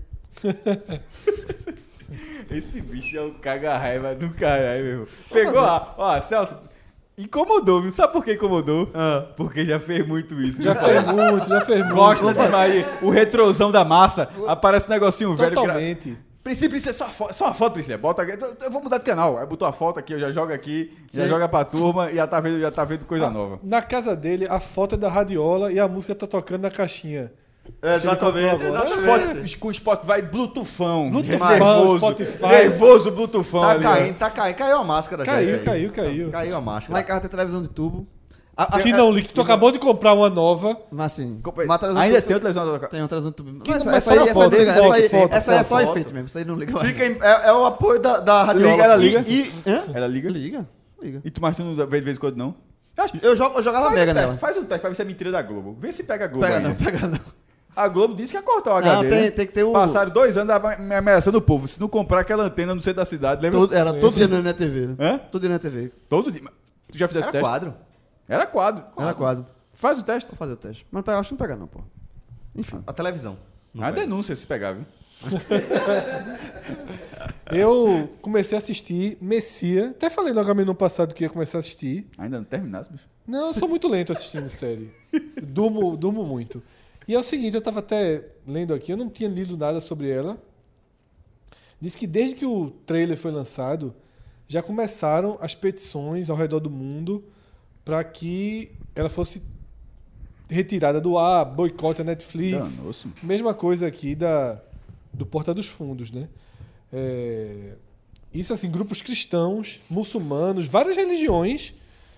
Esse bicho é um caga-raiva do caralho, meu irmão. Pegou lá, ó, Celso, incomodou, viu? Sabe por que incomodou? Porque já fez muito isso. Já viu? fez muito, já fez muito. Gosta demais. de- O retrosão da massa, aparece um negocinho velho. gra- Totalmente. Priscila, Priscila, só a foto, só a foto, Priscila. Bota aqui. Eu- Eu vou mudar de canal. Aí botou a foto aqui, eu já jogo aqui, já Sim. joga pra turma e já tá vendo, já tá vendo coisa nova. Na casa dele, a foto é da radiola e a música tá tocando na caixinha. É, exatamente. Agora. exatamente. Spot, com o Spotify Bluetoothão. Bluetoothão, nervoso. Spotify. Nervoso Bluetoothão Tá ali. ó. caindo, tá caindo. Caiu a máscara já. Caiu, isso aí. caiu, caiu. Caiu a Lá máscara. em casa tem televisão de tubo. A, a, Que a- não, Lick, tu acabou de comprar uma nova. Mas assim. Compre- uma televisão Ainda de tem o tubo- televisão da Tem uma televisão de tubo. Que Mas não- essa, mas essa aí, só essa, foto, aí, essa, foto, aí, foto, essa aí é foto, só foto. efeito mesmo. Isso aí não liga mais. Fica em- é, é o apoio da, da radiola. Liga, ela liga. E, e, hã? Ela liga? Liga, liga. E tu, mas tu não vê de vez em quando, não? Eu, jogo, eu jogava Faz mega um teste, nela. faz um teste pra ver se é mentira da Globo. Vê se pega a Globo Pega aí. não, pega não. A Globo disse que ia cortar o H Não, D. tem- né? tem que ter o- Passaram dois anos me ameaçando o povo. Se não comprar aquela antena no centro da cidade, lembra? Todo- era todo dia na T V. né? Hã? Todo dia na T V. Todo dia. Tu já fizeste o Era teste? quadro. Era quadro. Era quadro. Faz o teste. Vou fazer o teste. Mas acho que não pega não, pô. Enfim. A televisão. A denúncia se pegar, viu? Eu comecei a assistir Messia. Até falei no Agamenon passado que ia começar a assistir. Ainda não terminasse, bicho? Não, eu sou muito lento assistindo série. Durmo, durmo muito. E é o seguinte, eu tava até lendo aqui, eu não tinha lido nada sobre ela. Diz que desde que o trailer foi lançado, já começaram as petições ao redor do mundo para que ela fosse retirada do ar, boicote a Netflix. Danoso. Mesma coisa aqui da, do Porta dos Fundos, né? É, isso assim, grupos cristãos, muçulmanos, várias religiões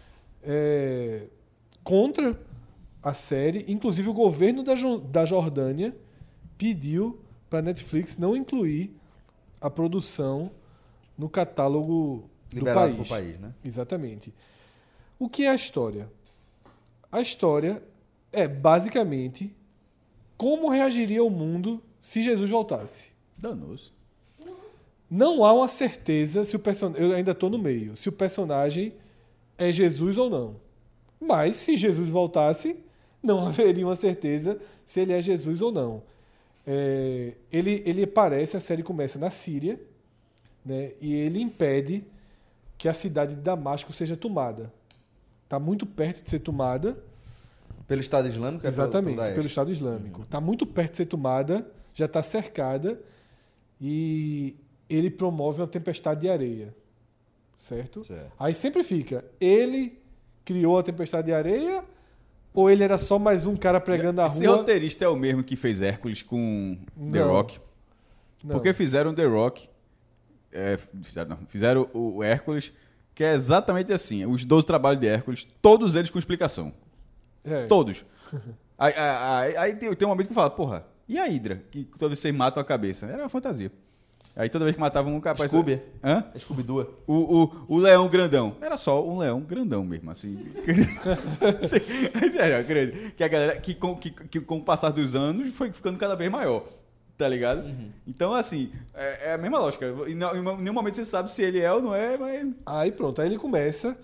é, contra a série. Inclusive o governo da, Jo- da Jordânia pediu para a Netflix não incluir a produção no catálogo Liberado do pro país. país, né? Exatamente. O que é a história? A história é basicamente como reagiria o mundo se Jesus voltasse. Danoso. Não há uma certeza se o personagem. Eu ainda estou no meio. Se o personagem é Jesus ou não. Mas se Jesus voltasse, não haveria uma certeza se ele é Jesus ou não. É, ele, ele aparece, a série começa na Síria, né, e ele impede que a cidade de Damasco seja tomada. Está muito perto de ser tomada. Pelo Estado Islâmico? É pelo- Exatamente, pelo Daesh? pelo Estado Islâmico. Está muito perto de ser tomada, já está cercada, e ele promove uma tempestade de areia. Certo? Certo. Aí sempre fica, ele criou a tempestade de areia ou ele era só mais um cara pregando na Esse rua? roteirista é o mesmo que fez Hércules com The Não. Rock. Não. Porque fizeram The Rock. é, fizeram, não, fizeram o Hércules, que é exatamente assim. Os doze trabalhos de Hércules, todos eles com explicação. É. Todos. aí aí, aí tem, tem um momento que fala, porra, e a Hydra? Que toda vez que vocês matam a cabeça. Era uma fantasia. Aí toda vez que matavam um capaz. Scooby. Hã? Scooby-Doo. O, o, o leão grandão. Era só um leão grandão mesmo, assim. Sério, grande. Que a galera, que com, que, que com o passar dos anos, foi ficando cada vez maior. Tá ligado? Uhum. Então, assim, é, é a mesma lógica. Em, não- em nenhum momento você sabe se ele é ou não é, mas. Aí pronto, aí ele começa.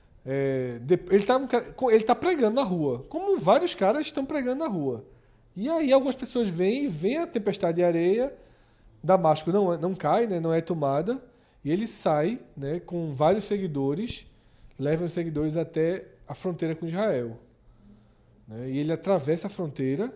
é, de- ele, tá, no ca- co- ele tá pregando na rua, como vários caras estão pregando na rua. E aí algumas pessoas vêm e vêm a tempestade de areia, Damasco não, é- não cai, né, não é tomada, e ele sai, né, com vários seguidores, leva os seguidores até a fronteira com Israel. Né, e ele atravessa a fronteira,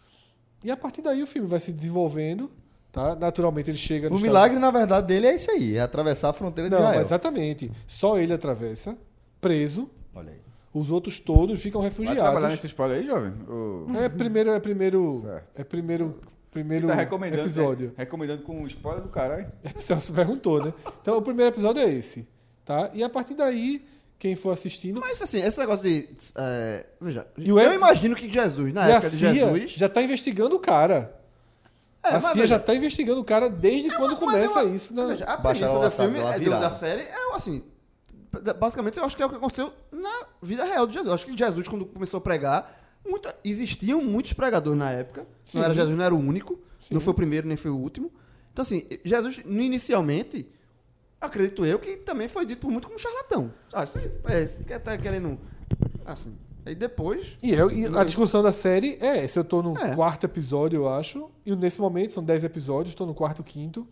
e a partir daí o filme vai se desenvolvendo. Tá? Naturalmente ele chega O nos milagre, na verdade, dele é isso aí. É atravessar a fronteira de Não, Israel. mas exatamente. Só ele atravessa, preso. Olha aí. Os outros todos ficam Vai trabalhar refugiados. nesse spoiler aí, jovem? Ou... É primeiro, é primeiro, Certo. é primeiro, primeiro Tá recomendando, episódio. é, recomendando com spoiler do caralho. É. Celso perguntou, né? Então o primeiro episódio é esse, tá? E a partir daí, quem for assistindo, Mas assim, esse negócio de. é, veja, E o eu E- imagino que Jesus, na e a época de C I A Jesus. já tá investigando o cara. É, a mas C I A veja, já tá investigando o cara desde quando mas começa eu- isso. Na... veja, a Baixa premissa ela do filme, ela é, do- virada. da série, é assim. Basicamente, eu acho que é o que aconteceu na vida real de Jesus. Eu acho que Jesus, quando começou a pregar, muita, existiam muitos pregadores na época. Sim. Não era Jesus, não era o único. Sim. Não foi o primeiro, nem foi o último. Então, assim, Jesus, inicialmente, acredito eu, que também foi dito por muito como charlatão. Ah, isso aí, é, quer tá querendo. Assim. Aí depois. E, eu- e a discussão da série é essa. Eu tô no É. quarto episódio, eu acho. E nesse momento são dez episódios, tô no quarto, quinto.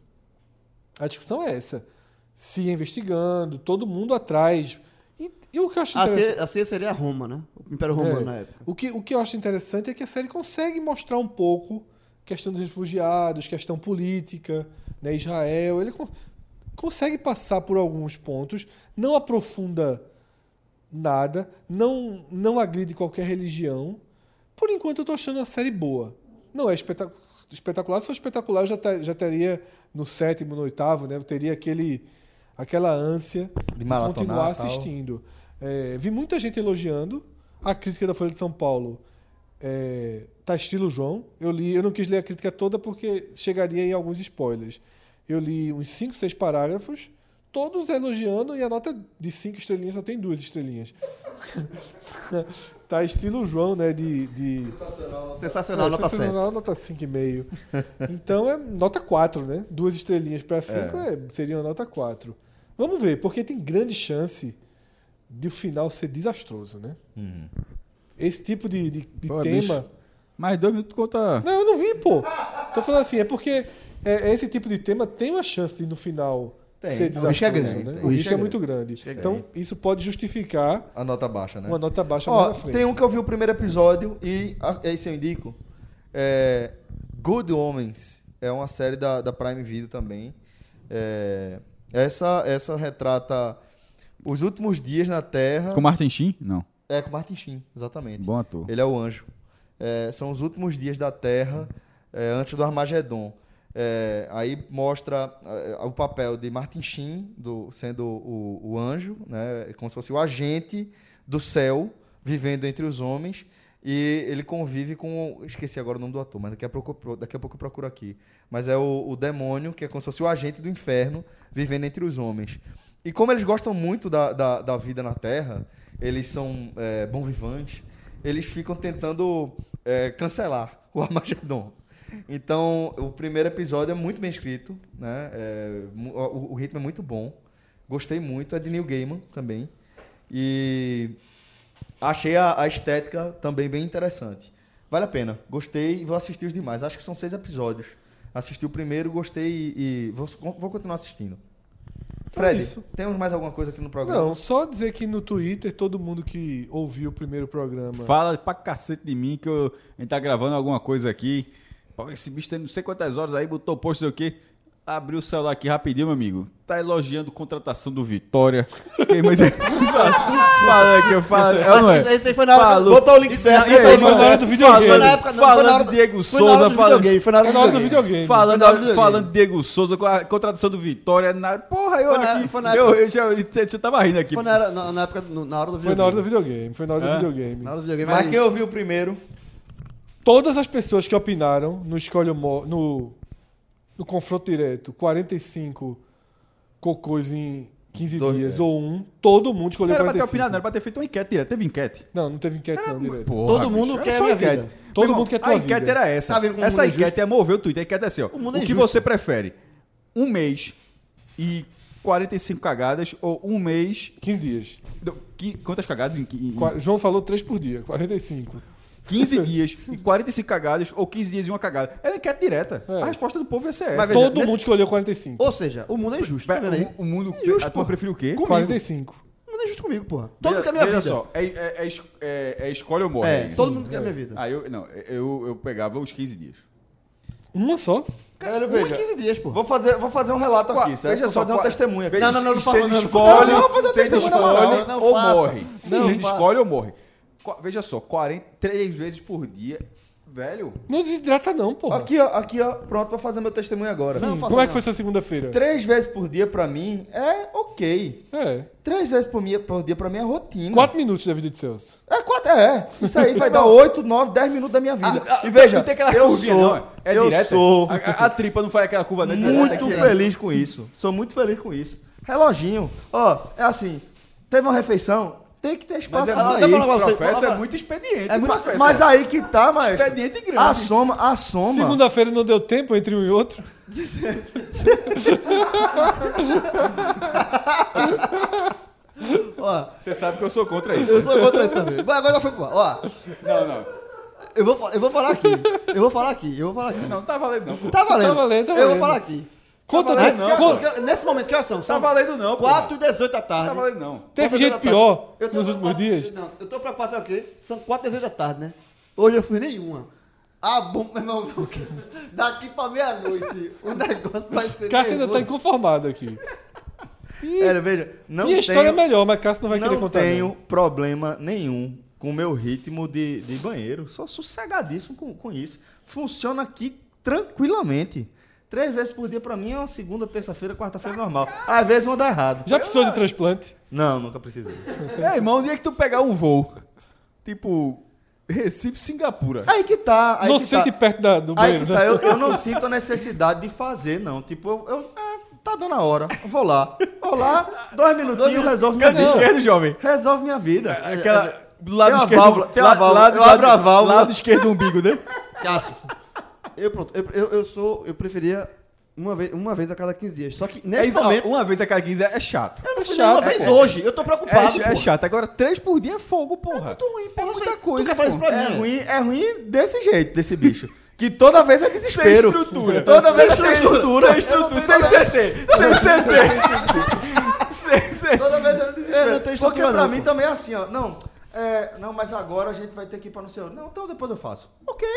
A discussão é essa. Se ia investigando, todo mundo atrás. E, e o que eu acho A interessante. C, a C seria Roma, né? O Império Romano É. na época. O que, o que eu acho interessante é que a série consegue mostrar um pouco questão dos refugiados, questão política, né, Israel. Ele con- consegue passar por alguns pontos, não aprofunda nada, não, não agride qualquer religião. Por enquanto eu tô achando a série boa. Não é espetac- espetacular. Se for espetacular, eu já, ta- já teria no sétimo, no oitavo, né? Eu teria aquele, aquela ânsia De de maratonar, continuar tal. assistindo. É, vi muita gente elogiando. A crítica da Folha de São Paulo é, tá estilo João. Eu li, eu não quis ler a crítica toda porque chegaria em alguns spoilers. Eu li uns cinco, seis parágrafos, todos elogiando, e a nota de cinco estrelinhas só tem duas estrelinhas. Tá estilo João, né? De, de... Sensacional, É, nota sensacional, sete. nota cinco e meio. Então é nota quatro, né? Duas estrelinhas para cinco é. seria uma nota quatro. Vamos ver, porque tem grande chance de o final ser desastroso, né? Esse tipo de, de, de Pô, tema. bicho. Mais dois minutos conta. Não, eu não vi, pô. Tô falando assim, é porque é, esse tipo de tema tem uma chance de no final Tem. ser O desastroso. risco é grande, Né? tem. O risco é muito grande. é Então, isso pode justificar A nota baixa, né? uma nota baixa mais Ó, na frente. tem um que eu vi o primeiro episódio e ah, esse eu indico. É Good Omens. É uma série da, da Prime Video também. É, essa, essa retrata os últimos dias na Terra. Com Martin Sheen? Não. É com Martin Sheen, exatamente. Bom ator. Ele é o anjo. É, são os últimos dias da Terra é, antes do Armagedon. É, aí mostra é, o papel de Martin Sheen, do, sendo o, o anjo, né, como se fosse o agente do céu, vivendo entre os homens. E ele convive com... Esqueci agora o nome do ator, mas daqui a pouco, daqui a pouco eu procuro aqui. Mas é o, o demônio, que é como se fosse o agente do inferno, vivendo entre os homens. E como eles gostam muito da, da, da vida na Terra, eles são é, bom vivantes, eles ficam tentando é, cancelar o Armagedon. Então, o primeiro episódio é muito bem escrito, né? É, o, o ritmo é muito bom. Gostei muito. É de Neil Gaiman também. E achei a, a estética também bem interessante. Vale a pena. Gostei e vou assistir os demais. Acho que são seis episódios. Assisti o primeiro, gostei e, e vou, vou continuar assistindo. Fred, isso. temos mais alguma coisa aqui no programa? Não, só dizer que no Twitter, todo mundo que ouviu o primeiro programa... Fala pra cacete de mim que eu, a gente tá gravando alguma coisa aqui. Pô, esse bicho tem não sei quantas horas aí, botou post, sei o quê. Abriu o celular aqui rapidinho, meu amigo. Tá elogiando contratação do Vitória. Quem mais é? Fala aqui, eu falo. Eu não é. Isso, isso aí foi na hora. Falou. Botou o link certo. Isso aí foi na hora do videogame. Foi na época, não, Falando foi na hora de do- Diego foi na hora Souza, do falando- videogame, foi na hora É do na hora do videogame. videogame. Falando, Foi na hora do videogame. falando de Diego Souza, com a contratação do Vitória. Na, porra, eu Foi na- aqui. foi na eu, época- eu, já, eu, eu tava rindo aqui. Foi na, era- na, na época, no- na hora do Foi videogame. na hora do videogame. Foi na hora do É? videogame. Na hora do videogame. Mas aí- quem ouviu o primeiro? Todas as pessoas que opinaram no Escolha o Mo- no, no confronto direto, quarenta e cinco cocôs em quinze Dois, dias é. ou um, todo mundo escolheu Não era pra ter quarenta e cinco. opinado, não era pra ter feito uma enquete direto. Teve enquete. Não, não teve enquete não, direto. Porra, Todo mundo bicho, quer era só a minha enquete. vida. Todo Meu irmão, mundo quer a tua A enquete vida. era essa. Tá vendo como o Essa mundo é enquete ia mover o Twitter. A enquete é assim, ó. O mundo O é que justo. você prefere? Um mês e quarenta e cinco cagadas ou um mês... quinze dias. Não, qui- Quantas cagadas? Em, em Qua- João falou três por dia, quarenta e cinco. quinze dias e quarenta e cinco cagadas ou quinze dias e uma cagada? É uma enquete direta. É. A resposta do povo ia ser essa. Mas veja, Todo nesse- mundo escolheu quarenta e cinco. Ou seja, o mundo é justo, tá vendo aí? o, o mundo... É justo, a turma pô. prefere o quê? quarenta e cinco. O mundo é justo comigo, porra. Todo mundo Veja, quer a minha veja vida. só, é, é, é, es- é- é escolhe ou morre. É, É, todo mundo quer a minha vida. Aí eu, não, eu, eu pegava os quinze dias. Uma só? Velho, Um veja. a quinze dias, pô. Vou fazer, vou fazer um relato Qua- aqui, certo? veja Vou só, fazer uma qua- testemunha aqui. Veja, Não, não, não, não se fala- ele não, escolhe, não, não, fazer se ele testemunha escolhe moral, não ou faça. morre. Não Se ele faça. escolhe ou morre. Qua- Veja só, quarenta, três vezes por dia, velho. Não desidrata não, porra. Aqui, ó, aqui, ó. Pronto, vou fazer meu testemunho agora. Sim, Não, faça como é que não. foi sua segunda-feira? Três vezes por dia pra mim é ok. É. Três vezes por, minha, por dia pra mim é rotina. Quatro minutos da vida de Celso. É, quatro, é. Isso aí vai dar oito, nove, dez minutos da minha vida. Ah, ah, e veja, não tem aquela eu curvinha, sou, não, é eu direta. sou A, a- a tripa não faz aquela curva, né? muito É feliz com isso. Sou muito feliz com isso. Reloginho. Ó, é assim, teve uma refeição, tem que ter espaço Mas é, pra Ah, sair. deixa eu falar uma coisa. professor, é Fala- muito expediente. É muito- professor. Mas aí que tá, mas Expediente grande. a soma, a soma. Segunda-feira não deu tempo entre um e outro? Ó, Você sabe que eu sou contra isso. eu sou contra isso também. Mas agora foi, pô. Ó, Não, não. eu vou, fa- eu vou falar aqui. Eu vou falar aqui. Eu vou falar aqui. Não, tá valendo não, pô. Tá valendo. Tá valendo, tá Eu vou valendo. falar aqui. Conta, valendo, né? não, Con- Que- Nesse momento, que horas são? Tá São valendo não, pô. quatro e dezoito da tarde. Tá valendo não. Teve quatro e gente dezoito da pior tarde. Eu tô nos últimos preocupado- dias? Não, eu tô preocupado, sabe o quê? São quatro e dezoito da tarde, né? Hoje eu fui nenhuma. Ah, bom, meu irmão. Daqui pra meia-noite o negócio vai ser. Cássio ainda tá nervoso. inconformado aqui. É, veja, não Tinha história tenho, melhor, mas Cássio não vai querer não contar. tenho não. problema nenhum com o meu ritmo de, de banheiro. Sou sossegadíssimo com, com isso. Funciona aqui tranquilamente. Três vezes por dia pra mim é uma segunda, terça-feira, quarta-feira normal. Às vezes vão dar errado. Já precisou de transplante? Não, nunca precisei. É, irmão, onde é que tu pegar um voo? Tipo, Recife, Singapura. Aí que tá. Aí Não que sente tá. perto da- do Aí banheiro, que né? tá. Eu, eu não sinto a necessidade de fazer, não. Tipo, eu, eu- é, tá dando a hora. Eu vou lá. Vou lá, dois minutinhos, resolve minha Canto vida. esquerdo, jovem. Resolve minha vida. Aquela. Do Tem lado uma esquerdo. válvula, tem uma lado- válvula. lado- Eu abro a válvula. Lado esquerdo do umbigo, né? Cássio. Eu, pronto, eu, eu, eu sou. Eu preferia uma vez, uma vez a cada quinze dias. Só que É nesse isso, ó, momento. uma vez a cada quinze é chato. Eu não fui chato, nenhuma vez é. hoje. Eu tô preocupado. É, é porra. chato. Agora, três por dia é fogo, porra. Muito ruim, É porra. muita Você- coisa, Tu quer falar isso pô. pra É mim? ruim, é ruim desse jeito, desse bicho. Que toda vez é desespero. Sem estrutura. Toda vez é sem estrutura. Sem estrutura, sem C T. Sem C T. Sem C T. Toda vez é desespero. Eu não tenho Porque estrutura, pra não, mim pô. também é assim, ó. Não, é, não, mas agora a gente vai ter que ir pra não sei onde. Não, então depois eu faço. Ok.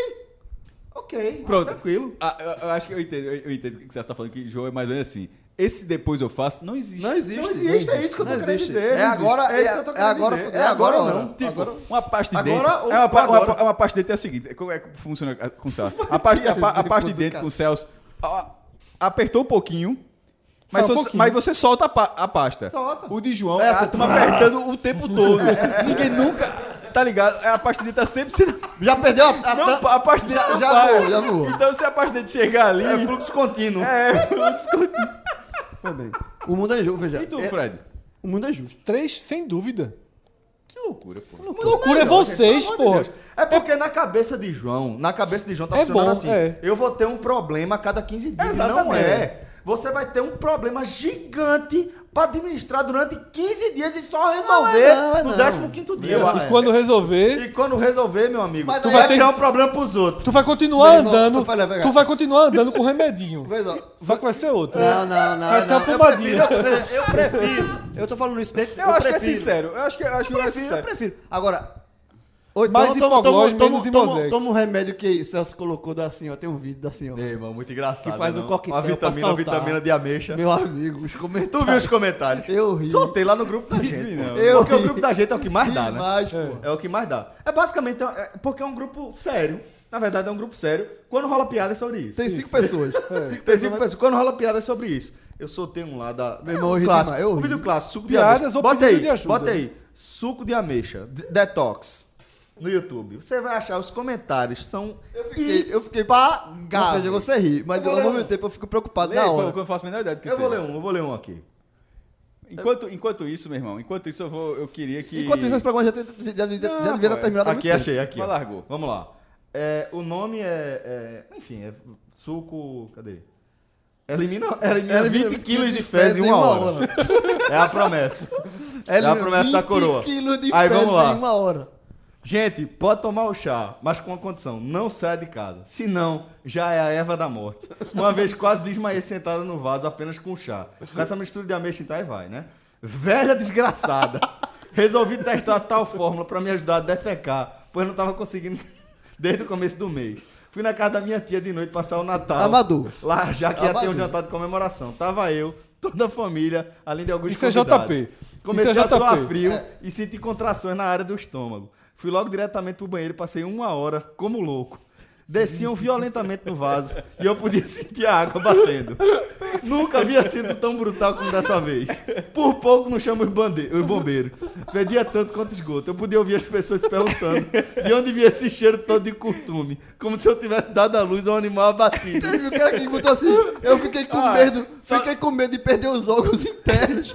Ok. Pronto. Tranquilo. Ah, eu, eu acho que eu entendo, eu, eu entendo o que você está falando, que João é mais ou menos assim. Esse depois eu faço, não existe. Não existe. Não existe, é isso que eu tô Não querendo existe. dizer. É não existe. agora, é isso é- que eu tô é querendo agora, dizer. é agora ou não. não. Tipo, Agora- uma pasta de Agora dente. ou É uma, pa- agora? uma, uma pasta de dente é a seguinte: como é que funciona com o Celso? A pasta, a, pa- a pasta de dente com o Celso a- apertou um pouquinho. Mas, Só um você, pouquinho. mas você solta a, pa- a pasta. Solta. O de João, É, é, a você- turma apertando o tempo todo. Ninguém nunca. Tá ligado? A pasta de dente tá sempre sendo. Já perdeu a, a, Não, a pasta de dente Já- não já para. voou, já voou. Então, se a pasta de dente chegar ali. É fluxo contínuo. É, fluxo contínuo. Foi bem. O mundo é justo, veja. E tu, é- Fred? O mundo é justo. Três, sem dúvida. Que loucura, pô. Que loucura é vocês, Pelo amor pô. de Deus. É porque na cabeça de João, na cabeça de João tá É funcionando bom, assim. é. Eu vou ter um problema a cada quinze dias. E Não Exatamente. é. Você vai ter um problema gigante pra administrar durante quinze dias e só resolver Não, é não, é no não. décimo quinto dia. Eu- E quando resolver, E quando resolver, meu amigo, Mas tu daí vai é- criar um problema pros outros. tu vai continuar Meu irmão, andando. eu falei, vai, Tu vai continuar andando com remedinho. Veja, Só que vai ser outro. Não, não, não. Vai ser não. uma Eu pomadinha. prefiro, eu, eu prefiro. Eu tô falando isso dentro. Eu, acho que é prefiro. sincero. Eu acho que, eu acho que Eu é prefiro, eu sincero. prefiro. Agora, ou então Mais toma, hipoglós, toma, menos toma, toma, Imosec. toma um remédio que Celso colocou da assim, ó. Tem um vídeo da assim, ó. Ei, irmão, muito engraçado. Que faz um não? coquetel Uma vitamina, pra uma saltar. vitamina de ameixa. Meu amigo, os comentários. Tu viu os comentários? Eu ri. Soltei lá no grupo da gente. não. Eu Porque o ri. grupo da gente é o que mais dá, né? Demais, pô. É o que mais dá. É basicamente é porque é um grupo sério. Na verdade, é um grupo sério. Quando rola piada é sobre isso. Tem cinco pessoas. Cinco Tem cinco pessoas. pessoas. Quando rola piada é sobre isso. Eu soltei um lá da. Meu irmão, eu um ri clássico. demais, eu Um ri. vídeo clássico, suco Piadas de ameixa. ou Bota pedido aí, de ajuda. bota aí. Suco de ameixa. de- Detox. No YouTube. Você vai achar os comentários. São. Eu fiquei, eu fiquei impagáveis. Veja, você ri, mas Eu vou ao ler mesmo um. tempo eu fico preocupado Lê, na aí, hora. que eu não faço a menor ideia do que Eu vou seja. ler um, eu vou ler um aqui. Enquanto, enquanto isso, meu irmão, enquanto isso eu vou, eu queria que... Enquanto isso, esse programa já, tem- já, já, já Não, devia pô, estar terminado há muito Aqui, tempo. achei, aqui. Mas ó. largou. Vamos lá. É, o nome é, é- Enfim, é suco. Cadê? Elimina, elimina Elimina vinte quilos de fezes em uma hora. É a promessa. É a promessa da coroa. quilos de Aí, fezes vamos lá. em uma hora. Gente, pode tomar o chá, mas com uma condição: não saia de casa. Senão, já é a erva da morte. Uma vez quase desmaiei sentada no vaso apenas com chá. Com essa mistura de ameixa, então aí vai, né? Velha desgraçada. Resolvi testar tal fórmula pra me ajudar a defecar, pois não tava conseguindo desde o começo do mês. Fui na casa da minha tia de noite passar o Natal. Amador. Lá, já que ia ter um Amador. jantar de comemoração. Tava eu, toda a família, além de alguns Isso é convidados. J P. Comecei Isso é a suar J P. frio É. e senti contrações na área do estômago. Fui logo diretamente pro banheiro e passei uma hora como louco. Desciam violentamente no vaso e eu podia sentir a água batendo. Nunca havia sido tão brutal como dessa vez. Por pouco não chamo os, bande- os bombeiros. Pedia tanto quanto esgoto. Eu podia ouvir as pessoas se perguntando de onde vinha esse cheiro todo de curtume. Como se eu tivesse dado à luz a um animal abatido. Teve um cara que botou assim, eu fiquei com Ah, medo, só- fiquei com medo de perder os órgãos internos.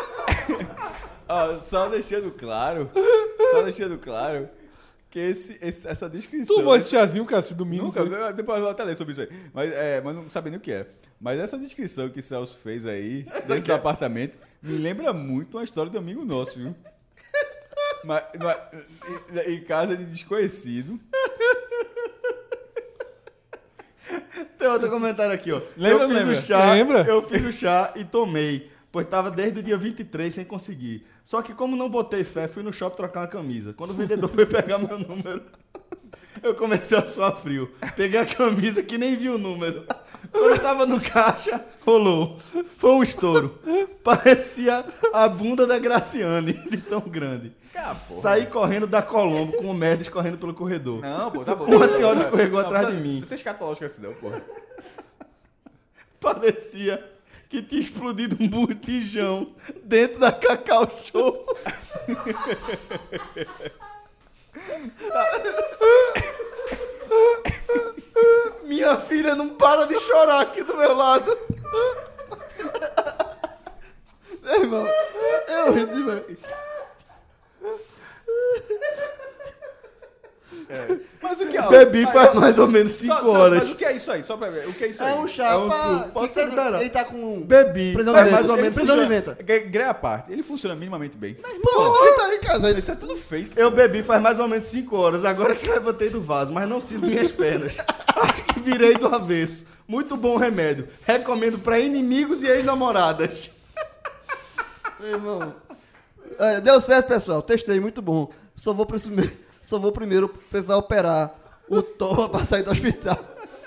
Ó, só deixando claro, só deixando claro que esse, esse- essa descrição... Tu tomou esse chazinho, Cássio, domingo? Nunca, foi? eu- depois eu vou até ler sobre isso aí. Mas, é, mas não sabia nem o que era. Mas essa descrição que Celso fez aí, desse do apartamento, me lembra muito uma história de um amigo nosso, viu? Mas, mas, em- em casa de desconhecido. Tem outro comentário aqui, ó. Lembra eu ou fiz lembra? o chá, Lembra? eu fiz o chá e tomei, pois tava desde o dia vinte e três sem conseguir. Só que como não botei fé, fui no shopping trocar uma camisa. Quando o vendedor foi pegar meu número, eu comecei a suar frio. Peguei a camisa que nem vi o número. Quando eu tava no caixa, rolou. Foi um estouro. Parecia a bunda da Graciane, de tão grande. Ah, porra. Saí correndo da Colombo com o merda escorrendo pelo corredor. Não, pô, tá bom. Uma senhora escorregou Não, atrás precisa- de mim. Você é escatológico assim, não, porra. Parecia que tinha explodido um botijão dentro da Cacau Show. Minha filha não para de chorar aqui do meu lado. Meu irmão, eu ri demais. Mas o que, ó, Não, Bebi mas- faz mais ou menos Só- cinco só- horas. Mas o que é isso aí? Só pra ver. O que é isso aí? É um chapa. É um suco. que Posso ele, ajudar, não? ele tá com. Bebi Prisão faz de mais vento. ou menos Prisão cinco de horas. vento. Gre- Greia à parte, ele funciona minimamente bem. Pô, ele tá em casa. Isso é tudo fake. Eu bebi faz mais ou menos cinco horas, agora que levantei do vaso, mas não sinto minhas pernas. Acho que virei do avesso. Muito bom remédio. Recomendo pra inimigos e ex-namoradas. Meu irmão. É, deu certo, pessoal. Testei, muito bom. Só vou, primeiro, só vou primeiro precisar operar o Toma pra sair do hospital.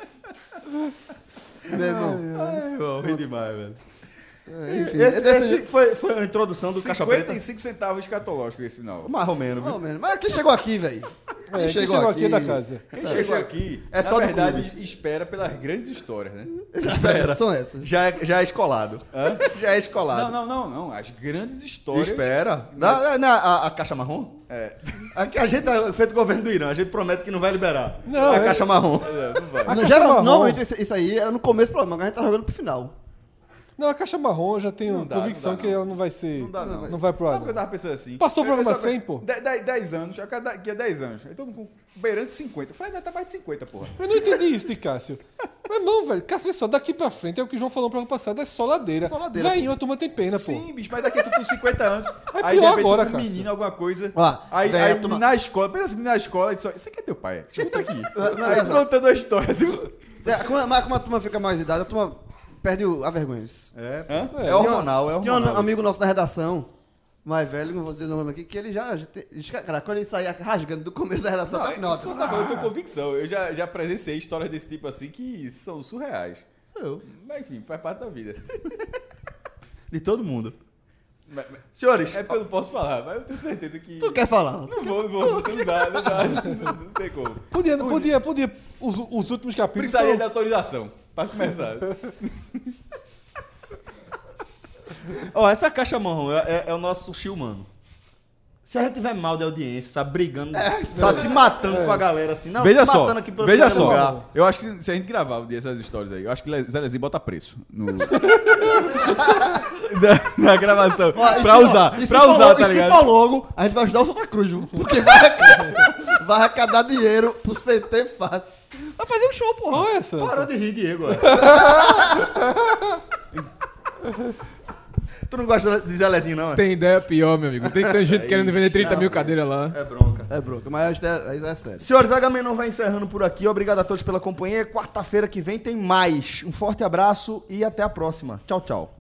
Meu irmão. Ai, irmão, ri demais, velho. É, enfim, Esse, esse- esse foi, foi a introdução do Caixa cinquenta Preta. e cinco centavos escatológico esse final. Mais ou menos, viu? Não, mano, mas quem chegou aqui, velho? É, quem chegou aqui é da casa. Quem chegou aqui, É na só do verdade, espera pelas grandes histórias, né? Espera. São essas. Já é, já é escolado. Já é escolado. Não, não, não, não. As grandes histórias. Espera. Na, na- a, a caixa marrom? É. Aqui a gente é feito governo do Irã, a gente promete que não vai liberar. Não, a é- caixa marrom. É, não vai. A Não, caixa geral- marrom- Normalmente isso, isso aí era no começo do programa, agora a gente tá jogando pro final. Não, a caixa marrom eu já tenho Não dá, convicção não dá, que não. ela não vai ser. Não dá, não. Não vai pro ar. Sabe o que eu não. tava pensando assim? Passou o Eu- eu programa só- cem, pô. de- de- dez anos, a cada- daqui a dez anos. Aí todo mundo com beirando de cinquenta. Eu falei, vai estar mais de cinquenta, porra. Eu não entendi isso de Cássio. Mas não, velho. Cássio, só daqui pra frente é o que o João falou no programa passado, é só ladeira. Só ladeira, Velhinho, a turma tem pena, pô. Sim, bicho, mas daqui a tu com cinquenta anos. É aí de pior repente agora, tu com um Cássio. menino, alguma coisa. Ó, aí velho, aí a turma- na escola, pensa assim, na escola, e diz, isso aqui é teu pai. Escuta aqui. não, aí não. contando a história do. É, Como, mas como a turma fica mais idade, a turma perde o- a vergonha. É, Hã? é hormonal, é Tinha um hormonal. amigo nosso da redação, mais velho, não vou dizer o nome aqui, que ele já. já te- cara, quando ele saía rasgando do começo da redação Não, até o final. isso que você tá falando, eu tenho convicção. Eu já, já presenciei histórias desse tipo assim que são surreais. Mas enfim, faz parte da vida. De todo mundo. Mas- mas- Senhores, É porque eu não posso falar, mas eu tenho certeza que. Tu quer falar? Não vou, não vou, não dá, não dá, não, não tem como. Podia, podia, podia. Os, os últimos capítulos. Precisaria de foram- autorização, pra começar. ó, essa caixa marrom é, é- é o nosso sushi humano. Se a gente tiver mal de audiência, sabe, brigando, sabe, se matando com a galera assim, não, Veja se só, matando aqui pelo veja primeiro só. lugar. Eu acho que se a gente gravar um dia essas histórias aí, eu acho que Zé Lezinho bota preço no... na, na gravação. Ó, e pra se- usar, e se pra for usar, logo- tá e ligado? Se for logo, a gente vai ajudar o Santa Cruz, viu? Porque vai, arrecadar- vai arrecadar dinheiro pro C T fácil. Vai fazer um show, porra. Olha essa. Parou de rir, Diego. ó. Tu não gosta de Zé Lezinho, não? É, Tem ideia pior, meu amigo. Tem tanta gente querendo vender trinta mil cadeiras lá. é bronca. É bronca, mas a gente é, é sério. Senhores, Agamenon vai encerrando por aqui. Obrigado a todos pela companhia. Quarta-feira que vem tem mais. Um forte abraço e até a próxima. Tchau, tchau.